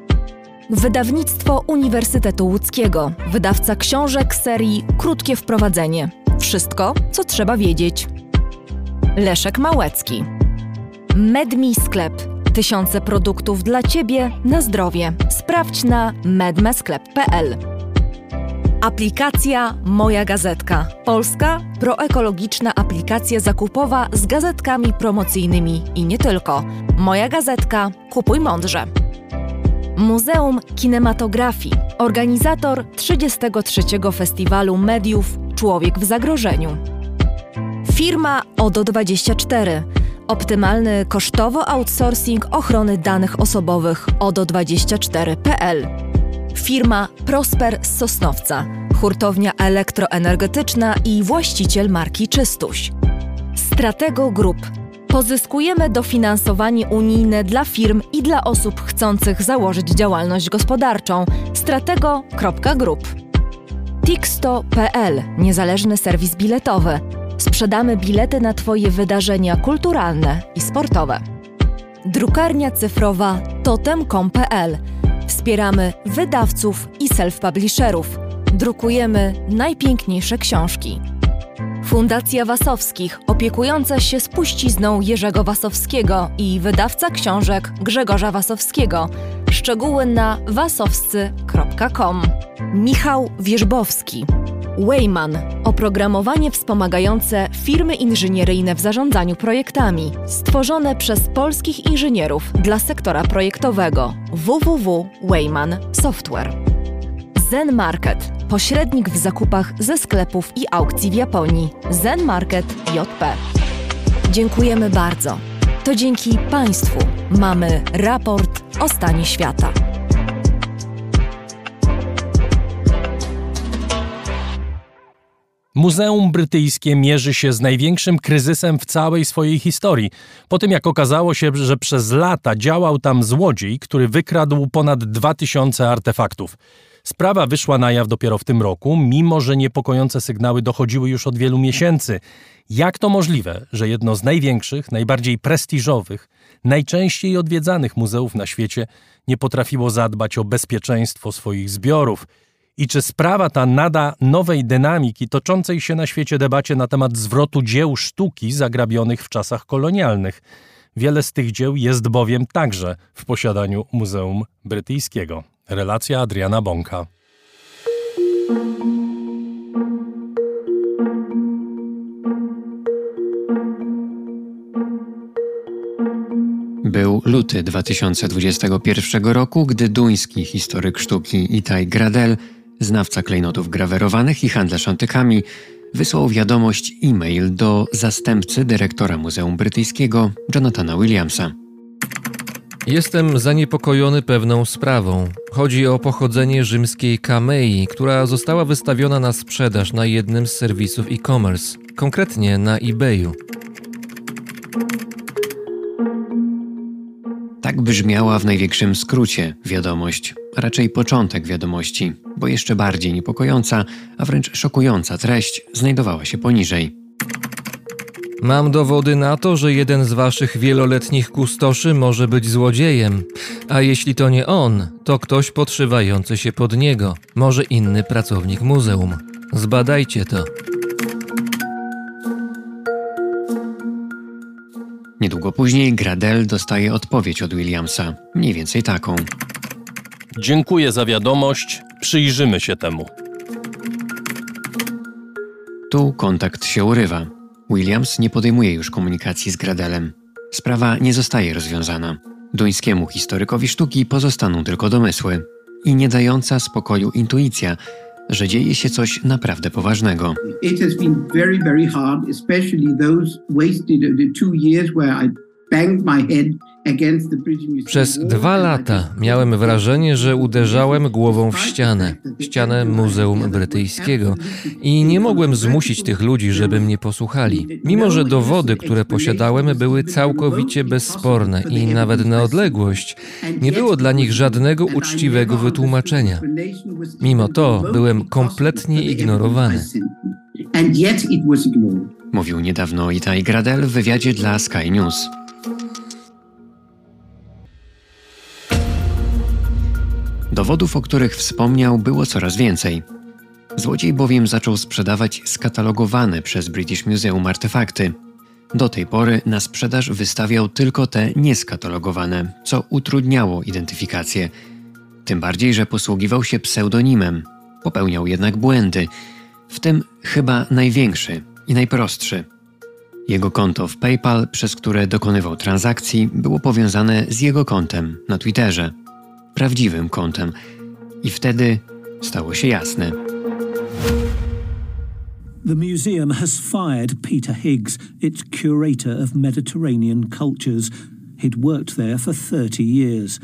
Speaker 5: Wydawnictwo Uniwersytetu Łódzkiego. Wydawca książek serii Krótkie wprowadzenie. Wszystko, co trzeba wiedzieć. Leszek Małecki. MedMe Sklep. Tysiące produktów dla Ciebie na zdrowie. Sprawdź na medmesklep.pl. Aplikacja Moja Gazetka. Polska proekologiczna aplikacja zakupowa z gazetkami promocyjnymi i nie tylko. Moja Gazetka. Kupuj mądrze. Muzeum Kinematografii. Organizator 33. Festiwalu Mediów Człowiek w zagrożeniu. Firma ODO24. Optymalny kosztowo outsourcing ochrony danych osobowych ODO24.pl. Firma Prosper z Sosnowca. Hurtownia elektroenergetyczna i właściciel marki Czystuś. Stratego Group. Pozyskujemy dofinansowanie unijne dla firm i dla osób chcących założyć działalność gospodarczą. Stratego.group. Tixto.pl. Niezależny serwis biletowy. Sprzedamy bilety na Twoje wydarzenia kulturalne i sportowe. Drukarnia cyfrowa totem.com.pl. Wspieramy wydawców i self-publisherów. Drukujemy najpiękniejsze książki. Fundacja Wasowskich, opiekująca się spuścizną Jerzego Wasowskiego i wydawca książek Grzegorza Wasowskiego. Szczegóły na wasowscy.com. Michał Wierzbowski. Wayman. Oprogramowanie wspomagające firmy inżynieryjne w zarządzaniu projektami. Stworzone przez polskich inżynierów dla sektora projektowego. www.wayman Software. Zen Market. Pośrednik w zakupach ze sklepów i aukcji w Japonii. Zen Market JP. Dziękujemy bardzo. To dzięki Państwu mamy raport o stanie świata.
Speaker 1: Muzeum Brytyjskie mierzy się z największym kryzysem w całej swojej historii, po tym jak okazało się, że przez lata działał tam złodziej, który wykradł ponad 2000 artefaktów. Sprawa wyszła na jaw dopiero w tym roku, mimo że niepokojące sygnały dochodziły już od wielu miesięcy. Jak to możliwe, że jedno z największych, najbardziej prestiżowych, najczęściej odwiedzanych muzeów na świecie nie potrafiło zadbać o bezpieczeństwo swoich zbiorów? I czy sprawa ta nada nowej dynamiki toczącej się na świecie debacie na temat zwrotu dzieł sztuki zagrabionych w czasach kolonialnych? Wiele z tych dzieł jest bowiem także w posiadaniu Muzeum Brytyjskiego. Relacja Adriana Bąka.
Speaker 6: Był luty 2021 roku, gdy duński historyk sztuki Itai Gradel, znawca klejnotów grawerowanych i handlarz antykami, wysłał wiadomość e-mail do zastępcy dyrektora Muzeum Brytyjskiego, Jonathana Williamsa.
Speaker 7: Jestem zaniepokojony pewną sprawą. Chodzi o pochodzenie rzymskiej kamei, która została wystawiona na sprzedaż na jednym z serwisów e-commerce, konkretnie na eBayu.
Speaker 6: Tak brzmiała w największym skrócie wiadomość, a raczej początek wiadomości, bo jeszcze bardziej niepokojąca, a wręcz szokująca treść znajdowała się poniżej.
Speaker 7: Mam dowody na to, że jeden z waszych wieloletnich kustoszy może być złodziejem, a jeśli to nie on, to ktoś podszywający się pod niego, może inny pracownik muzeum. Zbadajcie to.
Speaker 6: Niedługo później Gradel dostaje odpowiedź od Williamsa, mniej więcej taką.
Speaker 1: Dziękuję za wiadomość, przyjrzymy się temu.
Speaker 6: Tu kontakt się urywa. Williams nie podejmuje już komunikacji z Gradelem. Sprawa nie zostaje rozwiązana. Duńskiemu historykowi sztuki pozostaną tylko domysły i nie dająca spokoju intuicja, że dzieje się coś naprawdę poważnego.
Speaker 8: It has been very, very hard, especially those wasted 2 years where I banged my head against the British Museum.
Speaker 7: Przez 2 lata miałem wrażenie, że uderzałem głową w ścianę Muzeum Brytyjskiego i nie mogłem zmusić tych ludzi, żeby mnie posłuchali. Mimo że dowody, które posiadałem, były całkowicie bezsporne i nawet na odległość, nie było dla nich żadnego uczciwego wytłumaczenia. Mimo to byłem kompletnie ignorowany.
Speaker 6: Mówił niedawno Itai Gradel w wywiadzie dla Sky News. Dowodów, o których wspomniał, było coraz więcej. Złodziej bowiem zaczął sprzedawać skatalogowane przez British Museum artefakty. Do tej pory na sprzedaż wystawiał tylko te nieskatalogowane, co utrudniało identyfikację. Tym bardziej, że posługiwał się pseudonimem. Popełniał jednak błędy, w tym chyba największy i najprostszy. Jego konto w PayPal, przez które dokonywał transakcji, było powiązane z jego kontem na Twitterze. Prawdziwym kontem. I wtedy stało się jasne.
Speaker 9: The museum has fired Peter Higgs, its curator of Mediterranean cultures. He'd worked there for 30 years.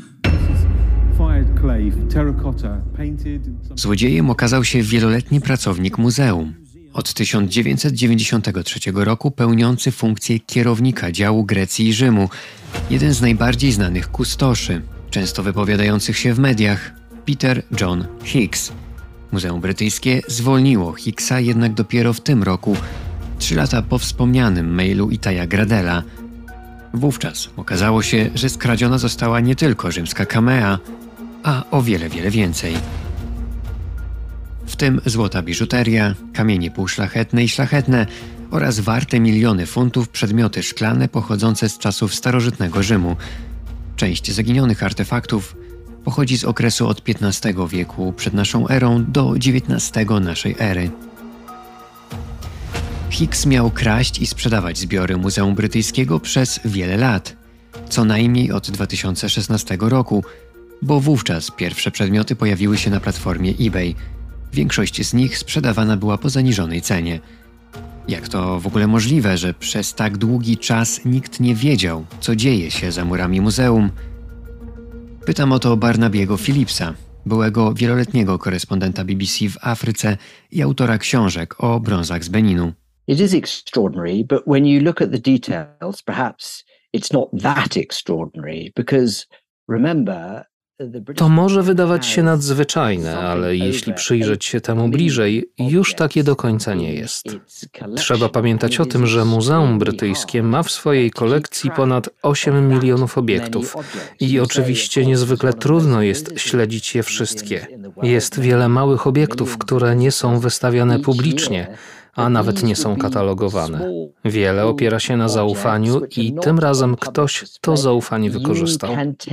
Speaker 6: Złodziejem okazał się wieloletni pracownik muzeum. Od 1993 roku pełniący funkcję kierownika działu Grecji i Rzymu. Jeden z najbardziej znanych kustoszy, często wypowiadających się w mediach, Peter John Higgs. Muzeum Brytyjskie zwolniło Higgsa jednak dopiero w tym roku, 3 lata po wspomnianym mailu Itaja Gradela. Wówczas okazało się, że skradziona została nie tylko rzymska kamea, a o wiele, wiele więcej. W tym złota biżuteria, kamienie półszlachetne i szlachetne oraz warte miliony funtów przedmioty szklane pochodzące z czasów starożytnego Rzymu. Część zaginionych artefaktów pochodzi z okresu od XV wieku przed naszą erą do XIX naszej ery. Higgs miał kraść i sprzedawać zbiory Muzeum Brytyjskiego przez wiele lat, co najmniej od 2016 roku, bo wówczas pierwsze przedmioty pojawiły się na platformie eBay. Większość z nich sprzedawana była po zaniżonej cenie. Jak to w ogóle możliwe, że przez tak długi czas nikt nie wiedział, co dzieje się za murami muzeum? Pytam o to Barnabiego Phillipsa, byłego wieloletniego korespondenta BBC w Afryce i autora książek o brązach z Beninu.
Speaker 10: It is extraordinary, but when you look at the details, perhaps it's not that extraordinary, because remember,
Speaker 11: to może wydawać się nadzwyczajne, ale jeśli przyjrzeć się temu bliżej, już takie do końca nie jest. Trzeba pamiętać o tym, że Muzeum Brytyjskie ma w swojej kolekcji ponad 8 milionów obiektów i oczywiście niezwykle trudno jest śledzić je wszystkie. Jest wiele małych obiektów, które nie są wystawiane publicznie, a nawet nie są katalogowane. Wiele opiera się na zaufaniu i tym razem ktoś to zaufanie wykorzystał.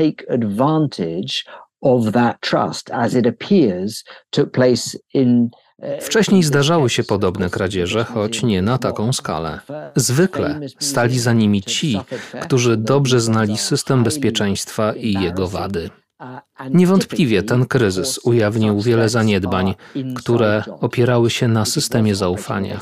Speaker 11: Wcześniej zdarzały się podobne kradzieże, choć nie na taką skalę. Zwykle stali za nimi ci, którzy dobrze znali system bezpieczeństwa i jego wady. Niewątpliwie ten kryzys ujawnił wiele zaniedbań, które opierały się na systemie zaufania.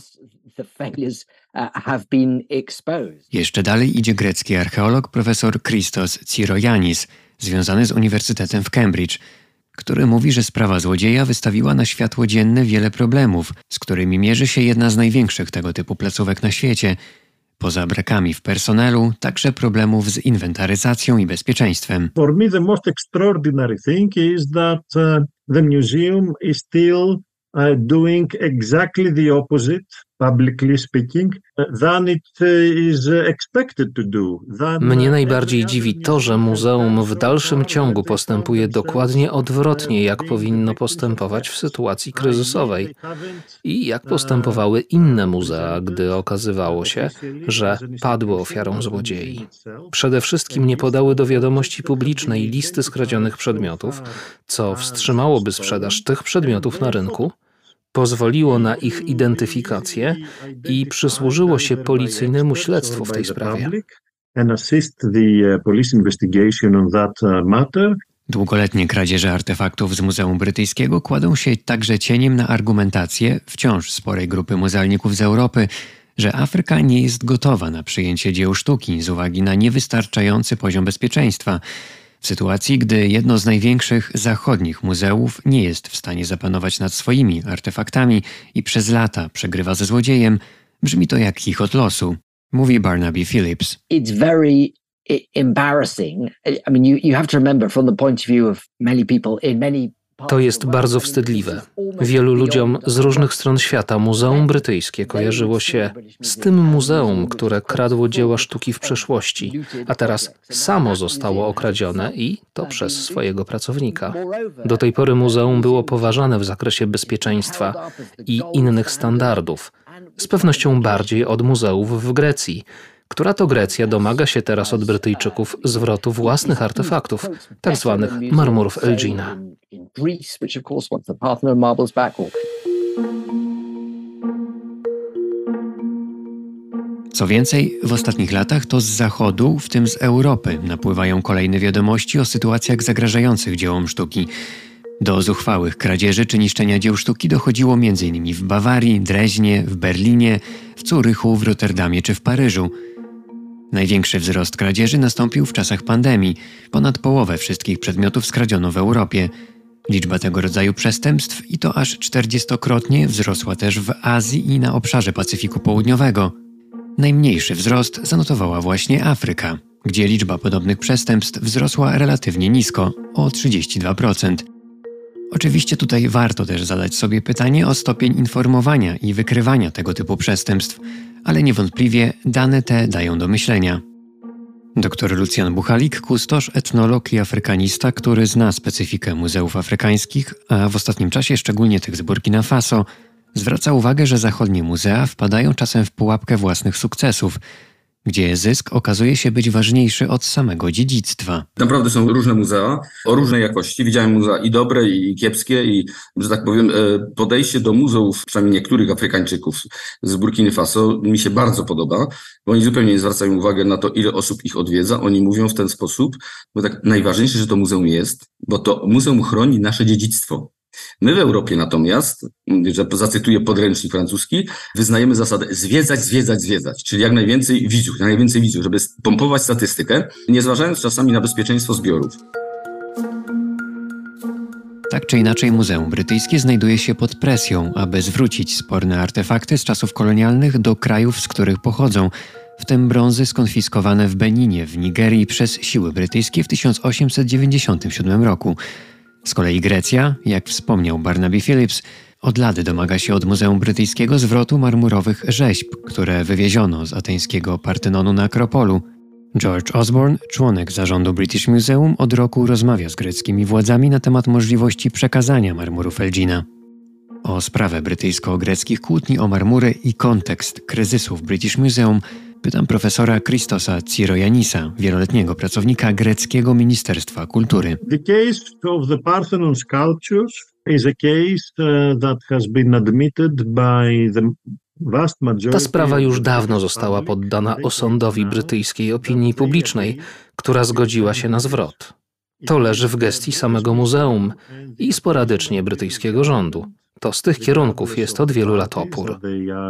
Speaker 6: Jeszcze dalej idzie grecki archeolog profesor Christos Tsiroyannis, związany z Uniwersytetem w Cambridge, który mówi, że sprawa złodzieja wystawiła na światło dzienne wiele problemów, z którymi mierzy się jedna z największych tego typu placówek na świecie. Poza brakami w personelu, także problemów z inwentaryzacją i bezpieczeństwem.
Speaker 12: For me the most extraordinary thing is that the museum is still doing exactly the opposite, publicly speaking, than it is expected to do.
Speaker 11: Mnie najbardziej dziwi to, że muzeum w dalszym ciągu postępuje dokładnie odwrotnie, jak powinno postępować w sytuacji kryzysowej i jak postępowały inne muzea, gdy okazywało się, że padły ofiarą złodziei. Przede wszystkim nie podały do wiadomości publicznej listy skradzionych przedmiotów, co wstrzymałoby sprzedaż tych przedmiotów na rynku, pozwoliło na ich identyfikację i przysłużyło się policyjnemu śledztwu w tej sprawie.
Speaker 6: Długoletnie kradzieże artefaktów z Muzeum Brytyjskiego kładą się także cieniem na argumentację wciąż sporej grupy muzealników z Europy, że Afryka nie jest gotowa na przyjęcie dzieł sztuki z uwagi na niewystarczający poziom bezpieczeństwa. W sytuacji, gdy jedno z największych zachodnich muzeów nie jest w stanie zapanować nad swoimi artefaktami i przez lata przegrywa ze złodziejem, brzmi to jak chichot losu, mówi Barnaby Phillips.
Speaker 10: It's very embarrassing. I mean, you have to remember from the point of view of many people in many.
Speaker 11: To jest bardzo wstydliwe. Wielu ludziom z różnych stron świata Muzeum Brytyjskie kojarzyło się z tym muzeum, które kradło dzieła sztuki w przeszłości, a teraz samo zostało okradzione i to przez swojego pracownika. Do tej pory muzeum było poważane w zakresie bezpieczeństwa i innych standardów, z pewnością bardziej od muzeów w Grecji, która to Grecja domaga się teraz od Brytyjczyków zwrotu własnych artefaktów, tak zwanych marmurów Elgina.
Speaker 6: Co więcej, w ostatnich latach to z Zachodu, w tym z Europy, napływają kolejne wiadomości o sytuacjach zagrażających dziełom sztuki. Do zuchwałych kradzieży czy niszczenia dzieł sztuki dochodziło m.in. w Bawarii, Dreźnie, w Berlinie, w Zurychu, w Rotterdamie czy w Paryżu. Największy wzrost kradzieży nastąpił w czasach pandemii. Ponad połowę wszystkich przedmiotów skradziono w Europie. Liczba tego rodzaju przestępstw, i to aż 40-krotnie, wzrosła też w Azji i na obszarze Pacyfiku Południowego. Najmniejszy wzrost zanotowała właśnie Afryka, gdzie liczba podobnych przestępstw wzrosła relatywnie nisko, o 32%. Oczywiście tutaj warto też zadać sobie pytanie o stopień informowania i wykrywania tego typu przestępstw, ale niewątpliwie dane te dają do myślenia. Dr Lucjan Buchalik, kustosz, etnolog i afrykanista, który zna specyfikę muzeów afrykańskich, a w ostatnim czasie szczególnie tych z Burkina Faso, zwraca uwagę, że zachodnie muzea wpadają czasem w pułapkę własnych sukcesów, gdzie zysk okazuje się być ważniejszy od samego dziedzictwa.
Speaker 13: Naprawdę są różne muzea o różnej jakości. Widziałem muzea i dobre, i kiepskie, i, że tak powiem, podejście do muzeów, przynajmniej niektórych Afrykańczyków z Burkiny Faso, mi się bardzo podoba, bo oni zupełnie nie zwracają uwagi na to, ile osób ich odwiedza. Oni mówią w ten sposób, bo tak najważniejsze, że to muzeum jest, bo to muzeum chroni nasze dziedzictwo. My w Europie natomiast, że zacytuję podręcznik francuski, wyznajemy zasadę zwiedzać, czyli jak najwięcej widzów, żeby pompować statystykę, nie zważając czasami na bezpieczeństwo zbiorów.
Speaker 6: Tak czy inaczej Muzeum Brytyjskie znajduje się pod presją, aby zwrócić sporne artefakty z czasów kolonialnych do krajów, z których pochodzą, w tym brązy skonfiskowane w Beninie w Nigerii przez siły brytyjskie w 1897 roku. Z kolei Grecja, jak wspomniał Barnaby Phillips, od lat domaga się od Muzeum Brytyjskiego zwrotu marmurowych rzeźb, które wywieziono z ateńskiego Partenonu na Akropolu. George Osborne, członek zarządu British Museum, od roku rozmawia z greckimi władzami na temat możliwości przekazania marmurów Elgina. O sprawę brytyjsko-greckich kłótni o marmury i kontekst kryzysu w British Museum pytam profesora Christosa Tsiroyanisa, wieloletniego pracownika greckiego Ministerstwa Kultury.
Speaker 12: The case of the Parthenon sculptures is a case that has been admitted by the vast majority.
Speaker 11: Ta sprawa już dawno została poddana osądowi brytyjskiej opinii publicznej, która zgodziła się na zwrot. To leży w gestii samego muzeum i sporadycznie brytyjskiego rządu. To z tych kierunków jest od wielu lat opór.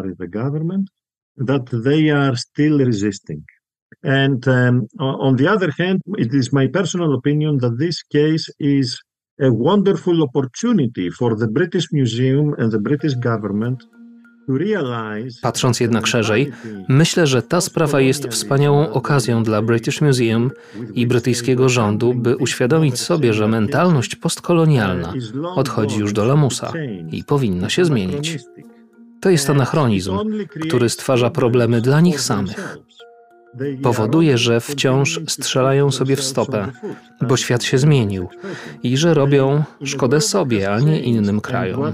Speaker 12: That they are still resisting. And on the other hand, it is my personal opinion that this case is a wonderful opportunity for the British Museum and the British government to realize.
Speaker 11: Patrząc jednak szerzej, myślę, że ta sprawa jest wspaniałą okazją dla British Museum i brytyjskiego rządu, by uświadomić sobie, że mentalność postkolonialna odchodzi już do lamusa i powinna się zmienić. To jest anachronizm, który stwarza problemy dla nich samych. Powoduje, że wciąż strzelają sobie w stopę, bo świat się zmienił i że robią szkodę sobie, a nie innym krajom.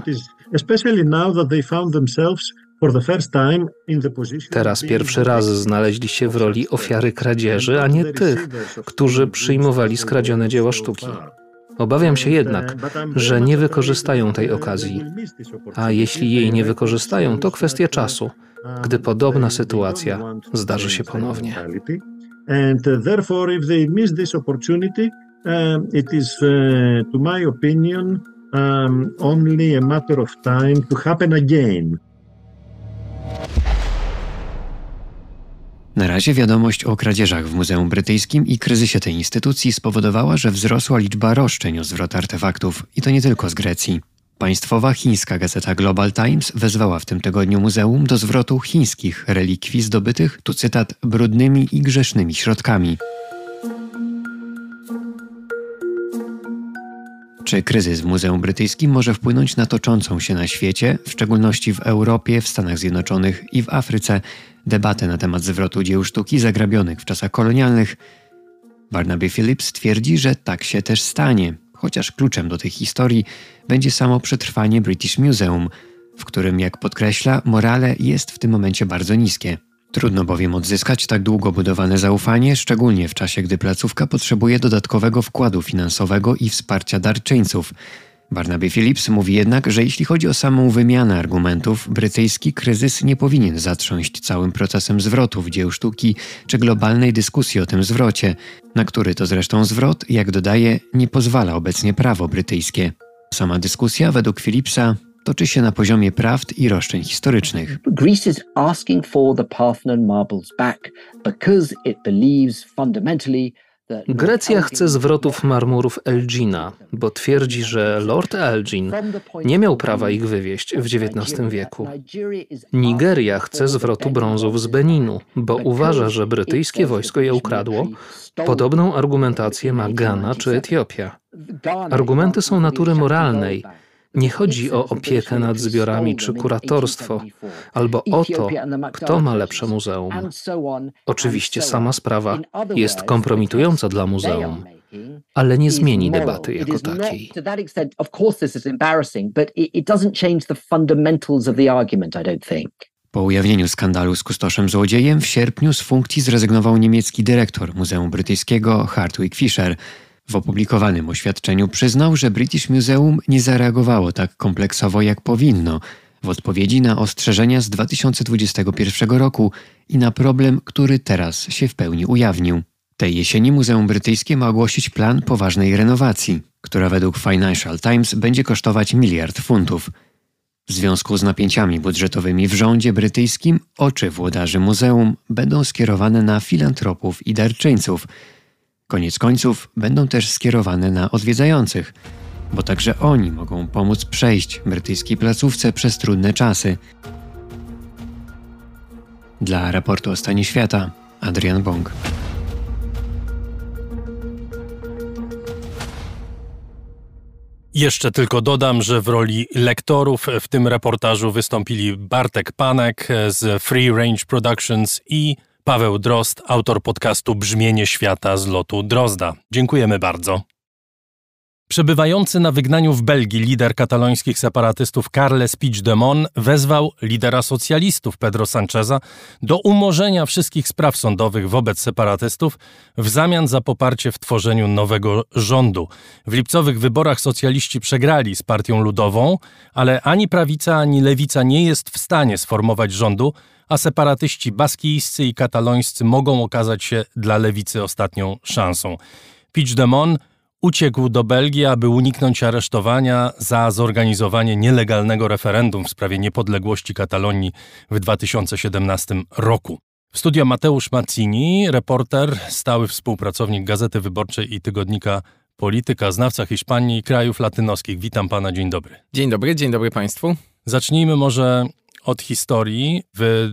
Speaker 11: Teraz pierwszy raz znaleźli się w roli ofiary kradzieży, a nie tych, którzy przyjmowali skradzione dzieła sztuki. Obawiam się jednak, że nie wykorzystają tej okazji, a jeśli jej nie wykorzystają, to kwestia czasu, gdy podobna sytuacja zdarzy się ponownie.
Speaker 12: And therefore, if they miss this opportunity, it is, to my opinion, only a matter of time to happen again.
Speaker 6: Na razie wiadomość o kradzieżach w Muzeum Brytyjskim i kryzysie tej instytucji spowodowała, że wzrosła liczba roszczeń o zwrot artefaktów i to nie tylko z Grecji. Państwowa chińska gazeta Global Times wezwała w tym tygodniu muzeum do zwrotu chińskich relikwii zdobytych, tu cytat, brudnymi i grzesznymi środkami. Czy kryzys w Muzeum Brytyjskim może wpłynąć na toczącą się na świecie, w szczególności w Europie, w Stanach Zjednoczonych i w Afryce, debatę na temat zwrotu dzieł sztuki zagrabionych w czasach kolonialnych? Barnaby Phillips twierdzi, że tak się też stanie, chociaż kluczem do tej historii będzie samo przetrwanie British Museum, w którym, jak podkreśla, morale jest w tym momencie bardzo niskie. Trudno bowiem odzyskać tak długo budowane zaufanie, szczególnie w czasie, gdy placówka potrzebuje dodatkowego wkładu finansowego i wsparcia darczyńców. Barnaby Phillips mówi jednak, że jeśli chodzi o samą wymianę argumentów, brytyjski kryzys nie powinien zatrząść całym procesem zwrotów dzieł sztuki czy globalnej dyskusji o tym zwrocie, na który to zresztą zwrot, jak dodaje, nie pozwala obecnie prawo brytyjskie. Sama dyskusja, według Phillipsa, toczy się na poziomie prawd i roszczeń historycznych.
Speaker 10: Greece is asking for the Parthenon marbles back because it believes fundamentally
Speaker 11: Grecja chce zwrotów marmurów Elgina, bo twierdzi, że Lord Elgin nie miał prawa ich wywieźć w XIX wieku. Nigeria chce zwrotu brązów z Beninu, bo uważa, że brytyjskie wojsko je ukradło. Podobną argumentację ma Gana czy Etiopia. Argumenty są natury moralnej. Nie chodzi o opiekę nad zbiorami czy kuratorstwo, albo o to, kto ma lepsze muzeum. Oczywiście sama sprawa jest kompromitująca dla muzeum, ale nie zmieni debaty jako takiej.
Speaker 6: Po ujawnieniu skandalu z kustoszem złodziejem w sierpniu z funkcji zrezygnował niemiecki dyrektor Muzeum Brytyjskiego Hartwig Fischer. W opublikowanym oświadczeniu przyznał, że British Museum nie zareagowało tak kompleksowo jak powinno w odpowiedzi na ostrzeżenia z 2021 roku i na problem, który teraz się w pełni ujawnił. Tej jesieni Muzeum Brytyjskie ma ogłosić plan poważnej renowacji, która według Financial Times będzie kosztować $1 miliard. W związku z napięciami budżetowymi w rządzie brytyjskim oczy włodarzy muzeum będą skierowane na filantropów i darczyńców. Koniec końców będą też skierowane na odwiedzających, bo także oni mogą pomóc przejść brytyjskiej placówce przez trudne czasy. Dla raportu o stanie świata, Adrian Bąk.
Speaker 1: Jeszcze tylko dodam, że w roli lektorów w tym reportażu wystąpili Bartek Panek z Free Range Productions i Paweł Drozd, autor podcastu Brzmienie świata z lotu Drozda. Dziękujemy bardzo. Przebywający na wygnaniu w Belgii lider katalońskich separatystów Carles Puigdemont wezwał lidera socjalistów Pedro Sancheza do umorzenia wszystkich spraw sądowych wobec separatystów w zamian za poparcie w tworzeniu nowego rządu. W lipcowych wyborach socjaliści przegrali z Partią Ludową, ale ani prawica, ani lewica nie jest w stanie sformować rządu, a separatyści baskijscy i katalońscy mogą okazać się dla lewicy ostatnią szansą. Puigdemont uciekł do Belgii, aby uniknąć aresztowania za zorganizowanie nielegalnego referendum w sprawie niepodległości Katalonii w 2017 roku. W studio Mateusz Mazzini, reporter, stały współpracownik Gazety Wyborczej i tygodnika Polityka, znawca Hiszpanii i krajów latynoskich. Witam pana, dzień dobry.
Speaker 14: Dzień dobry państwu.
Speaker 1: Zacznijmy może od historii. W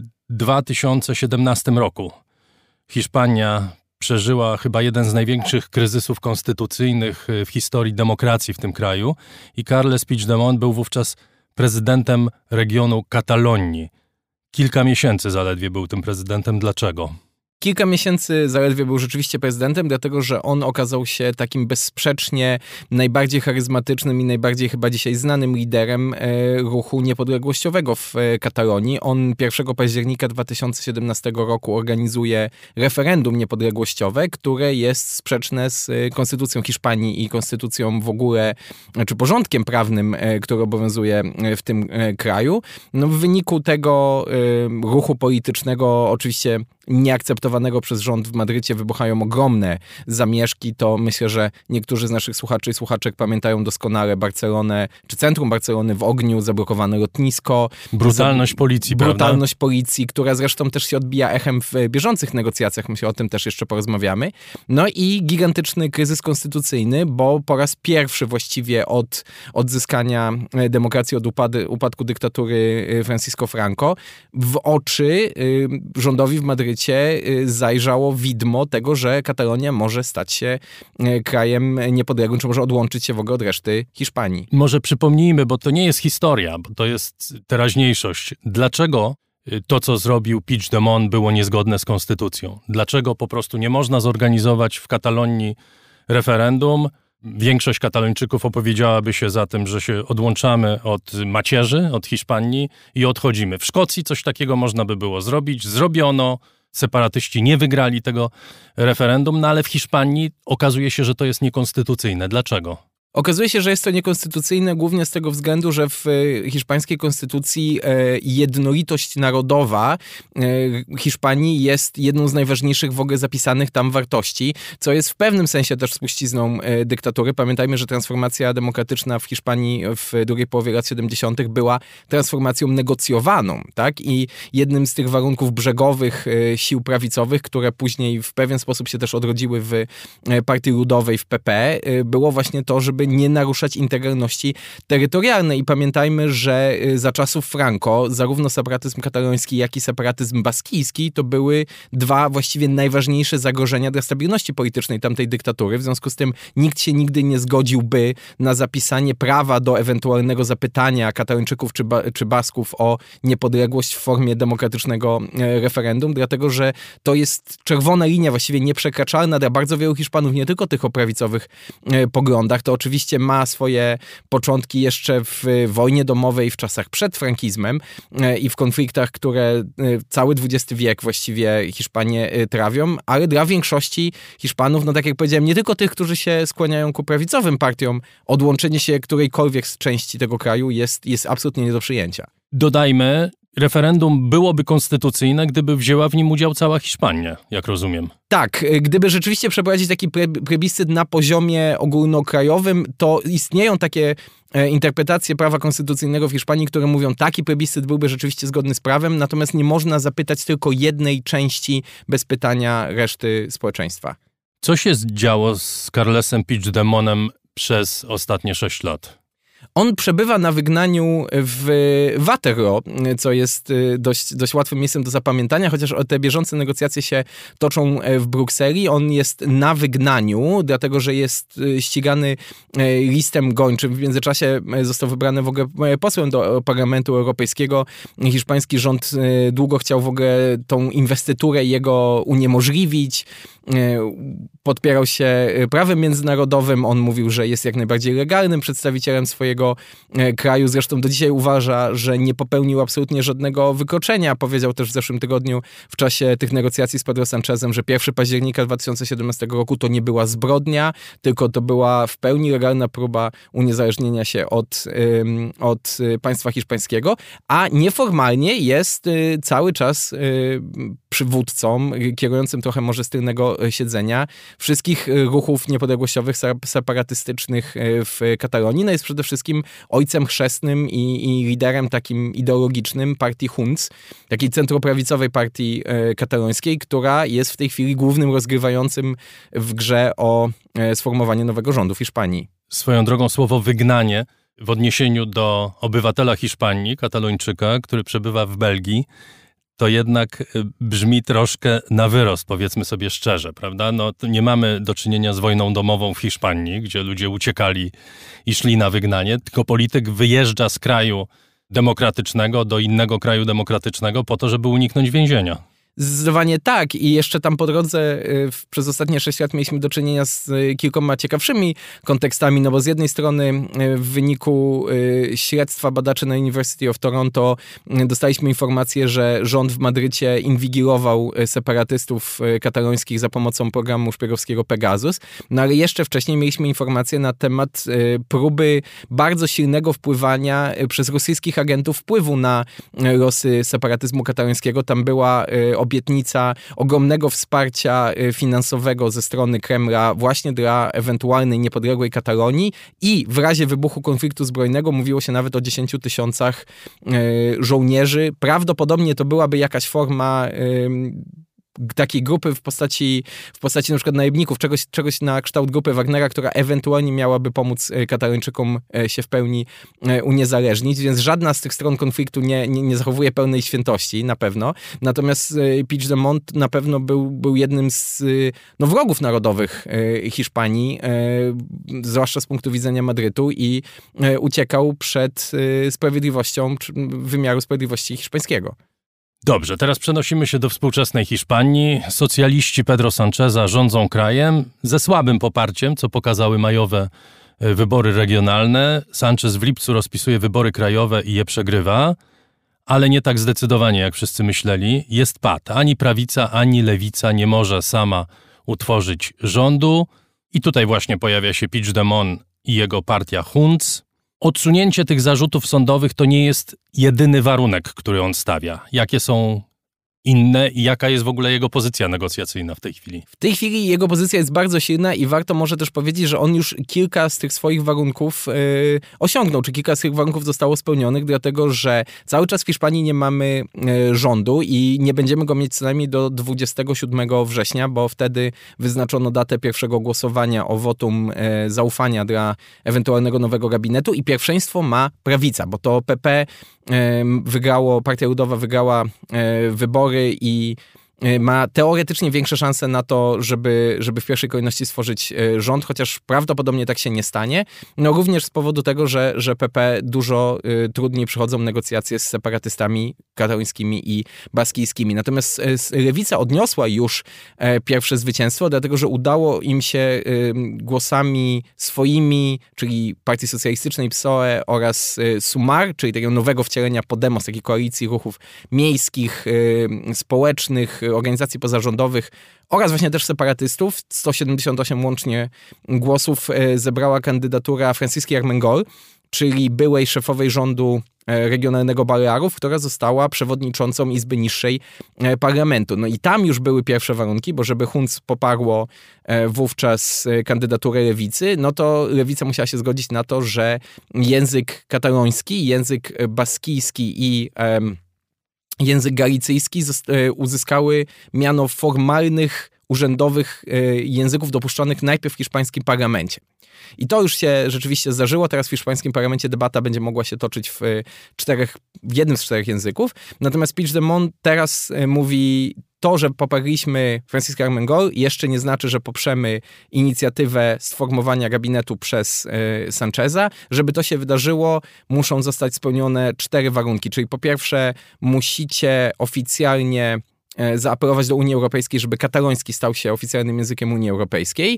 Speaker 1: 2017 roku Hiszpania przeżyła chyba jeden z największych kryzysów konstytucyjnych w historii demokracji w tym kraju i Carles Puigdemont był wówczas prezydentem regionu Katalonii. Kilka miesięcy zaledwie był tym prezydentem. Dlaczego?
Speaker 14: Kilka miesięcy zaledwie był rzeczywiście prezydentem, dlatego że on okazał się takim bezsprzecznie najbardziej charyzmatycznym i najbardziej chyba dzisiaj znanym liderem ruchu niepodległościowego w Katalonii. On 1 października 2017 roku organizuje referendum niepodległościowe, które jest sprzeczne z konstytucją Hiszpanii i konstytucją w ogóle, czy porządkiem prawnym, który obowiązuje w tym kraju. No, w wyniku tego ruchu politycznego oczywiście nieakceptowanego przez rząd w Madrycie wybuchają ogromne zamieszki. To myślę, że niektórzy z naszych słuchaczy i słuchaczek pamiętają doskonale Barcelonę, czy centrum Barcelony w ogniu, zablokowane lotnisko.
Speaker 1: Brutalność policji,
Speaker 14: Brutalność policji, która zresztą też się odbija echem w bieżących negocjacjach. Myślę, o tym też jeszcze porozmawiamy. No i gigantyczny kryzys konstytucyjny, bo po raz pierwszy właściwie od odzyskania demokracji, od upadku dyktatury Francisco Franco, w oczy rządowi w Madrycie zajrzało widmo tego, że Katalonia może stać się krajem niepodległym, czy może odłączyć się w ogóle od reszty Hiszpanii.
Speaker 1: Może przypomnijmy, bo to nie jest historia, bo to jest teraźniejszość. Dlaczego to, co zrobił Puigdemont, było niezgodne z konstytucją? Dlaczego po prostu nie można zorganizować w Katalonii referendum? Większość Katalończyków opowiedziałaby się za tym, że się odłączamy od macierzy, od Hiszpanii i odchodzimy. W Szkocji coś takiego można by było zrobić. Zrobiono. Separatyści nie wygrali tego referendum, no ale w Hiszpanii okazuje się, że to jest niekonstytucyjne. Dlaczego?
Speaker 14: Okazuje się, że jest to niekonstytucyjne głównie z tego względu, że w hiszpańskiej konstytucji jednolitość narodowa Hiszpanii jest jedną z najważniejszych w ogóle zapisanych tam wartości, co jest w pewnym sensie też spuścizną dyktatury. Pamiętajmy, że transformacja demokratyczna w Hiszpanii w drugiej połowie lat 70. była transformacją negocjowaną, tak? I jednym z tych warunków brzegowych sił prawicowych, które później w pewien sposób się też odrodziły w Partii Ludowej, w PP, było właśnie to, żeby nie naruszać integralności terytorialnej. I pamiętajmy, że za czasów Franco zarówno separatyzm kataloński, jak i separatyzm baskijski to były dwa właściwie najważniejsze zagrożenia dla stabilności politycznej tamtej dyktatury. W związku z tym nikt się nigdy nie zgodziłby na zapisanie prawa do ewentualnego zapytania Katalończyków czy Basków o niepodległość w formie demokratycznego referendum, dlatego że to jest czerwona linia, właściwie nieprzekraczalna dla bardzo wielu Hiszpanów, nie tylko tych o prawicowych poglądach. To oczywiście ma swoje początki jeszcze w wojnie domowej, w czasach przed frankizmem i w konfliktach, które cały XX wiek właściwie Hiszpanię trawią, ale dla większości Hiszpanów, no tak jak powiedziałem, nie tylko tych, którzy się skłaniają ku prawicowym partiom, odłączenie się którejkolwiek z części tego kraju jest absolutnie nie do przyjęcia.
Speaker 1: Dodajmy, referendum byłoby konstytucyjne, gdyby wzięła w nim udział cała Hiszpania, jak rozumiem.
Speaker 14: Tak, gdyby rzeczywiście przeprowadzić taki plebiscyt na poziomie ogólnokrajowym, to istnieją takie interpretacje prawa konstytucyjnego w Hiszpanii, które mówią, taki plebiscyt byłby rzeczywiście zgodny z prawem, natomiast nie można zapytać tylko jednej części bez pytania reszty społeczeństwa.
Speaker 1: Co się działo z Carlesem Puigdemontem przez ostatnie 6 lat?
Speaker 14: On przebywa na wygnaniu w Waterloo, co jest dość łatwym miejscem do zapamiętania, chociaż te bieżące negocjacje się toczą w Brukseli. On jest na wygnaniu, dlatego że jest ścigany listem gończym. W międzyczasie został wybrany w ogóle posłem do Parlamentu Europejskiego. Hiszpański rząd długo chciał w ogóle tą inwestyturę jego uniemożliwić. Podpierał się prawem międzynarodowym. On mówił, że jest jak najbardziej legalnym przedstawicielem swojego kraju. Zresztą do dzisiaj uważa, że nie popełnił absolutnie żadnego wykroczenia. Powiedział też w zeszłym tygodniu w czasie tych negocjacji z Pedro Sánchezem, że 1 października 2017 roku to nie była zbrodnia, tylko to była w pełni legalna próba uniezależnienia się od państwa hiszpańskiego, a nieformalnie jest cały czas przywódcą, kierującym trochę może z tylnego siedzenia wszystkich ruchów niepodległościowych, separatystycznych w Katalonii. No jest przede wszystkim ojcem chrzestnym i liderem takim ideologicznym partii Junts, takiej centroprawicowej partii katalońskiej, która jest w tej chwili głównym rozgrywającym w grze o sformowanie nowego rządu w Hiszpanii.
Speaker 1: Swoją drogą słowo wygnanie w odniesieniu do obywatela Hiszpanii, Katalończyka, który przebywa w Belgii, to jednak brzmi troszkę na wyrost, powiedzmy sobie szczerze, prawda? No, nie mamy do czynienia z wojną domową w Hiszpanii, gdzie ludzie uciekali i szli na wygnanie, tylko polityk wyjeżdża z kraju demokratycznego do innego kraju demokratycznego po to, żeby uniknąć więzienia.
Speaker 14: Zdecydowanie tak i jeszcze tam po drodze przez ostatnie 6 lat mieliśmy do czynienia z kilkoma ciekawszymi kontekstami, no bo z jednej strony w wyniku śledztwa badaczy na University of Toronto dostaliśmy informację, że rząd w Madrycie inwigilował separatystów katalońskich za pomocą programu szpiegowskiego Pegasus, no ale jeszcze wcześniej mieliśmy informację na temat próby bardzo silnego wpływania przez rosyjskich agentów wpływu na losy separatyzmu katalońskiego. Tam była obietnica ogromnego wsparcia finansowego ze strony Kremla właśnie dla ewentualnej niepodległej Katalonii i w razie wybuchu konfliktu zbrojnego mówiło się nawet o 10 000 żołnierzy. Prawdopodobnie to byłaby jakaś forma takiej grupy w postaci na przykład najemników, czegoś na kształt grupy Wagnera, która ewentualnie miałaby pomóc Katalończykom się w pełni uniezależnić, więc żadna z tych stron konfliktu nie zachowuje pełnej świętości, na pewno. Natomiast Puigdemont na pewno był jednym z wrogów narodowych Hiszpanii, zwłaszcza z punktu widzenia Madrytu i uciekał przed sprawiedliwością, wymiaru sprawiedliwości hiszpańskiego.
Speaker 1: Dobrze, teraz przenosimy się do współczesnej Hiszpanii. Socjaliści Pedro Sáncheza rządzą krajem ze słabym poparciem, co pokazały majowe wybory regionalne. Sánchez w lipcu rozpisuje wybory krajowe i je przegrywa, ale nie tak zdecydowanie, jak wszyscy myśleli. Jest pad. Ani prawica, ani lewica nie może sama utworzyć rządu. I tutaj właśnie pojawia się Puigdemont i jego partia Junts. Odsunięcie tych zarzutów sądowych to nie jest jedyny warunek, który on stawia. Jakie są inne i jaka jest w ogóle jego pozycja negocjacyjna w tej chwili?
Speaker 14: W tej chwili jego pozycja jest bardzo silna i warto może też powiedzieć, że on już kilka z tych swoich warunków osiągnął, czy kilka z tych warunków zostało spełnionych, dlatego że cały czas w Hiszpanii nie mamy rządu i nie będziemy go mieć co najmniej do 27 września, bo wtedy wyznaczono datę pierwszego głosowania o wotum zaufania dla ewentualnego nowego gabinetu i pierwszeństwo ma prawica, bo to PP wygrało, Partia Ludowa wygrała wybory i ma teoretycznie większe szanse na to, żeby w pierwszej kolejności stworzyć rząd, chociaż prawdopodobnie tak się nie stanie. No również z powodu tego, że PP dużo trudniej przychodzą negocjacje z separatystami katalońskimi i baskijskimi. Natomiast lewica odniosła już pierwsze zwycięstwo, dlatego że udało im się głosami swoimi, czyli Partii Socjalistycznej PSOE oraz Sumar, czyli takiego nowego wcielenia Podemos, takiej koalicji ruchów miejskich, społecznych, organizacji pozarządowych oraz właśnie też separatystów. 178 łącznie głosów zebrała kandydatura Francisky Armengol, czyli byłej szefowej rządu regionalnego Balearów, która została przewodniczącą Izby Niższej Parlamentu. No i tam już były pierwsze warunki, bo żeby Junts poparło wówczas kandydaturę lewicy, no to lewica musiała się zgodzić na to, że język kataloński, język baskijski i język galicyjski uzyskały miano formalnych, urzędowych języków dopuszczonych najpierw w hiszpańskim parlamencie. I to już się rzeczywiście zdarzyło. Teraz w hiszpańskim parlamencie debata będzie mogła się toczyć w jednym z 4 języków. Natomiast Puigdemont teraz mówi, to, że poparliśmy Francisca Armengol, jeszcze nie znaczy, że poprzemy inicjatywę sformowania gabinetu przez Sancheza. Żeby to się wydarzyło, muszą zostać spełnione 4 warunki. Czyli po pierwsze, musicie oficjalnie zaapelować do Unii Europejskiej, żeby kataloński stał się oficjalnym językiem Unii Europejskiej.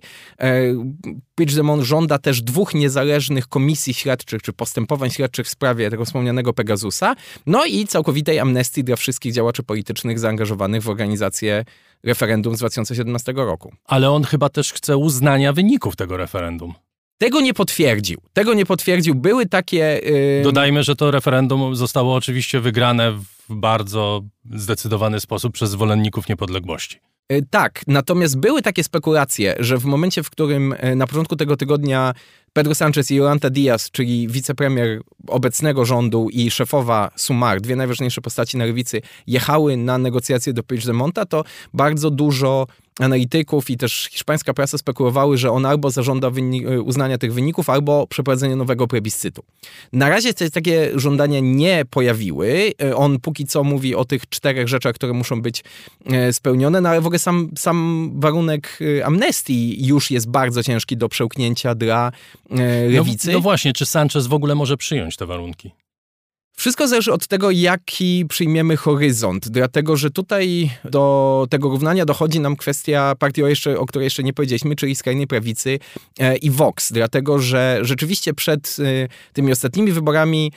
Speaker 14: Puigdemont żąda też 2 niezależnych komisji śledczych, czy postępowań śledczych w sprawie tego wspomnianego Pegasusa, no i całkowitej amnestii dla wszystkich działaczy politycznych zaangażowanych w organizację referendum z 2017 roku.
Speaker 1: Ale on chyba też chce uznania wyników tego referendum.
Speaker 14: Tego nie potwierdził. Były takie...
Speaker 1: Dodajmy, że to referendum zostało oczywiście wygrane w bardzo zdecydowany sposób przez zwolenników niepodległości.
Speaker 14: Tak, natomiast były takie spekulacje, że w momencie, w którym na początku tego tygodnia Pedro Sánchez i Yolanda Díaz, czyli wicepremier obecnego rządu i szefowa Sumar, 2 najważniejsze postaci na lewicy, jechały na negocjacje do Puigdemonta, to bardzo dużo analityków i też hiszpańska prasa spekulowały, że on albo zażąda uznania tych wyników, albo przeprowadzenia nowego plebiscytu. Na razie takie żądania nie pojawiły. On póki co mówi o tych 4 rzeczach, które muszą być spełnione, no ale w ogóle sam warunek amnestii już jest bardzo ciężki do przełknięcia dla lewicy.
Speaker 1: No właśnie, czy Sanchez w ogóle może przyjąć te warunki?
Speaker 14: Wszystko zależy od tego, jaki przyjmiemy horyzont, dlatego że tutaj do tego równania dochodzi nam kwestia partii, o której jeszcze nie powiedzieliśmy, czyli skrajnej prawicy i Vox, dlatego że rzeczywiście przed tymi ostatnimi wyborami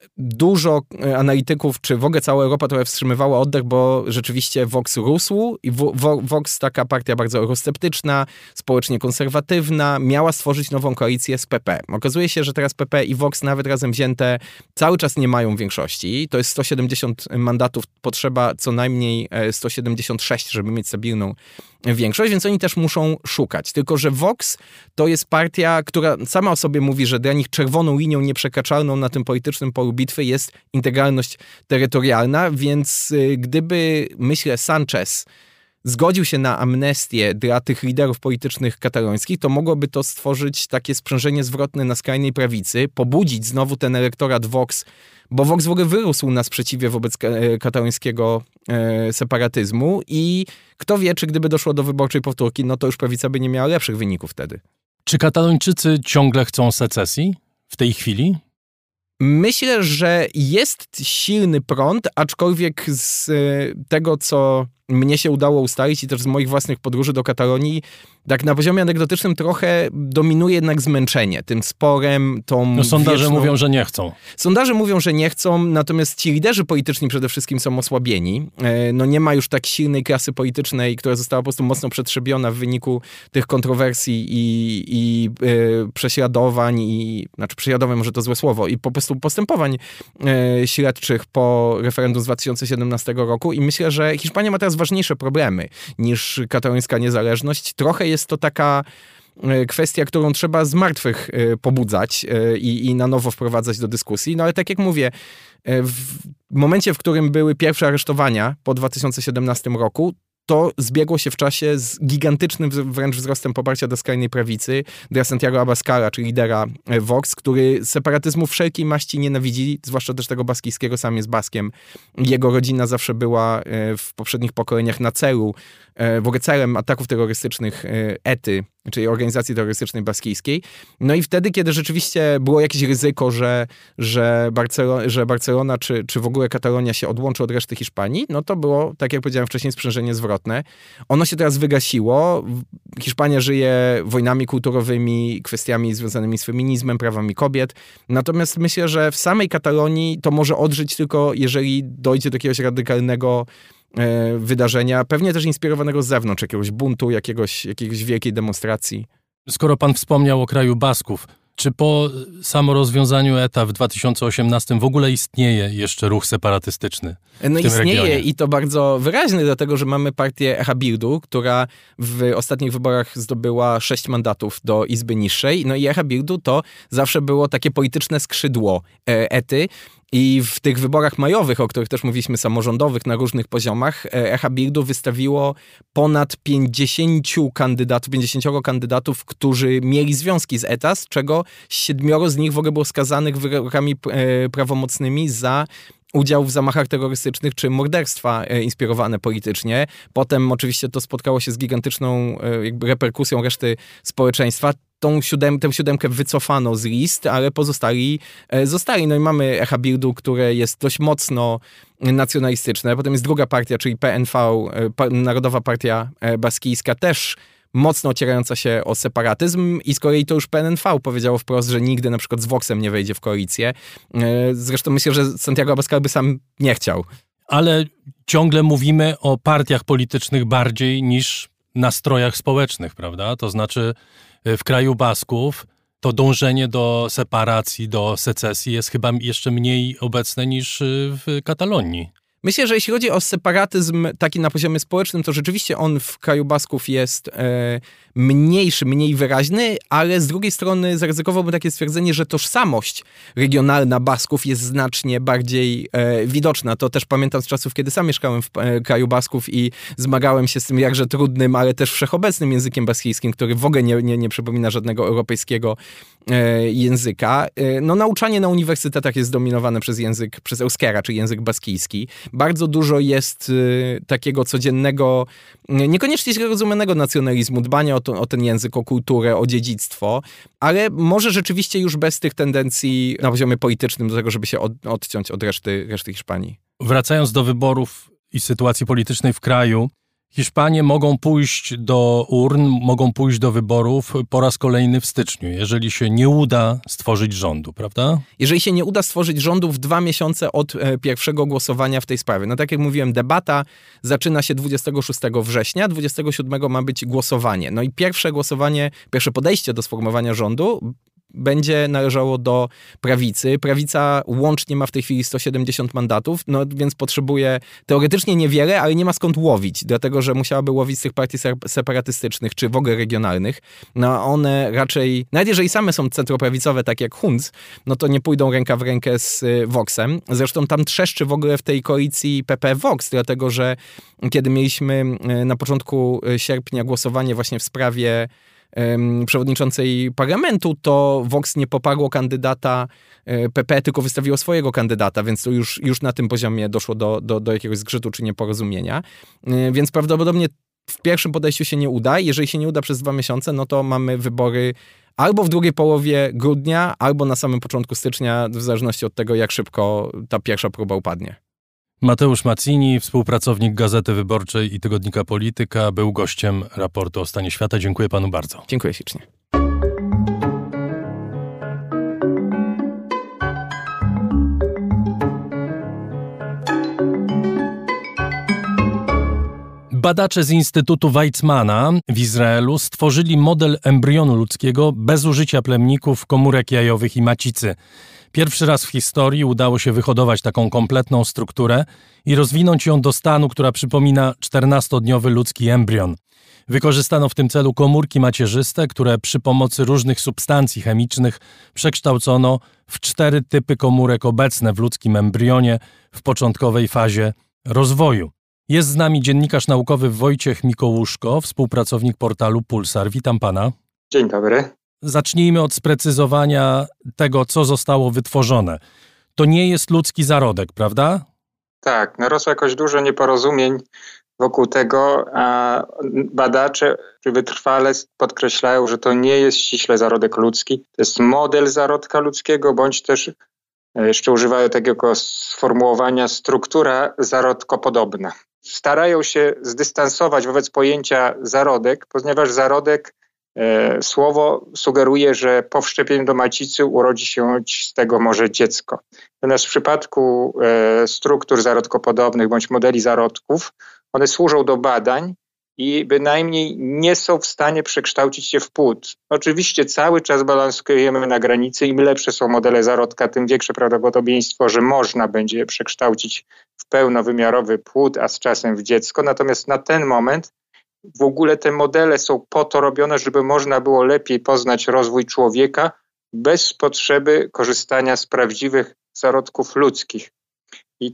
Speaker 14: dużo analityków, czy w ogóle cała Europa trochę wstrzymywała oddech, bo rzeczywiście Vox rósł i Vox, taka partia bardzo eurosceptyczna, społecznie konserwatywna, miała stworzyć nową koalicję z PP. Okazuje się, że teraz PP i Vox nawet razem wzięte cały czas nie mają większości. To jest 170 mandatów, potrzeba co najmniej 176, żeby mieć stabilną większość, więc oni też muszą szukać. Tylko że Vox to jest partia, która sama o sobie mówi, że dla nich czerwoną linią nieprzekraczalną na tym politycznym polu bitwy jest integralność terytorialna, więc gdyby, myślę, Sanchez zgodził się na amnestię dla tych liderów politycznych katalońskich, to mogłoby to stworzyć takie sprzężenie zwrotne na skrajnej prawicy, pobudzić znowu ten elektorat Vox, bo Vox w ogóle wyrósł na sprzeciwie wobec katalońskiego separatyzmu i kto wie, czy gdyby doszło do wyborczej powtórki, no to już prawica by nie miała lepszych wyników wtedy.
Speaker 1: Czy Katalończycy ciągle chcą secesji w tej chwili?
Speaker 14: Myślę, że jest silny prąd, aczkolwiek z tego, co mnie się udało ustalić i też z moich własnych podróży do Katalonii, tak na poziomie anegdotycznym trochę dominuje jednak zmęczenie tym sporem, tą
Speaker 1: sondaże mówią, że nie chcą.
Speaker 14: Sondaże mówią, że nie chcą, natomiast ci liderzy polityczni przede wszystkim są osłabieni. No nie ma już tak silnej klasy politycznej, która została po prostu mocno przetrzebiona w wyniku tych kontrowersji i prześladowań, prześladowań może to złe słowo, i po prostu postępowań śledczych po referendum z 2017 roku i myślę, że Hiszpania ma teraz ważniejsze problemy niż katalońska niezależność. Trochę jest to taka kwestia, którą trzeba z martwych pobudzać i na nowo wprowadzać do dyskusji. No ale tak jak mówię, w momencie, w którym były pierwsze aresztowania po 2017 roku, to zbiegło się w czasie z gigantycznym wręcz wzrostem poparcia do skrajnej prawicy, dla Santiago Abascala, czyli lidera Vox, który separatyzmu wszelkiej maści nienawidzi, zwłaszcza też tego baskijskiego, sam jest Baskiem. Jego rodzina zawsze była w poprzednich pokoleniach na celu, w ogóle celem ataków terrorystycznych ETY, czyli organizacji terrorystycznej baskijskiej. No i wtedy, kiedy rzeczywiście było jakieś ryzyko, że Barcelona czy w ogóle Katalonia się odłączy od reszty Hiszpanii, no to było, tak jak powiedziałem wcześniej, sprzężenie zwrotne. Ono się teraz wygasiło. Hiszpania żyje wojnami kulturowymi, kwestiami związanymi z feminizmem, prawami kobiet. Natomiast myślę, że w samej Katalonii to może odżyć tylko, jeżeli dojdzie do jakiegoś radykalnego wydarzenia, pewnie też inspirowanego z zewnątrz, jakiegoś buntu, jakiegoś wielkiej demonstracji.
Speaker 1: Skoro pan wspomniał o kraju Basków, czy po samorozwiązaniu ETA w 2018 w ogóle istnieje jeszcze ruch separatystyczny w tym
Speaker 14: istnieje
Speaker 1: regionie?
Speaker 14: I to bardzo wyraźny, dlatego że mamy partię EHA Bildu, która w ostatnich wyborach zdobyła 6 mandatów do Izby Niższej. No i EHA Bildu to zawsze było takie polityczne skrzydło ETY. I w tych wyborach majowych, o których też mówiliśmy, samorządowych na różnych poziomach, EHA Bildu wystawiło ponad 50 kandydatów, którzy mieli związki z ETA, z czego 7 z nich w ogóle było skazanych wyrokami prawomocnymi za udział w zamachach terrorystycznych czy morderstwa inspirowane politycznie. Potem oczywiście to spotkało się z gigantyczną reperkusją reszty społeczeństwa. Tę siódemkę wycofano z list, ale pozostali zostali. No i mamy EHA Bildu, które jest dość mocno nacjonalistyczne. Potem jest druga partia, czyli PNV, Narodowa Partia Baskijska, też mocno ocierająca się o separatyzm i z kolei to już PNV powiedziało wprost, że nigdy na przykład z Voxem nie wejdzie w koalicję. Zresztą myślę, że Santiago Abascal by sam nie chciał.
Speaker 1: Ale ciągle mówimy o partiach politycznych bardziej niż nastrojach społecznych, prawda? To znaczy w kraju Basków to dążenie do separacji, do secesji jest chyba jeszcze mniej obecne niż w Katalonii.
Speaker 14: Myślę, że jeśli chodzi o separatyzm taki na poziomie społecznym, to rzeczywiście on w kraju Basków jest mniejszy, mniej wyraźny, ale z drugiej strony zaryzykowałbym takie stwierdzenie, że tożsamość regionalna Basków jest znacznie bardziej widoczna. To też pamiętam z czasów, kiedy sam mieszkałem w kraju Basków i zmagałem się z tym jakże trudnym, ale też wszechobecnym językiem baskijskim, który w ogóle nie przypomina żadnego europejskiego języka. No, nauczanie na uniwersytetach jest zdominowane przez euskera, czyli język baskijski. Bardzo dużo jest takiego codziennego, niekoniecznie źle rozumianego nacjonalizmu, dbania o ten język, o kulturę, o dziedzictwo, ale może rzeczywiście już bez tych tendencji na poziomie politycznym do tego, żeby się odciąć od reszty Hiszpanii.
Speaker 1: Wracając do wyborów i sytuacji politycznej w kraju, Hiszpanie mogą pójść do urn, mogą pójść do wyborów po raz kolejny w styczniu, jeżeli się nie uda stworzyć rządu, prawda?
Speaker 14: Jeżeli się nie uda stworzyć rządu w 2 miesiące od pierwszego głosowania w tej sprawie. No tak jak mówiłem, debata zaczyna się 26 września, 27 ma być głosowanie. No i pierwsze podejście do sformowania rządu będzie należało do prawicy. Prawica łącznie ma w tej chwili 170 mandatów, no więc potrzebuje teoretycznie niewiele, ale nie ma skąd łowić, dlatego że musiałaby łowić z tych partii separatystycznych, czy w ogóle regionalnych. No one raczej, nawet jeżeli same są centroprawicowe, tak jak Junts, no to nie pójdą ręka w rękę z Voxem. Zresztą tam trzeszczy w ogóle w tej koalicji PP-Vox, dlatego że kiedy mieliśmy na początku sierpnia głosowanie właśnie w sprawie przewodniczącej parlamentu, to Vox nie poparło kandydata PP, tylko wystawiło swojego kandydata, więc to już na tym poziomie doszło do jakiegoś zgrzytu czy nieporozumienia. Więc prawdopodobnie w pierwszym podejściu się nie uda. Jeżeli się nie uda przez 2 miesiące, no to mamy wybory albo w drugiej połowie grudnia, albo na samym początku stycznia, w zależności od tego, jak szybko ta pierwsza próba upadnie.
Speaker 1: Mateusz Mazzini, współpracownik Gazety Wyborczej i tygodnika Polityka, był gościem raportu o stanie świata. Dziękuję panu bardzo.
Speaker 14: Dziękuję ślicznie.
Speaker 1: Badacze z Instytutu Weizmana w Izraelu stworzyli model embrionu ludzkiego bez użycia plemników, komórek jajowych i macicy. Pierwszy raz w historii udało się wyhodować taką kompletną strukturę i rozwinąć ją do stanu, która przypomina 14-dniowy ludzki embrion. Wykorzystano w tym celu komórki macierzyste, które przy pomocy różnych substancji chemicznych przekształcono w 4 typy komórek obecne w ludzkim embrionie w początkowej fazie rozwoju. Jest z nami dziennikarz naukowy Wojciech Mikołuszko, współpracownik portalu Pulsar. Witam pana.
Speaker 15: Dzień dobry.
Speaker 1: Zacznijmy od sprecyzowania tego, co zostało wytworzone. To nie jest ludzki zarodek, prawda?
Speaker 15: Tak, narosło jakoś dużo nieporozumień wokół tego, a badacze wytrwale podkreślają, że to nie jest ściśle zarodek ludzki. To jest model zarodka ludzkiego, bądź też jeszcze używają takiego sformułowania struktura zarodkopodobna. Starają się zdystansować wobec pojęcia zarodek, ponieważ zarodek, słowo sugeruje, że po wszczepieniu do macicy urodzi się z tego może dziecko. Natomiast w przypadku struktur zarodkopodobnych bądź modeli zarodków, one służą do badań i bynajmniej nie są w stanie przekształcić się w płód. Oczywiście cały czas balansujemy na granicy. Im lepsze są modele zarodka, tym większe prawdopodobieństwo, że można będzie je przekształcić w pełnowymiarowy płód, a z czasem w dziecko. Natomiast na ten moment w ogóle te modele są po to robione, żeby można było lepiej poznać rozwój człowieka bez potrzeby korzystania z prawdziwych zarodków ludzkich. I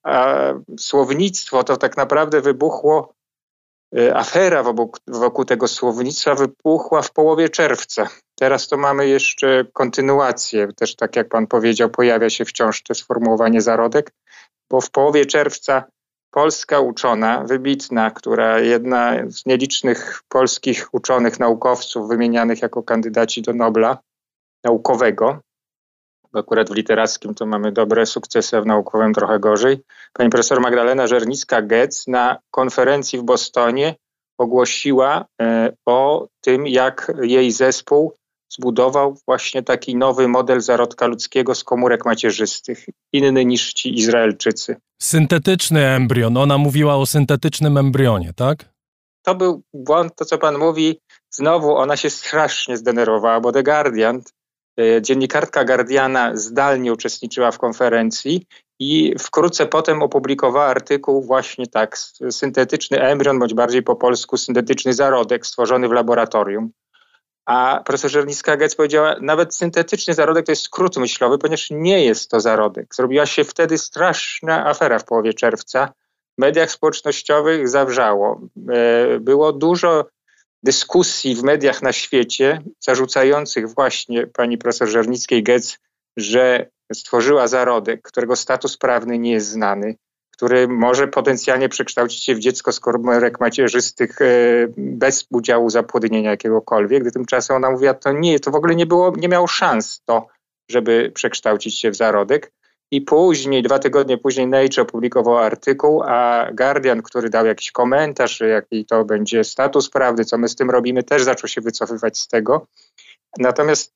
Speaker 15: słownictwo to tak naprawdę wybuchło, afera wokół tego słownictwa wybuchła w połowie czerwca. Teraz to mamy jeszcze kontynuację. Też tak jak pan powiedział, pojawia się wciąż to sformułowanie zarodek, bo w połowie czerwca polska uczona, wybitna, jedna z nielicznych polskich uczonych, naukowców wymienianych jako kandydaci do Nobla naukowego, bo akurat w literackim to mamy dobre sukcesy, a w naukowym trochę gorzej. Pani profesor Magdalena Żernicka-Getz na konferencji w Bostonie ogłosiła o tym, jak jej zespół zbudował właśnie taki nowy model zarodka ludzkiego z komórek macierzystych, inny niż ci Izraelczycy.
Speaker 1: Syntetyczny embrion. Ona mówiła o syntetycznym embrionie, tak?
Speaker 15: To był błąd, to co pan mówi. Znowu ona się strasznie zdenerwowała, bo The Guardian, dziennikarka Guardiana zdalnie uczestniczyła w konferencji i wkrótce potem opublikowała artykuł właśnie tak, syntetyczny embrion, bądź bardziej po polsku syntetyczny zarodek stworzony w laboratorium. A profesor Żernicka-Getz powiedziała, nawet syntetyczny zarodek to jest skrót myślowy, ponieważ nie jest to zarodek. Zrobiła się wtedy straszna afera w połowie czerwca. W mediach społecznościowych zawrzało. Było dużo dyskusji w mediach na świecie zarzucających właśnie pani profesor Żernickiej-Getz, że stworzyła zarodek, którego status prawny nie jest znany, który może potencjalnie przekształcić się w dziecko z komórek macierzystych bez udziału zapłodnienia jakiegokolwiek. Gdy tymczasem ona mówiła, to w ogóle nie miało szans to, żeby przekształcić się w zarodek. I później, 2 tygodnie później Nature opublikował artykuł, a Guardian, który dał jakiś komentarz, jaki to będzie status prawny, co my z tym robimy, też zaczął się wycofywać z tego. Natomiast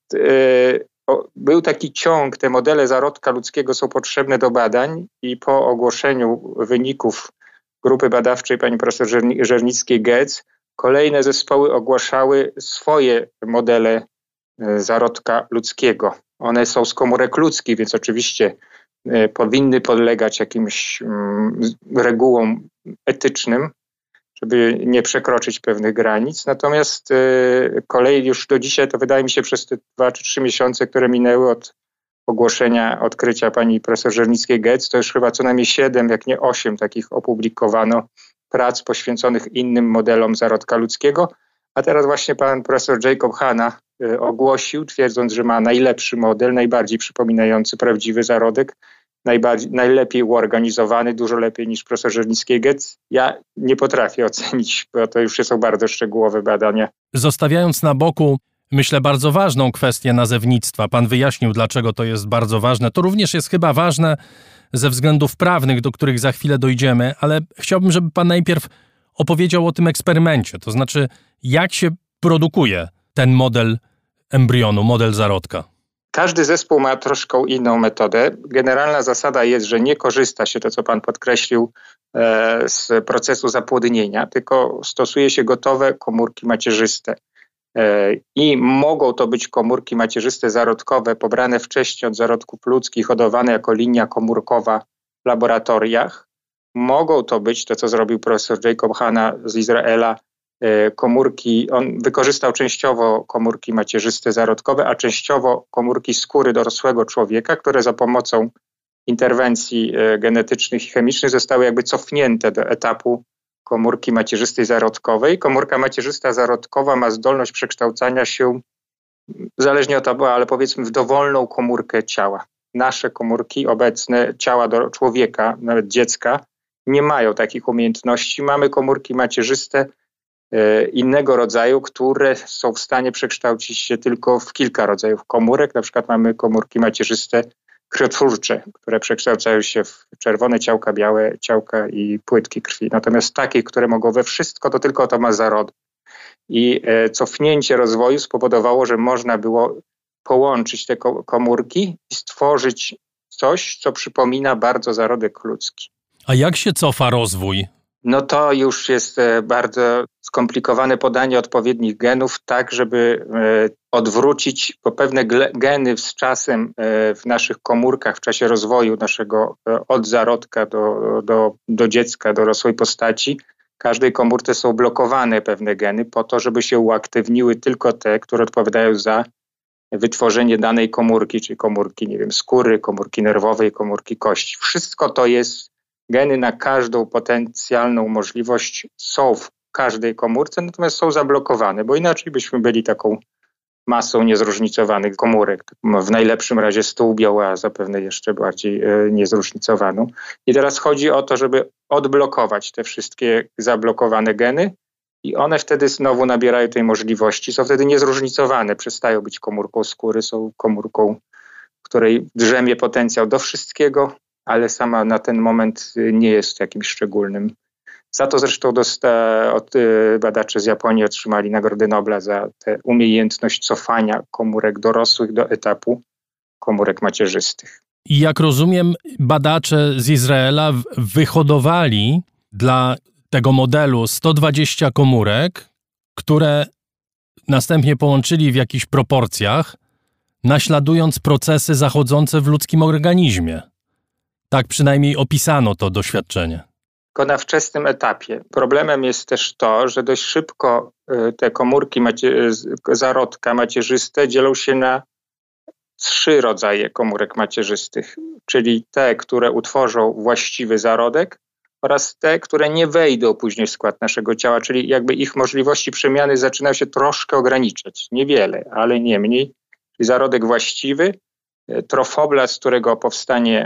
Speaker 15: był taki ciąg, te modele zarodka ludzkiego są potrzebne do badań i po ogłoszeniu wyników grupy badawczej pani profesor Żernickiej-Getz kolejne zespoły ogłaszały swoje modele zarodka ludzkiego. One są z komórek ludzkich, więc oczywiście powinny podlegać jakimś regułom etycznym, żeby nie przekroczyć pewnych granic. Natomiast kolej już do dzisiaj, to wydaje mi się przez te 2 czy 3 miesiące, które minęły od ogłoszenia odkrycia pani profesor Żernickiej-Getz, to już chyba co najmniej 7, jak nie 8 takich opublikowano prac poświęconych innym modelom zarodka ludzkiego. A teraz właśnie pan profesor Jacob Hanna ogłosił, twierdząc, że ma najlepszy model, najbardziej przypominający prawdziwy zarodek, najlepiej uorganizowany, dużo lepiej niż profesor Żernickiej-Getz. Ja nie potrafię ocenić, bo to już są bardzo szczegółowe badania.
Speaker 1: Zostawiając na boku myślę, bardzo ważną kwestię nazewnictwa. Pan wyjaśnił, dlaczego to jest bardzo ważne. To również jest chyba ważne ze względów prawnych, do których za chwilę dojdziemy, ale chciałbym, żeby pan najpierw opowiedział o tym eksperymencie. To znaczy, jak się produkuje ten model embrionu, model zarodka.
Speaker 15: Każdy zespół ma troszkę inną metodę. Generalna zasada jest, że nie korzysta się, to co pan podkreślił, z procesu zapłodnienia, tylko stosuje się gotowe komórki macierzyste. I mogą to być komórki macierzyste zarodkowe, pobrane wcześniej od zarodków ludzkich, hodowane jako linia komórkowa w laboratoriach. Mogą to być, to co zrobił profesor Jacob Hanna z Izraela, komórki, on wykorzystał częściowo komórki macierzyste zarodkowe, a częściowo komórki skóry dorosłego człowieka, które za pomocą interwencji genetycznych i chemicznych zostały jakby cofnięte do etapu komórki macierzystej zarodkowej. Komórka macierzysta zarodkowa ma zdolność przekształcania się, zależnie od tego, ale powiedzmy w dowolną komórkę ciała. Nasze komórki obecne, ciała do człowieka, nawet dziecka, nie mają takich umiejętności. Mamy komórki macierzyste innego rodzaju, które są w stanie przekształcić się tylko w kilka rodzajów komórek. Na przykład mamy komórki macierzyste krwiotwórcze, które przekształcają się w czerwone ciałka, białe ciałka i płytki krwi. Natomiast takie, które mogą we wszystko, to tylko to ma zarodek. I cofnięcie rozwoju spowodowało, że można było połączyć te komórki i stworzyć coś, co przypomina bardzo zarodek ludzki.
Speaker 1: A jak się cofa rozwój?
Speaker 15: No to już jest bardzo skomplikowane podanie odpowiednich genów, tak żeby odwrócić, bo pewne geny z czasem w naszych komórkach w czasie rozwoju naszego od zarodka do dziecka, dorosłej postaci, w każdej komórce są blokowane pewne geny po to, żeby się uaktywniły tylko te, które odpowiadają za wytworzenie danej komórki, czyli komórki, nie wiem, skóry, komórki nerwowej, komórki kości. Wszystko to jest, geny na każdą potencjalną możliwość są w każdej komórce, natomiast są zablokowane, bo inaczej byśmy byli taką masą niezróżnicowanych komórek. W najlepszym razie stół biały, a zapewne jeszcze bardziej niezróżnicowaną. I teraz chodzi o to, żeby odblokować te wszystkie zablokowane geny i one wtedy znowu nabierają tej możliwości. Są wtedy niezróżnicowane, przestają być komórką skóry, są komórką, w której drzemie potencjał do wszystkiego, ale sama na ten moment nie jest jakimś szczególnym. Za to zresztą badacze z Japonii otrzymali Nagrodę Nobla za tę umiejętność cofania komórek dorosłych do etapu komórek macierzystych.
Speaker 1: I jak rozumiem, badacze z Izraela wyhodowali dla tego modelu 120 komórek, które następnie połączyli w jakichś proporcjach, naśladując procesy zachodzące w ludzkim organizmie. Tak przynajmniej opisano to doświadczenie.
Speaker 15: Tylko na wczesnym etapie. Problemem jest też to, że dość szybko te komórki zarodka macierzyste dzielą się na 3 rodzaje komórek macierzystych, czyli te, które utworzą właściwy zarodek oraz te, które nie wejdą później w skład naszego ciała, czyli jakby ich możliwości przemiany zaczynają się troszkę ograniczać. Niewiele, ale nie mniej. Czyli zarodek właściwy, trofoblast, z którego powstanie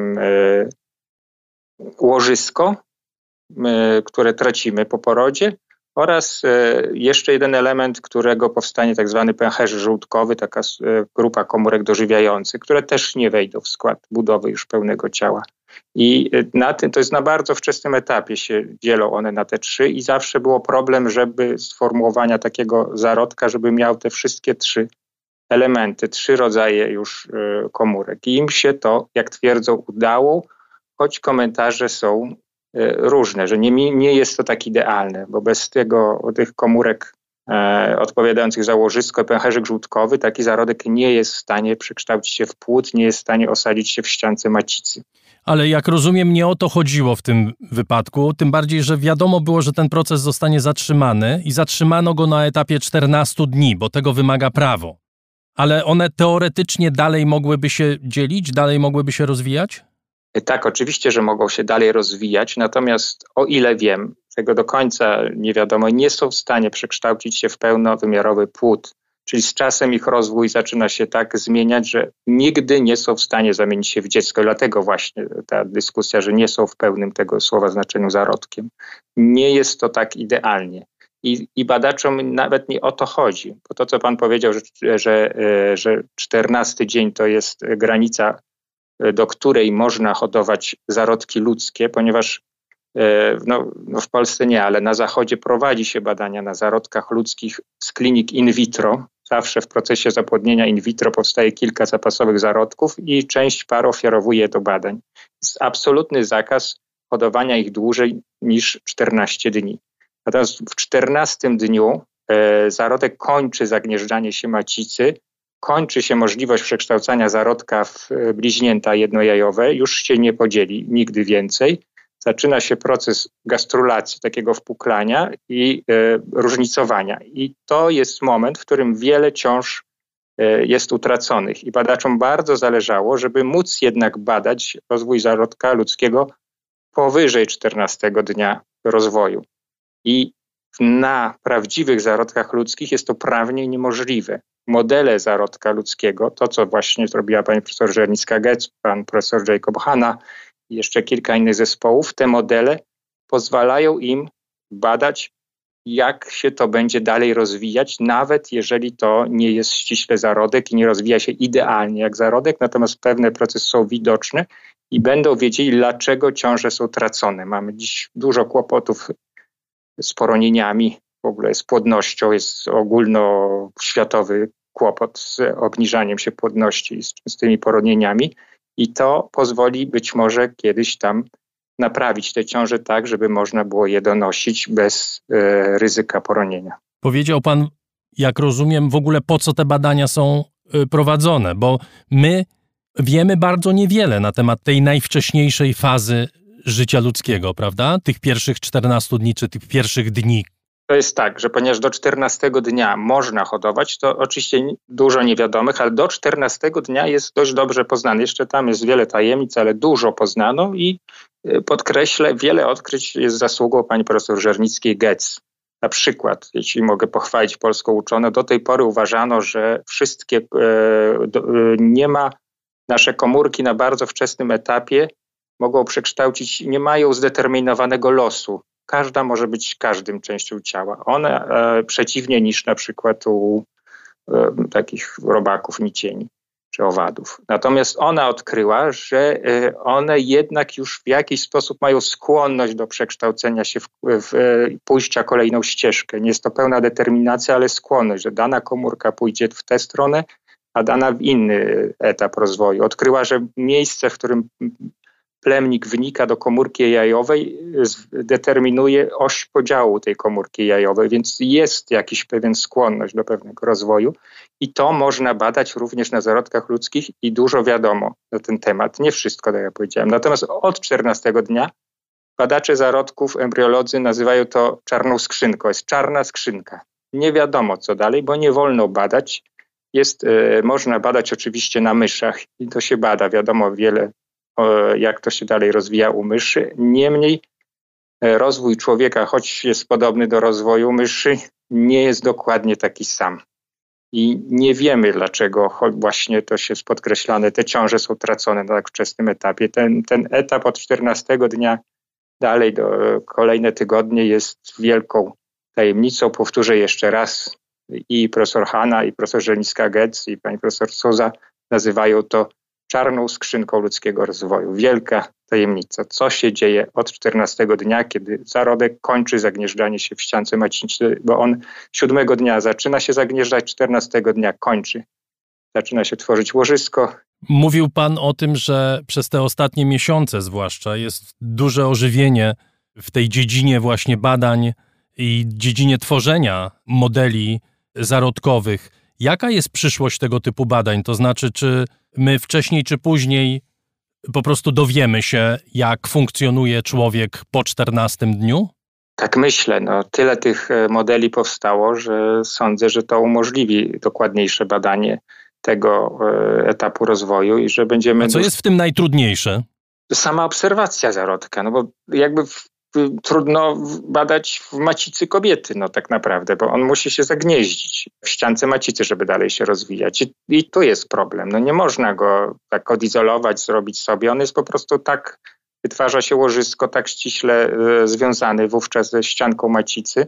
Speaker 15: łożysko, które tracimy po porodzie, oraz jeszcze jeden element, którego powstanie tak zwany pęcherz żołądkowy, taka grupa komórek dożywiających, które też nie wejdą w skład budowy już pełnego ciała. I na tym, to jest na bardzo wczesnym etapie się dzielą one na te 3 i zawsze było problem, żeby sformułowania takiego zarodka, żeby miał te wszystkie 3 elementy, 3 rodzaje już komórek. I im się to, jak twierdzą, udało, choć komentarze są różne, że nie jest to tak idealne, bo bez tych komórek odpowiadających za łożysko, pęcherzyk żółtkowy, taki zarodek nie jest w stanie przekształcić się w płód, nie jest w stanie osadzić się w ściance macicy.
Speaker 1: Ale jak rozumiem, nie o to chodziło w tym wypadku, tym bardziej, że wiadomo było, że ten proces zostanie zatrzymany i zatrzymano go na etapie 14 dni, bo tego wymaga prawo. Ale one teoretycznie dalej mogłyby się dzielić, dalej mogłyby się rozwijać?
Speaker 15: Tak, oczywiście, że mogą się dalej rozwijać, natomiast o ile wiem, tego do końca nie wiadomo, nie są w stanie przekształcić się w pełnowymiarowy płód. Czyli z czasem ich rozwój zaczyna się tak zmieniać, że nigdy nie są w stanie zamienić się w dziecko. Dlatego właśnie ta dyskusja, że nie są w pełnym tego słowa znaczeniu zarodkiem. Nie jest to tak idealnie. I badaczom nawet nie o to chodzi. Bo to, co pan powiedział, że 14 dzień to jest granica, do której można hodować zarodki ludzkie, ponieważ w Polsce nie, ale na Zachodzie prowadzi się badania na zarodkach ludzkich z klinik in vitro. Zawsze w procesie zapłodnienia in vitro powstaje kilka zapasowych zarodków i część par ofiarowuje do badań. Jest absolutny zakaz hodowania ich dłużej niż 14 dni. Natomiast w 14 dniu zarodek kończy zagnieżdżanie się macicy, kończy się możliwość przekształcania zarodka w bliźnięta jednojajowe, już się nie podzieli nigdy więcej. Zaczyna się proces gastrulacji, takiego wpuklania i różnicowania. I to jest moment, w którym wiele ciąż jest utraconych. I badaczom bardzo zależało, żeby móc jednak badać rozwój zarodka ludzkiego powyżej 14 dnia rozwoju. I na prawdziwych zarodkach ludzkich jest to prawnie niemożliwe. Modele zarodka ludzkiego, to co właśnie zrobiła pani profesor Żernicka-Getz, pan profesor Jacob Hanna i jeszcze kilka innych zespołów, te modele pozwalają im badać, jak się to będzie dalej rozwijać, nawet jeżeli to nie jest ściśle zarodek i nie rozwija się idealnie jak zarodek, natomiast pewne procesy są widoczne i będą wiedzieli, dlaczego ciąże są tracone. Mamy dziś dużo kłopotów z poronieniami, w ogóle z płodnością, jest ogólnoświatowy kłopot z obniżaniem się płodności, z tymi poronieniami i to pozwoli być może kiedyś tam naprawić te ciąże tak, żeby można było je donosić bez ryzyka poronienia.
Speaker 1: Powiedział pan, jak rozumiem, w ogóle po co te badania są prowadzone, bo my wiemy bardzo niewiele na temat tej najwcześniejszej fazy życia ludzkiego, prawda? Tych pierwszych 14 dni, czy tych pierwszych dni.
Speaker 15: To jest tak, że ponieważ do 14 dnia można hodować, to oczywiście dużo niewiadomych, ale do 14 dnia jest dość dobrze poznany. Jeszcze tam jest wiele tajemnic, ale dużo poznano i podkreślę, wiele odkryć jest zasługą pani profesor Żernickiej-Getz. Na przykład, jeśli mogę pochwalić polską uczoną, do tej pory uważano, że nie ma nasze komórki na bardzo wczesnym etapie, mogą przekształcić, nie mają zdeterminowanego losu. Każda może być każdym częścią ciała. One przeciwnie niż na przykład u takich robaków, nicieni czy owadów. Natomiast ona odkryła, że one jednak już w jakiś sposób mają skłonność do przekształcenia się w pójścia kolejną ścieżkę. Nie jest to pełna determinacja, ale skłonność, że dana komórka pójdzie w tę stronę, a dana w inny etap rozwoju. Odkryła, że miejsce, w którym plemnik wnika do komórki jajowej, determinuje oś podziału tej komórki jajowej, więc jest jakiś pewien skłonność do pewnego rozwoju i to można badać również na zarodkach ludzkich i dużo wiadomo na ten temat. Nie wszystko, tak jak powiedziałem. Natomiast od 14 dnia badacze zarodków, embriolodzy nazywają to czarną skrzynką. Jest czarna skrzynka. Nie wiadomo co dalej, bo nie wolno badać. Można badać oczywiście na myszach i to się bada, wiadomo wiele, jak to się dalej rozwija u myszy. Niemniej rozwój człowieka, choć jest podobny do rozwoju myszy, nie jest dokładnie taki sam. I nie wiemy dlaczego, choć właśnie to jest podkreślane, te ciąże są tracone na tak wczesnym etapie. Ten etap od 14 dnia dalej do kolejne tygodnie jest wielką tajemnicą. Powtórzę jeszcze raz, i profesor Hanna, i profesor Żernicka-Getz, i pani profesor Souza nazywają to czarną skrzynką ludzkiego rozwoju. Wielka tajemnica. Co się dzieje od 14 dnia, kiedy zarodek kończy zagnieżdżanie się w ściance macicznej, bo on 7 dnia zaczyna się zagnieżdżać, 14 dnia kończy. Zaczyna się tworzyć łożysko.
Speaker 1: Mówił pan o tym, że przez te ostatnie miesiące zwłaszcza jest duże ożywienie w tej dziedzinie właśnie badań i dziedzinie tworzenia modeli zarodkowych. Jaka jest przyszłość tego typu badań? To znaczy, czy my wcześniej czy później po prostu dowiemy się, jak funkcjonuje człowiek po 14 dniu?
Speaker 15: Tak myślę. Tyle tych modeli powstało, że sądzę, że to umożliwi dokładniejsze badanie tego etapu rozwoju i że będziemy...
Speaker 1: A co jest w tym najtrudniejsze?
Speaker 15: Sama obserwacja zarodka, bo jakby trudno badać w macicy kobiety, tak naprawdę, bo on musi się zagnieździć w ściance macicy, żeby dalej się rozwijać. I tu jest problem. Nie można go tak odizolować, zrobić sobie. On jest po prostu tak, wytwarza się łożysko tak ściśle związany wówczas ze ścianką macicy,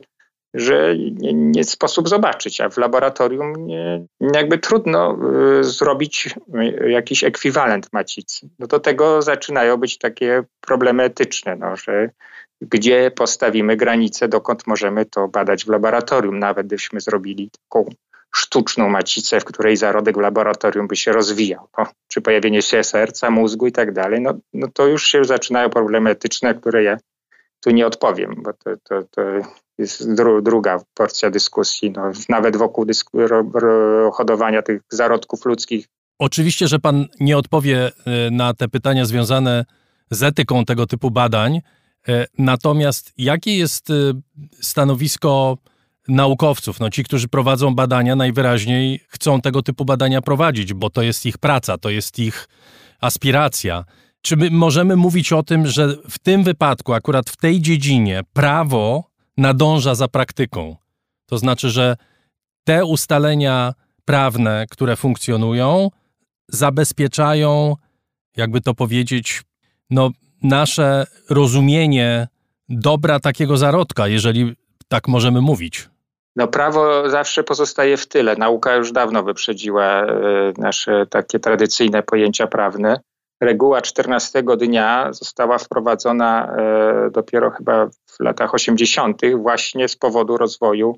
Speaker 15: że nie sposób zobaczyć, a w laboratorium jakby trudno zrobić jakiś ekwiwalent macicy. No do tego zaczynają być takie problemy etyczne, że gdzie postawimy granicę, dokąd możemy to badać w laboratorium, nawet gdybyśmy zrobili taką sztuczną macicę, w której zarodek w laboratorium by się rozwijał. Czy pojawienie się serca, mózgu i tak dalej, no to już się zaczynają problemy etyczne, które ja tu nie odpowiem, bo to jest druga porcja dyskusji, nawet wokół hodowania tych zarodków ludzkich.
Speaker 1: Oczywiście, że pan nie odpowie na te pytania związane z etyką tego typu badań, natomiast jakie jest stanowisko naukowców? Ci, którzy prowadzą badania, najwyraźniej chcą tego typu badania prowadzić, bo to jest ich praca, to jest ich aspiracja. Czy my możemy mówić o tym, że w tym wypadku, akurat w tej dziedzinie, prawo nadąża za praktyką? To znaczy, że te ustalenia prawne, które funkcjonują, zabezpieczają, jakby to powiedzieć, nasze rozumienie dobra takiego zarodka, jeżeli tak możemy mówić.
Speaker 15: Prawo zawsze pozostaje w tyle. Nauka już dawno wyprzedziła nasze takie tradycyjne pojęcia prawne. Reguła 14 dnia została wprowadzona dopiero chyba w latach 80. właśnie z powodu rozwoju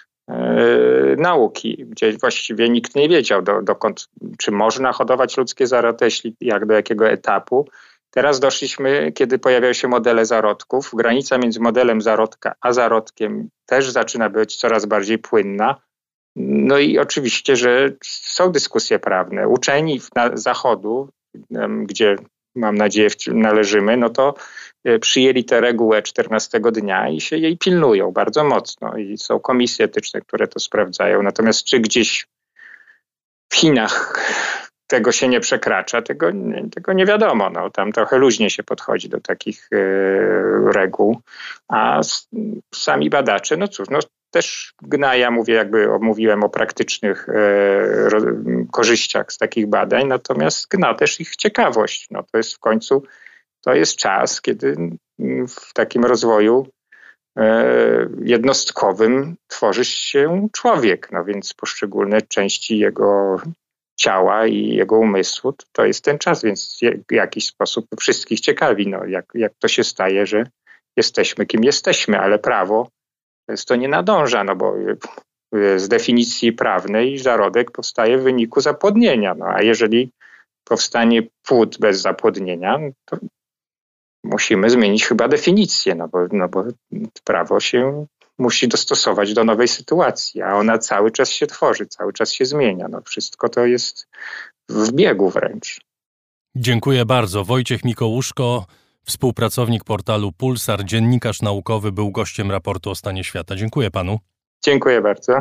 Speaker 15: nauki, gdzie właściwie nikt nie wiedział dokąd, czy można hodować ludzkie zarody, jak do jakiego etapu. Teraz doszliśmy, kiedy pojawiają się modele zarodków. Granica między modelem zarodka a zarodkiem też zaczyna być coraz bardziej płynna. No i oczywiście, że są dyskusje prawne. Uczeni Zachodu, gdzie mam nadzieję należymy, to przyjęli tę regułę 14 dnia i się jej pilnują bardzo mocno. I są komisje etyczne, które to sprawdzają. Natomiast czy gdzieś w Chinach tego się nie przekracza, tego nie wiadomo. Tam trochę luźnie się podchodzi do takich reguł, a sami badacze, też GNA, mówiłem o praktycznych korzyściach z takich badań, natomiast GNA też ich ciekawość. To jest w końcu, to jest czas, kiedy w takim rozwoju jednostkowym tworzy się człowiek, więc poszczególne części jego ciała i jego umysłu, to jest ten czas, więc w jakiś sposób wszystkich ciekawi, jak to się staje, że jesteśmy kim jesteśmy, ale prawo to nie nadąża, bo z definicji prawnej zarodek powstaje w wyniku zapłodnienia, a jeżeli powstanie płód bez zapłodnienia, to musimy zmienić chyba definicję, bo prawo się musi dostosować do nowej sytuacji, a ona cały czas się tworzy, cały czas się zmienia. Wszystko to jest w biegu wręcz.
Speaker 1: Dziękuję bardzo. Wojciech Mikołuszko, współpracownik portalu Pulsar, dziennikarz naukowy, był gościem raportu o stanie świata. Dziękuję panu.
Speaker 15: Dziękuję bardzo.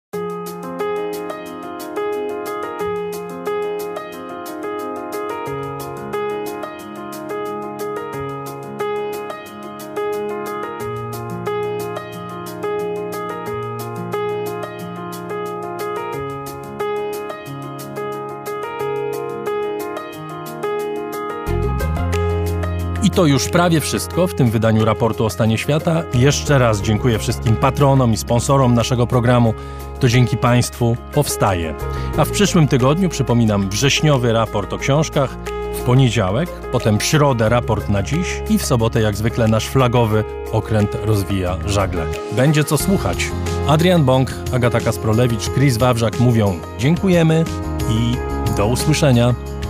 Speaker 1: I to już prawie wszystko w tym wydaniu raportu o stanie świata. Jeszcze raz dziękuję wszystkim patronom i sponsorom naszego programu. To dzięki Państwu powstaje. A w przyszłym tygodniu, przypominam, wrześniowy raport o książkach, w poniedziałek, potem w środę raport na dziś i w sobotę jak zwykle nasz flagowy okręt rozwija żagle. Będzie co słuchać. Adrian Bąk, Agata Kasprolewicz, Chris Wawrzak mówią dziękujemy i do usłyszenia.